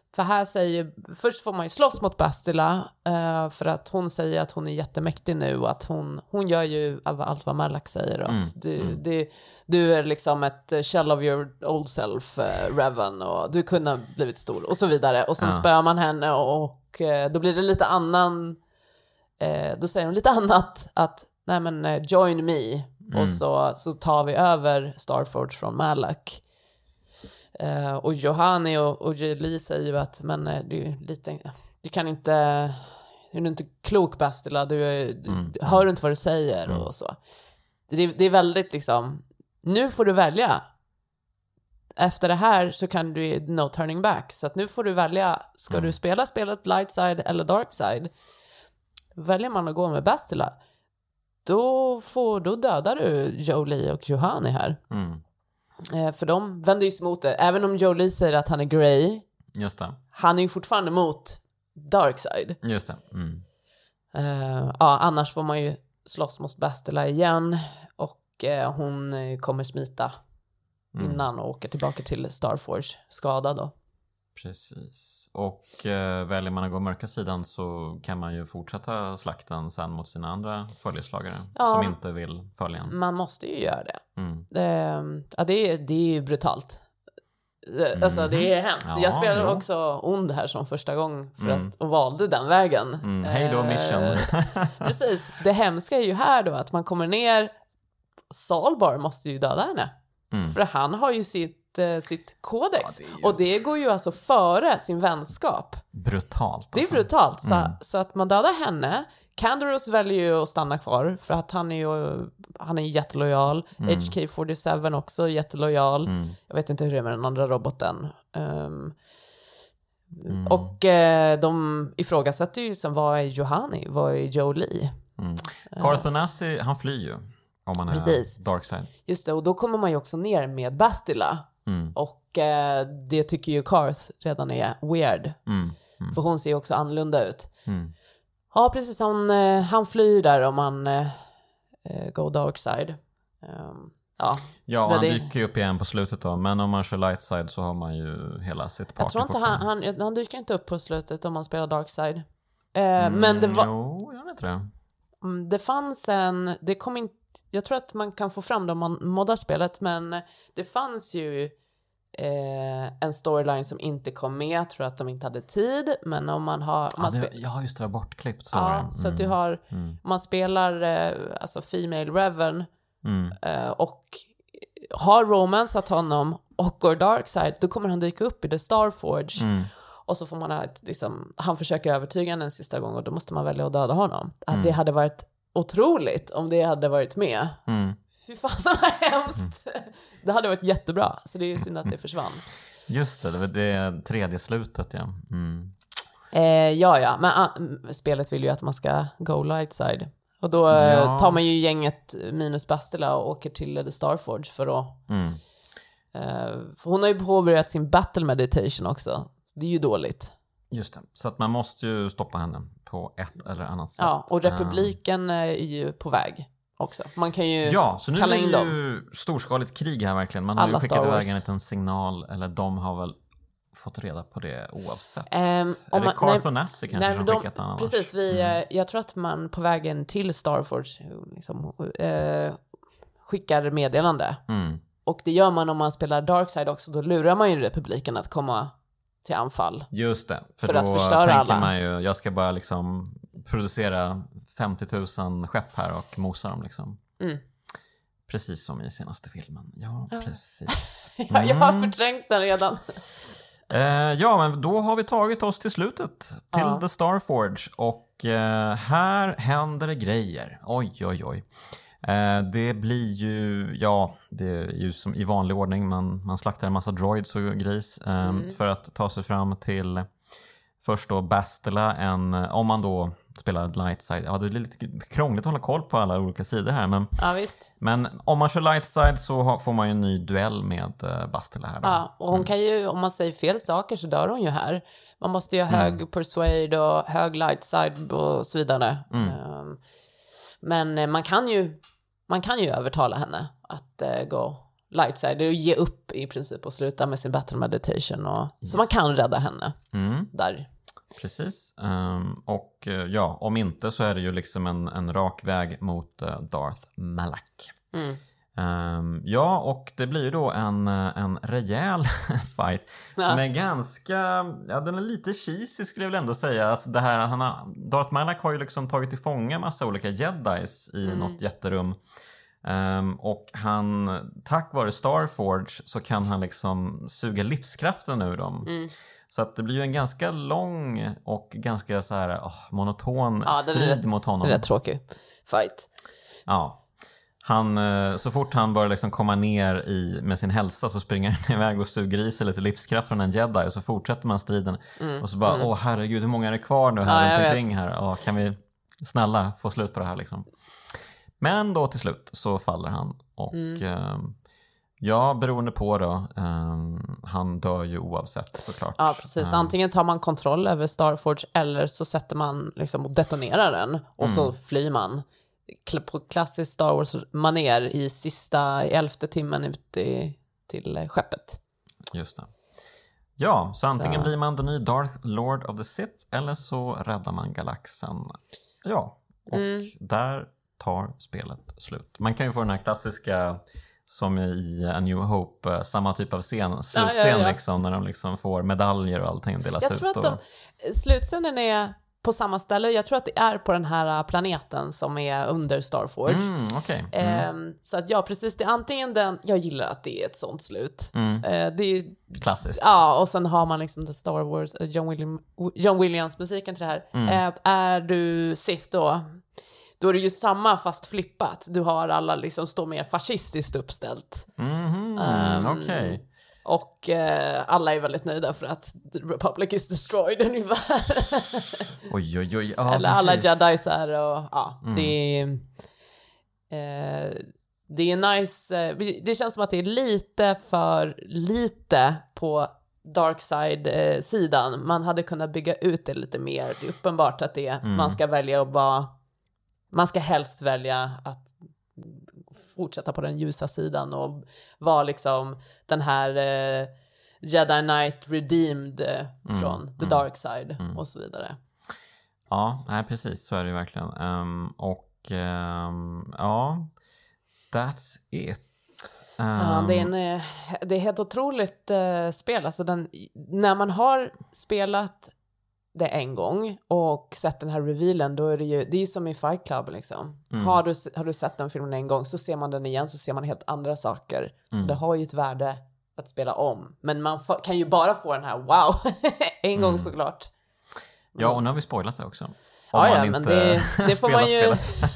För här säger, först får man ju slåss mot Bastila uh, för att hon säger att hon är jättemäktig nu och att hon, hon gör ju allt vad Malak säger och mm. att du, mm. du, du är liksom ett shell of your old self, uh, Revan, och du kunde ha blivit stor och så vidare. Och sen ja. spör man henne och, och uh, då blir det lite annan, uh, då säger hon lite annat, att nej men uh, join me mm. och så, så tar vi över Starforge från Malak. Uh, och Juhani och, och Jolie säger ju att men uh, du, lite, du kan inte, du är inte klok Bastila, du, du mm. hör inte vad du säger mm. och så. Det, det är väldigt liksom, nu får du välja. Efter det här så kan du no turning back. Så att nu får du välja, ska mm. du spela spelet light side eller dark side? Väljer man att gå med Bastila, då, får, då dödar du Jolie och Juhani här. Mm. Eh, för de vänder ju sig mot det. Även om Jolie säger att han är grey, just det. Han är ju fortfarande mot dark side. Just det. Mm. Eh, ja, annars får man ju slåss mot Bastila igen. Och eh, hon kommer smita mm. innan och åker tillbaka till Starforge skadad då. Precis. Och eh, väljer man att gå mörka sidan så kan man ju fortsätta slakten sen mot sina andra följeslagare ja, som inte vill följa en. Man måste ju göra det. Mm. Eh, ja, det är, det är ju brutalt. Mm. Alltså det är hemskt. Ja, jag spelade jo. också ond här som första gång för mm. att, och valde den vägen. Mm. Hej då mission. Eh, precis. Det hemska är ju här då att man kommer ner, Salbar måste ju döda henne. Mm. För han har ju sitt sitt kodex. Ja, det ju... Och det går ju alltså före sin vänskap. Brutalt. Alltså. Det är brutalt. Så, mm. så att man dödar henne. Kandaros väljer ju att stanna kvar för att han är ju han är jättelojal. Mm. H K fyrtiosju också jättelojal. Mm. Jag vet inte hur det är med den andra roboten. Um, mm. Och eh, de ifrågasätter ju som vad är Juhani? Vad är Jolie? Mm. Carthanasi, uh, han flyr ju. Om man är precis. Dark side. Just det, och då kommer man ju också ner med Bastila. Mm. Och eh, det tycker ju Karth redan är weird. Mm. Mm. För hon ser ju också annorlunda ut. Mm. Ja, precis. Han, eh, han flyr där om han eh, går dark side. Um, ja, ja han det... dyker ju upp igen på slutet då. Men om man kör light side så har man ju hela sitt party. Jag tror inte han, han, han dyker inte upp på slutet om man spelar dark side. Eh, mm, men det var... Jo, jag vet inte det. Det fanns en... Det kom inte... Jag tror att man kan få fram det om man moddar spelet, men det fanns ju eh, en storyline som inte kom med. Jag tror att de inte hade tid, men om man har... Om ja, man det, spe- ja, just det, var bortklippt. Så, ja, mm. så att du har... Mm. Om man spelar eh, alltså Female Revan mm. eh, och har romansat honom och går dark side, då kommer han dyka upp i The Starforge. Mm. Och så får man ha ett, liksom, han försöker övertyga en sista gång och då måste man välja att döda honom. Mm. Det hade varit otroligt om det hade varit med. Mm. Fy fan så hemskt. Mm. Det hade varit jättebra. Så det är ju synd att det försvann. Just det, det var det tredje slutet, ja. Mm. Eh, ja, ja. Men uh, spelet vill ju att man ska go light side. Och då uh, ja. tar man ju gänget minus Bastila och åker till The Starforge för att... Mm. Uh, för hon har ju påbörjat sin battle meditation också. Så det är ju dåligt. Just det. Så att man måste ju stoppa henne på ett eller annat sätt. Ja, och republiken är ju på väg också. Man kan ju ja, så nu kalla är det in ju dem. Storskaligt krig här verkligen. Man har alla ju skickat iväg en liten signal, eller de har väl fått reda på det oavsett. Um, eller Carthanasi kanske nej, som de, skickat annars. Precis, vi, mm. jag tror att man på vägen till Starforge liksom, eh, skickar meddelande. Mm. Och det gör man om man spelar Darkside också. Då lurar man ju republiken att komma till anfall. Just det. För, för då att förstöra tänker alla. Man ju, jag ska bara liksom producera femtio tusen skepp här och mosa dem liksom. Mm. Precis som i senaste filmen. Ja, ja. precis. Mm. ja, jag har förträngt den redan. eh, ja, men då har vi tagit oss till slutet. Till ja. The Starforge. Och eh, här händer det grejer. Oj, oj, oj. Eh, det blir ju, ja, det är ju som i vanlig ordning. Man, man slaktar en massa droids och grejs eh, mm. för att ta sig fram till först då Bastila. En, om man då spelar light side. Ja, det är lite krångligt att hålla koll på alla olika sidor här. Men, ja, visst. Men om man kör light side så har, får man ju en ny duell med uh, Bastila här då. Ja, och hon mm. kan ju, om man säger fel saker så dör hon ju här. Man måste ju ha hög mm. persuade och hög light side och så vidare. Mm. Um, men man kan ju man kan ju övertala henne att uh, gå light side, det är att ge upp i princip och sluta med sin battle meditation och, yes. så man kan rädda henne mm. där. Precis, um, och ja, om inte så är det ju liksom en, en rak väg mot uh, Darth Malak. Mm. Um, ja, och det blir ju då en, en rejäl fight ja. som är ganska, ja den är lite cheesy skulle jag väl ändå säga. Alltså det här, han har, Darth Malak har ju liksom tagit till fånga massa olika jedis i mm. något jätterum. Um, och han, tack vare Starforge så kan han liksom suga livskraften ur dem. Mm. Så att det blir ju en ganska lång och ganska så här oh, monoton ja, strid rätt, mot honom. Det är rätt tråkig fight. Ja. Han, så fort han börjar liksom komma ner i, med sin hälsa så springer han iväg och suger i sig lite livskraft från en jedi och så fortsätter man striden. Mm. Och så bara, mm. åh herregud, hur många är det kvar nu här ja, runt omkring här? Ja, kan vi snälla få slut på det här liksom? Men då till slut så faller han och mm. eh, ja, beroende på då, eh, han dör ju oavsett såklart. Ja, precis. Antingen tar man kontroll över Starforge eller så sätter man liksom och detonerar den och mm. så flyr man. På klassiskt Star Wars-maner i sista, i elfte timmen ut i, till skeppet. Just det. Ja, så antingen så. blir man den nya Darth Lord of the Sith eller så räddar man galaxen. Ja, och mm. där tar spelet slut. Man kan ju få den här klassiska som i A New Hope, samma typ av scen, slutscen ja, ja, ja. Liksom, när de liksom får medaljer och allting delas ut. Jag tror ut att de, och... slutscenen är på samma ställe. Jag tror att det är på den här planeten som är under Starforge. Mm, okay. mm. eh, så att ja, precis, det är antingen den, jag gillar att det är ett sånt slut. Mm. Eh, det är klassiskt. Ja, och sen har man liksom the Star Wars, John, William, John Williams musiken till det här. Mm. Eh, är du Sith då? Då är det ju samma fast flippat. Du har alla liksom står mer fascistiskt uppställt. Mm-hmm. um, Okej. Okay. Och eh, alla är väldigt nöjda för att the Republic is destroyed ungefär. Oj, oj, oj. Ja, eller precis. alla jedis är och ja, mm. det är eh, det är nice. Eh, det känns som att det är lite för lite på dark side-sidan. Eh, man hade kunnat bygga ut det lite mer. Det är uppenbart att det mm. man ska välja att vara, man ska helst välja att fortsätta på den ljusa sidan och vara liksom den här eh, Jedi Knight redeemed eh, mm, från the mm, dark side mm. och så vidare. Ja, nej, precis, så är det ju verkligen. Um, och um, ja, that's it. Um, ja, det är, en, det är helt otroligt uh, spel. Alltså den, när man har spelat det en gång och sett den här revealen, då är det ju, det är ju som i Fight Club liksom. Mm. Har du, har du sett den filmen en gång så ser man den igen, så ser man helt andra saker. Mm. Så det har ju ett värde att spela om. Men man f- kan ju bara få den här wow en mm. gång såklart. Mm. Ja, och nu har vi spoilat det också. Om ja, man ja, men det, det får man ju...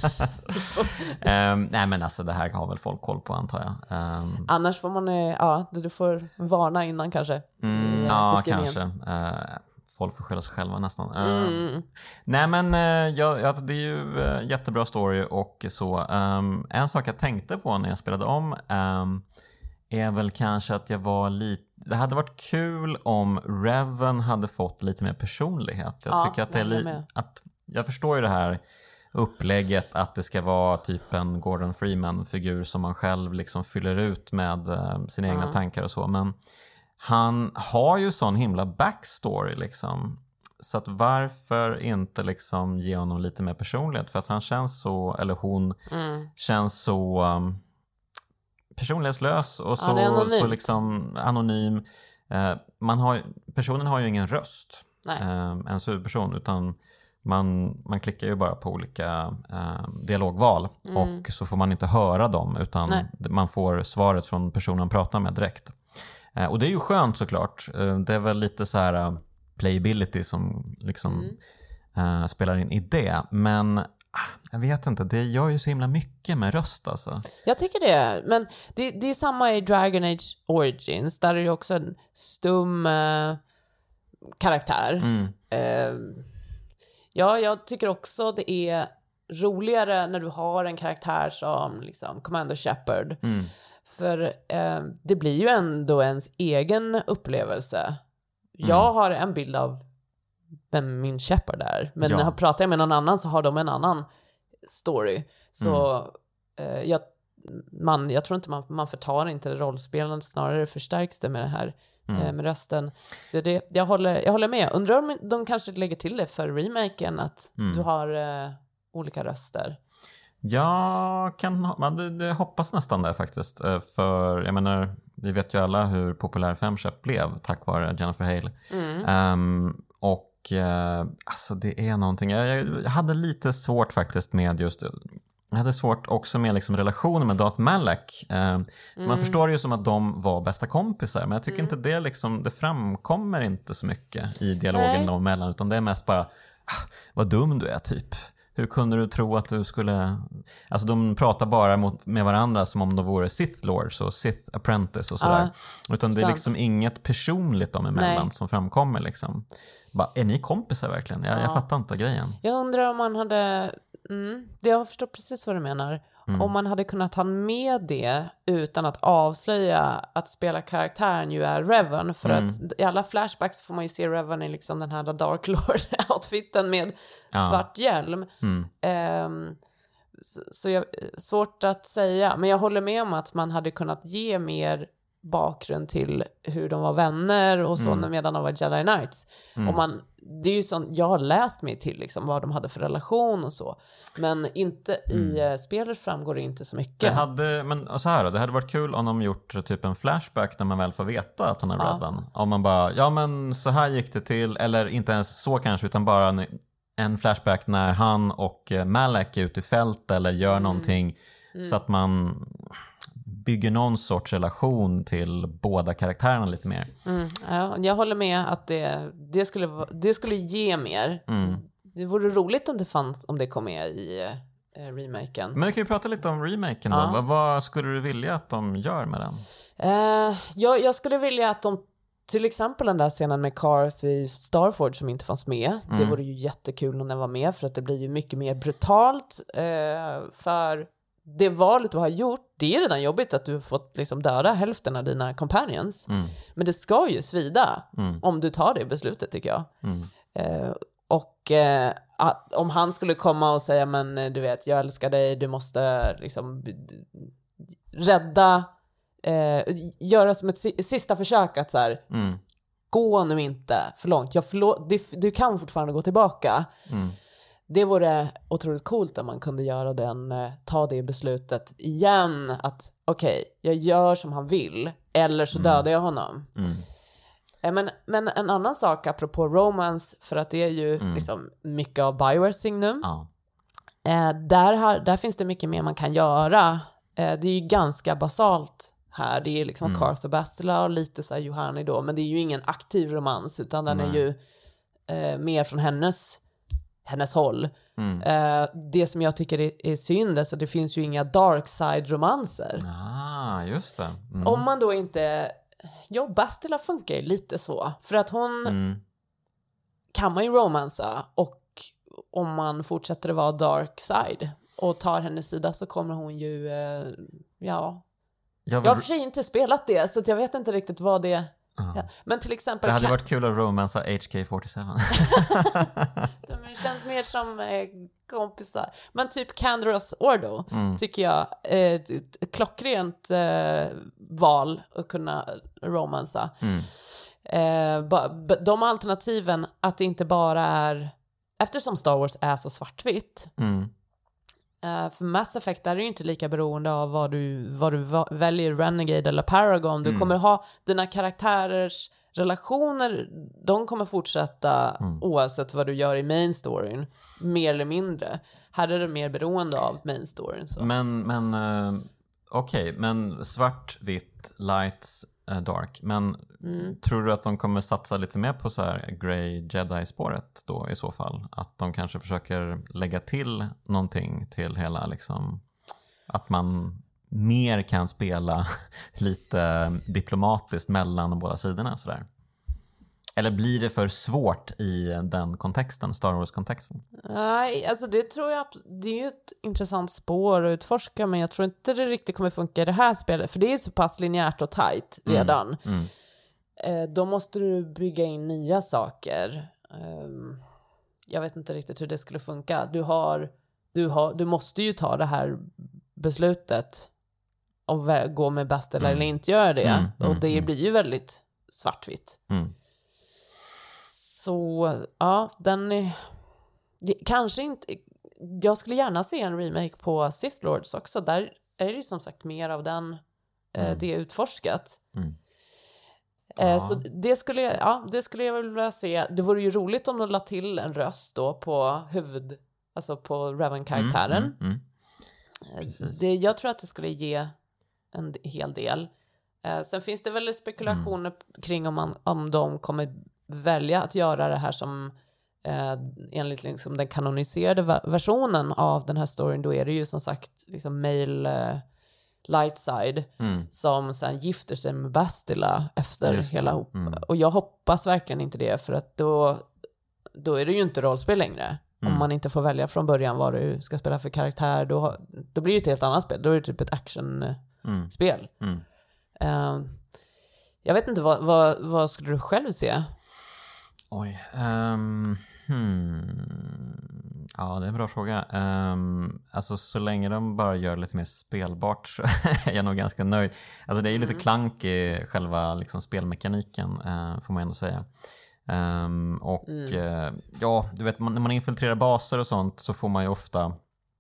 um, nej, men alltså det här har väl folk koll på, antar jag. Um... Annars får man, ja, du får varna innan kanske. Mm, ja, kanske. Uh, folk får skylla sig själva nästan. Uh, mm. Nej, men uh, ja, ja, det är ju uh, jättebra story och så. Um, en sak jag tänkte på när jag spelade om um, är väl kanske att jag var lite... Det hade varit kul om Revan hade fått lite mer personlighet. Jag ja, tycker att det är li- att jag förstår ju det här upplägget att det ska vara typ en Gordon Freeman-figur som man själv liksom fyller ut med uh, sina mm. egna tankar och så. Men han har ju sån himla backstory liksom. Så att varför inte liksom ge honom lite mer personlighet? För att han känns så, eller hon mm. känns så... Um, personlighetslös och så, ja, så liksom anonym. Eh, man har, personen har ju ingen röst. Eh, en huvudperson, utan man, man klickar ju bara på olika eh, dialogval mm. och så får man inte höra dem, utan Nej. man får svaret från personen man pratar med direkt. Eh, och det är ju skönt såklart. Eh, det är väl lite så här uh, playability som liksom mm. eh, spelar in i det. Men jag vet inte, det gör ju så himla mycket med röst alltså. Jag tycker det, men det, det är samma i Dragon Age Origins. Där är det också en stum eh, karaktär. Mm. Eh, ja, jag tycker också det är roligare när du har en karaktär som liksom Commander Shepard. Mm. För eh, det blir ju ändå ens egen upplevelse. Jag mm. har en bild av vem min Shepard är. Men ja. när jag pratar med någon annan så har de en annan story. Så mm. eh, jag, man, jag tror inte man, man förtar inte det rollspelandet, snarare förstärks det med det här mm. eh, med rösten. Så det, jag, håller, jag håller med. Undrar om de kanske lägger till det för remaken, att mm. du har eh, olika röster. Ja, kan, man, det, det hoppas nästan det faktiskt. För jag menar, vi vet ju alla hur populär Femshep blev tack vare Jennifer Hale. Mm. Um, och uh, alltså det är någonting, jag, jag hade lite svårt faktiskt med just, jag hade svårt också med liksom relationen med Darth Malak. Uh, mm. Man förstår ju som att de var bästa kompisar, men jag tycker mm. inte det liksom, det framkommer inte så mycket i dialogen dem emellan, utan det är mest bara, ah, vad dum du är typ. Hur kunde du tro att du skulle... Alltså de pratar bara mot, med varandra som om de vore Sith Lords och Sith Apprentice och sådär. Ja, utan det är sant. Liksom inget personligt dem emellan. Nej. Som framkommer liksom. Bara, är ni kompisar verkligen? Jag, ja. jag fattar inte grejen. Jag undrar om man hade... Mm, jag förstår precis vad du menar. Mm. Om man hade kunnat ha med det utan att avslöja att spela karaktären ju är Revan. För mm. att i alla flashbacks får man ju se Revan i liksom den här Dark Lord-outfiten med ja. svart hjälm. Mm. Um, så, så jag, svårt att säga. Men jag håller med om att man hade kunnat ge mer bakgrund till hur de var vänner och så mm. medan de var Jedi Knights. Mm. Och man, det är ju sånt, jag har läst mig till liksom, vad de hade för relation och så. Men inte mm. i uh, spelet framgår det inte så mycket. Det hade, men så här då, det hade varit kul om de gjort typ en flashback när man väl får veta att han är ja. Revan. Om man bara, ja men så här gick det till, eller inte ens så kanske, utan bara en, en flashback när han och Malak är ute i fält eller gör mm. någonting mm. så att man bygger någon sorts relation till båda karaktärerna lite mer. Mm, ja, jag håller med att det, det, skulle, det skulle ge mer. Mm. Det vore roligt om det fanns, om det kom med i eh, remaken. Men vi kan ju prata lite om remaken då. Ja. Vad, vad skulle du vilja att de gör med den? Eh, jag, jag skulle vilja att de, till exempel den där scenen med Carth i Starforge som inte fanns med. Mm. Det vore ju jättekul om den var med, för att det blir ju mycket mer brutalt eh, för det valet du har gjort, det är redan jobbigt att du har fått liksom döda hälften av dina companions. Mm. Men det ska ju svida mm. om du tar det beslutet, tycker jag. Mm. Eh, och eh, att, om han skulle komma och säga, men du vet, jag älskar dig, du måste liksom rädda, eh, göra som ett sista försök att så här, mm. gå nu inte för långt. Jag förlå- du, du kan fortfarande gå tillbaka. Mm. Det vore otroligt coolt om man kunde göra den, ta det beslutet igen, att okej, okay, jag gör som han vill, eller så dödar jag honom. Mm. Men, men en annan sak apropå romance, för att det är ju mm. liksom mycket av Bioware signum. Ja. Eh, där, har, där finns det mycket mer man kan göra. Eh, det är ju ganska basalt här. Det är liksom mm. Carth och Bastila och lite så här Juhani då, men det är ju ingen aktiv romans, utan den Nej. är ju eh, mer från hennes hennes håll. Mm. Uh, det som jag tycker är, är synd är så det finns ju inga dark side romanser. Ah, just det. Mm. Om man då inte... Ja, Bastila funkar ju lite så. För att hon mm. kan man ju romansa, och om man fortsätter att vara dark side och tar hennes sida, så kommer hon ju... Uh, ja... Jag, vill... jag har för sig inte spelat det, så att jag vet inte riktigt vad det... Uh-huh. Ja. Men till exempel det hade varit kul att romansa H K fyrtiosju. Det känns mer som eh, kompisar. Men typ Canderos Ordo mm. tycker jag är ett, ett klockrent eh, val att kunna romansa. Mm. eh, ba, De alternativen, att det inte bara är, eftersom Star Wars är så svartvitt, mm. Uh, för Mass Effect är det ju inte lika beroende av vad du, vad du va- väljer, Renegade eller Paragon. Du mm. kommer ha dina karaktärers relationer, de kommer fortsätta mm. oavsett vad du gör i main storyn, mer eller mindre. Här är det mer beroende av main storyn. Så. Men, men uh, okej, okay, men svart, vitt, lights, uh, dark. Men mm. tror du att de kommer satsa lite mer på så här Grey Jedi-spåret då i så fall? Att de kanske försöker lägga till någonting till hela liksom, att man mer kan spela lite diplomatiskt mellan de båda sidorna sådär? Eller blir det för svårt i den kontexten, Star Wars-kontexten? Nej, alltså det tror jag, det är ju ett intressant spår att utforska, men jag tror inte det riktigt kommer funka i det här spelet, för det är så pass linjärt och tajt redan. Mm, mm. Eh, då måste du bygga in nya saker. Eh, jag vet inte riktigt hur det skulle funka. Du har, du har, du måste ju ta det här beslutet och vä- gå med bäst eller, Mm. eller inte göra det. Mm, mm, och det mm. blir ju väldigt svartvitt. Mm. Så ja, den är... Det, kanske inte... Jag skulle gärna se en remake på Sith Lords också. Där är det ju som sagt mer av den, eh, Mm. det utforskat. Mm. Eh, Ja. Så det skulle, jag, ja, det skulle jag väl vilja se. Det vore ju roligt om de la till en röst då på huvud... Alltså på Revan-karaktären. Mm, mm, mm. Eh, Precis. Det, jag tror att det skulle ge en hel del. Eh, sen finns det väl spekulationer Mm. kring om, man, om de kommer välja att göra det här som eh, enligt liksom den kanoniserade va- versionen av den här storyn. Då är det ju som sagt liksom male eh, Lightside Mm. som sen gifter sig med Bastila efter Just det. hela hop. Mm. Och jag hoppas verkligen inte det, för att då, då är det ju inte rollspel längre. Mm. Om man inte får välja från början vad du ska spela för karaktär, då, då blir det ett helt annat spel. Då är det typ ett actionspel. Mm. Uh, jag vet inte, vad, vad, vad skulle du själv se? Oj. Um, hmm. Ja, det är en bra fråga. Um, alltså så länge de bara gör lite mer spelbart så är jag nog ganska nöjd. Alltså det är ju lite Mm. klank i själva liksom, spelmekaniken, uh, får man ändå säga. Um, och Mm. uh, ja, du vet, man, när man infiltrerar baser och sånt så får man ju ofta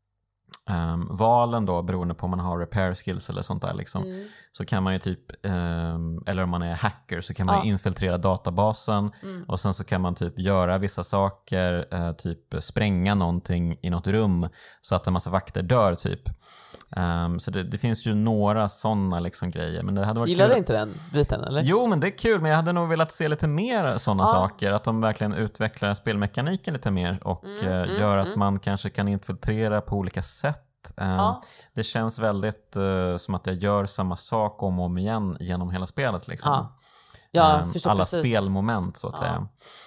um, valen då, beroende på om man har repair skills eller sånt där liksom. Mm. Så kan man ju typ, um, eller om man är hacker så kan man Ja. ju infiltrera databasen. Mm. Och sen så kan man typ göra vissa saker, eh, typ spränga någonting i något rum så att en massa vakter dör typ. Um, så det, det finns ju några sådana liksom grejer. Men det hade varit Gillar kul. du inte den biten, eller? Jo, men det är kul, men jag hade nog velat se lite mer sådana Ja. saker. Att de verkligen utvecklar spelmekaniken lite mer och Mm, eh, mm, gör att mm. man kanske kan infiltrera på olika sätt. Um, Ja. Det känns väldigt eh, som att jag gör samma sak om och om igen genom hela spelet liksom. Ja. Jag Ehm, förstår alla precis. spelmoment så att Ja. säga.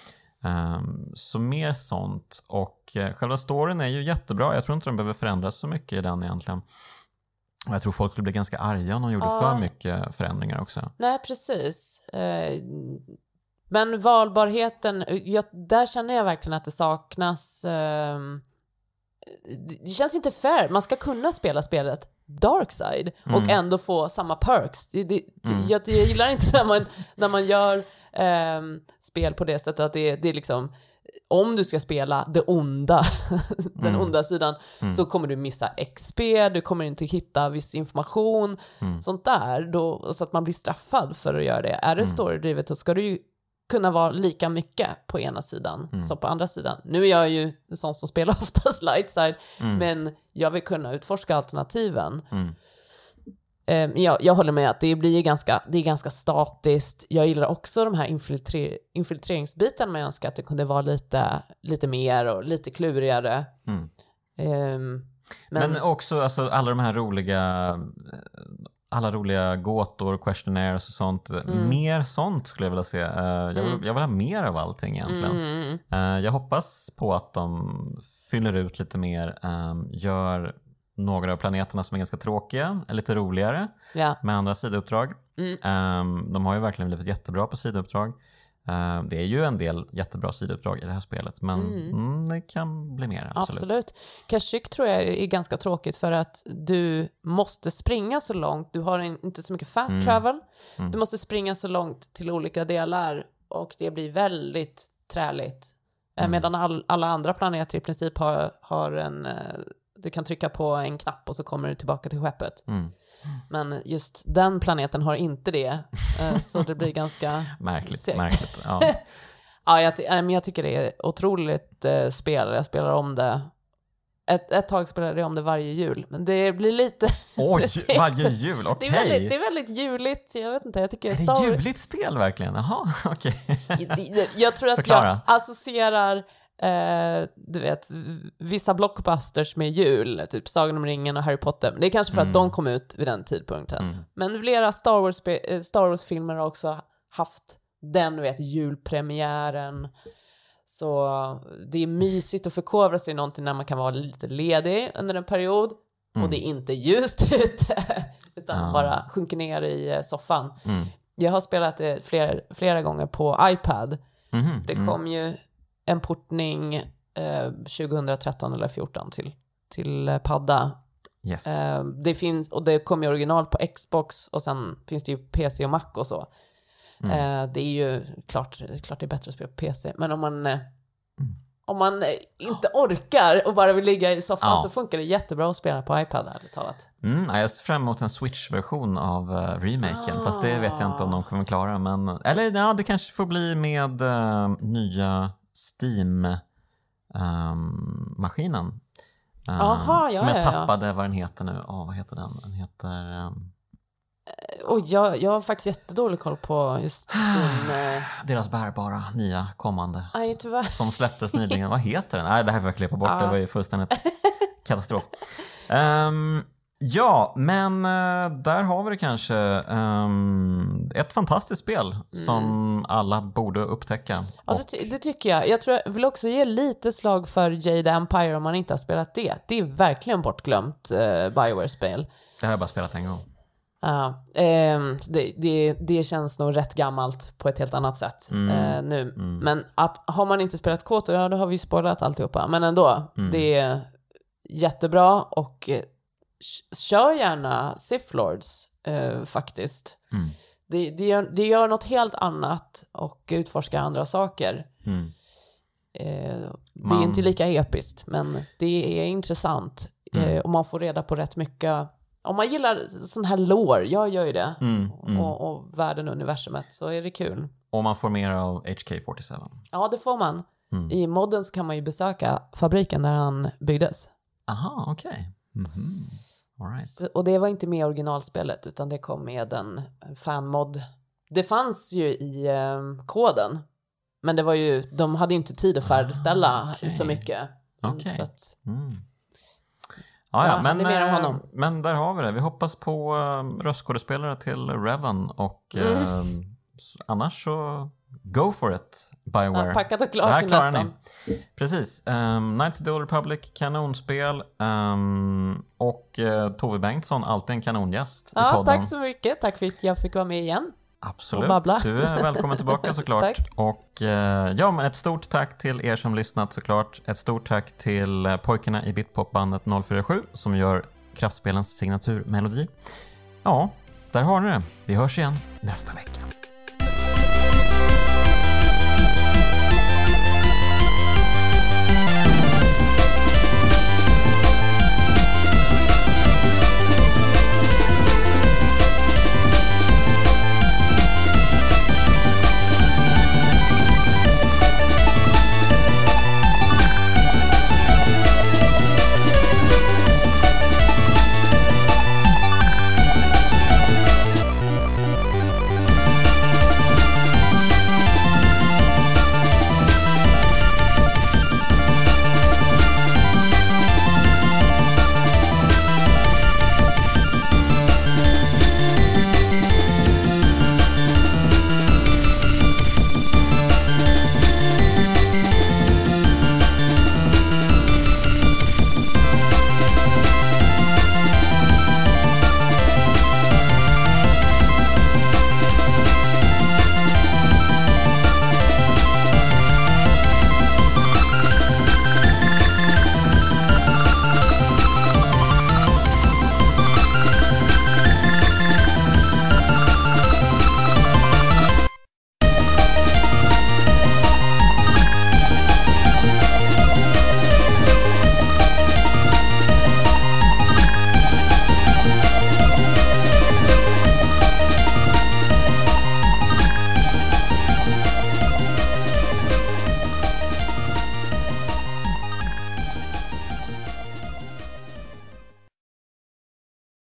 Ehm, så mer sånt. Och uh, själva storyn är ju jättebra. Jag tror inte de behöver förändras så mycket i den egentligen. Och jag tror folk skulle bli ganska arga om de gjorde Ja. för mycket förändringar också. Nej, precis. Eh, men valbarheten, jag, där känner jag verkligen att det saknas... ehm, det känns inte fair. Man ska kunna spela spelet Darkside och Mm. ändå få samma perks. Det, det, Mm. jag, jag gillar inte när man, när man gör ehm, spel på det sättet att det, det är liksom... Om du ska spela det onda, den Mm. onda sidan, Mm. så kommer du missa X P, du kommer inte hitta viss information, Mm. sånt där, då, så att man blir straffad för att göra det. Är det Mm. storydrivet, då ska du ju kunna vara lika mycket på ena sidan Mm. som på andra sidan. Nu är jag ju en sån som spelar oftast lightside, Mm. men jag vill kunna utforska alternativen. Mm. Eh, jag, jag håller med att det blir ganska, det är ganska statiskt. Jag gillar också de här infiltre, infiltreringsbiten, men jag önskar att det kunde vara lite, lite mer och lite klurigare. Mm. Eh, Men, men, också alltså, alla de här roliga alla roliga gåtor, questionnaires och sånt. Mm. Mer sånt skulle jag vilja se. Uh, jag, vill, Mm. jag vill ha mer av allting egentligen. mm, Uh, jag hoppas på att de fyller ut lite mer, um, gör några av planeterna som är ganska tråkiga är lite roligare ja. med andra sidouppdrag. Mm. Um, de har ju verkligen blivit jättebra på sidouppdrag. Uh, det är ju en del jättebra sidouppdrag i det här spelet, men Mm. mm, det kan bli mer, absolut. Absolut. Kashyyyk tror jag är ganska tråkigt för att du måste springa så långt. Du har in, inte så mycket fast Mm. travel. Mm. Du måste springa så långt till olika delar och det blir väldigt träligt. Eh, Mm. Medan all, alla andra planeter i princip har, har en... eh, Du kan trycka på en knapp och så kommer du tillbaka till skeppet. Mm. Men just den planeten har inte det. eh, Så det blir ganska... Märkligt, segt. märkligt. Ja. Ja, jag, ty- nej, men jag tycker det är otroligt eh, spel. Jag spelar om det. Ett, ett tag spelade jag om det varje jul. Men det blir lite... Oj, segt. varje jul, Det okej. är, väldigt, det är väldigt juligt. Jag vet inte, jag tycker... Är Star- det juligt spel verkligen? Jaha, okej. jag, jag tror att Förklara. jag associerar eh, du vet, vissa blockbusters med jul, typ Sagan om ringen och Harry Potter. Det är kanske för Mm. att de kom ut vid den tidpunkten. Mm. Men flera Star Wars spe- Star Wars-filmer har också haft den, du vet, julpremiären. Så det är mysigt att förkovra sig i någonting när man kan vara lite ledig under en period. Mm. Och det är inte ljust ute, utan Ah. bara sjunker ner i eh, soffan. Mm. Jag har spelat det flera, flera gånger på iPad. Mhm, Det mm. kom ju en portning eh, tjugohundratretton eller fjorton till, till eh, padda. Yes. Eh, det finns, och det kommer ju original på Xbox och sen finns det ju P C och Mac och så. Mm. Eh, det är ju klart, klart det är bättre att spela på P C, men om man... Eh, mm. Om man inte orkar och bara vill ligga i soffan ja. så funkar det jättebra att spela på iPad, ärligt talat. Mm, jag ser fram emot en Switch-version av uh, remaken, ah. fast det vet jag inte om de kommer klara. Men, eller ja, det kanske får bli med uh, nya Steam-maskinen. Um, um, Aha, ja, som jag ja, tappade ja. vad den heter nu. Oh, vad heter den? Den heter... Um... Och jag, jag har faktiskt jättedålig koll på just Steam. Deras bärbara, nya, kommande. Aj, tyvärr. Som släpptes nyligen. Vad heter den? Nej, det här får jag klippa bort. Ja. Det var ju fullständigt katastrof. Um, ja, men uh, där har vi det kanske. Um, ett fantastiskt spel mm. som alla borde upptäcka. Ja, och... det, ty- det tycker jag. Jag tror jag vill också ge lite slag för Jade Empire om man inte har spelat det. Det är verkligen bortglömt uh, BioWare-spel. Det har jag bara spelat en gång. Ja, eh, det, det, det känns nog rätt gammalt på ett helt annat sätt mm. eh, nu. Mm. Men ap, har man inte spelat K O T O, ja, då har vi ju spårat alltihopa. Men ändå, mm. det är jättebra och eh, kör gärna Sith Lords eh, faktiskt. Mm. Det, det, gör, det gör något helt annat och utforskar andra saker. Mm. Eh, det man... är inte lika episkt, men det är intressant. Mm. Eh, och man får reda på rätt mycket. Om man gillar sån här lore, jag gör ju det, mm, mm. Och, och världen och universumet, så är det kul. Och man får mer av H K fyrtiosju. Ja, det får man. Mm. I modden så kan man ju besöka fabriken där han byggdes. Aha, okej. Okay. Mm-hmm. All right. Och det var inte med i originalspelet, utan det kom med en fanmod. Det fanns ju i eh, koden, men det var ju, de hade ju inte tid att färdigställa ah, okay. så mycket. Okay. Så att... Mm. Ja, ja, men, äh, men där har vi det. Vi hoppas på äh, röstskådespelare till Revan och mm. äh, annars så go for it, BioWare. Ja, packat och klart nästan. Ni. Precis. Um, Knights of the Old Republic, kanonspel um, och uh, Tove Bengtsson, alltid en kanongäst ja, i podden. Tack så mycket. Tack för att jag fick vara med igen. Absolut. Du är välkommen tillbaka såklart. Tack. Och uh, ja, men ett stort tack till er som lyssnat såklart. Ett stort tack till uh, pojkarna i Bitpopbandet noll fyra sju som gör Kraftspelens signaturmelodi. Ja, där har ni det. Vi hörs igen nästa vecka.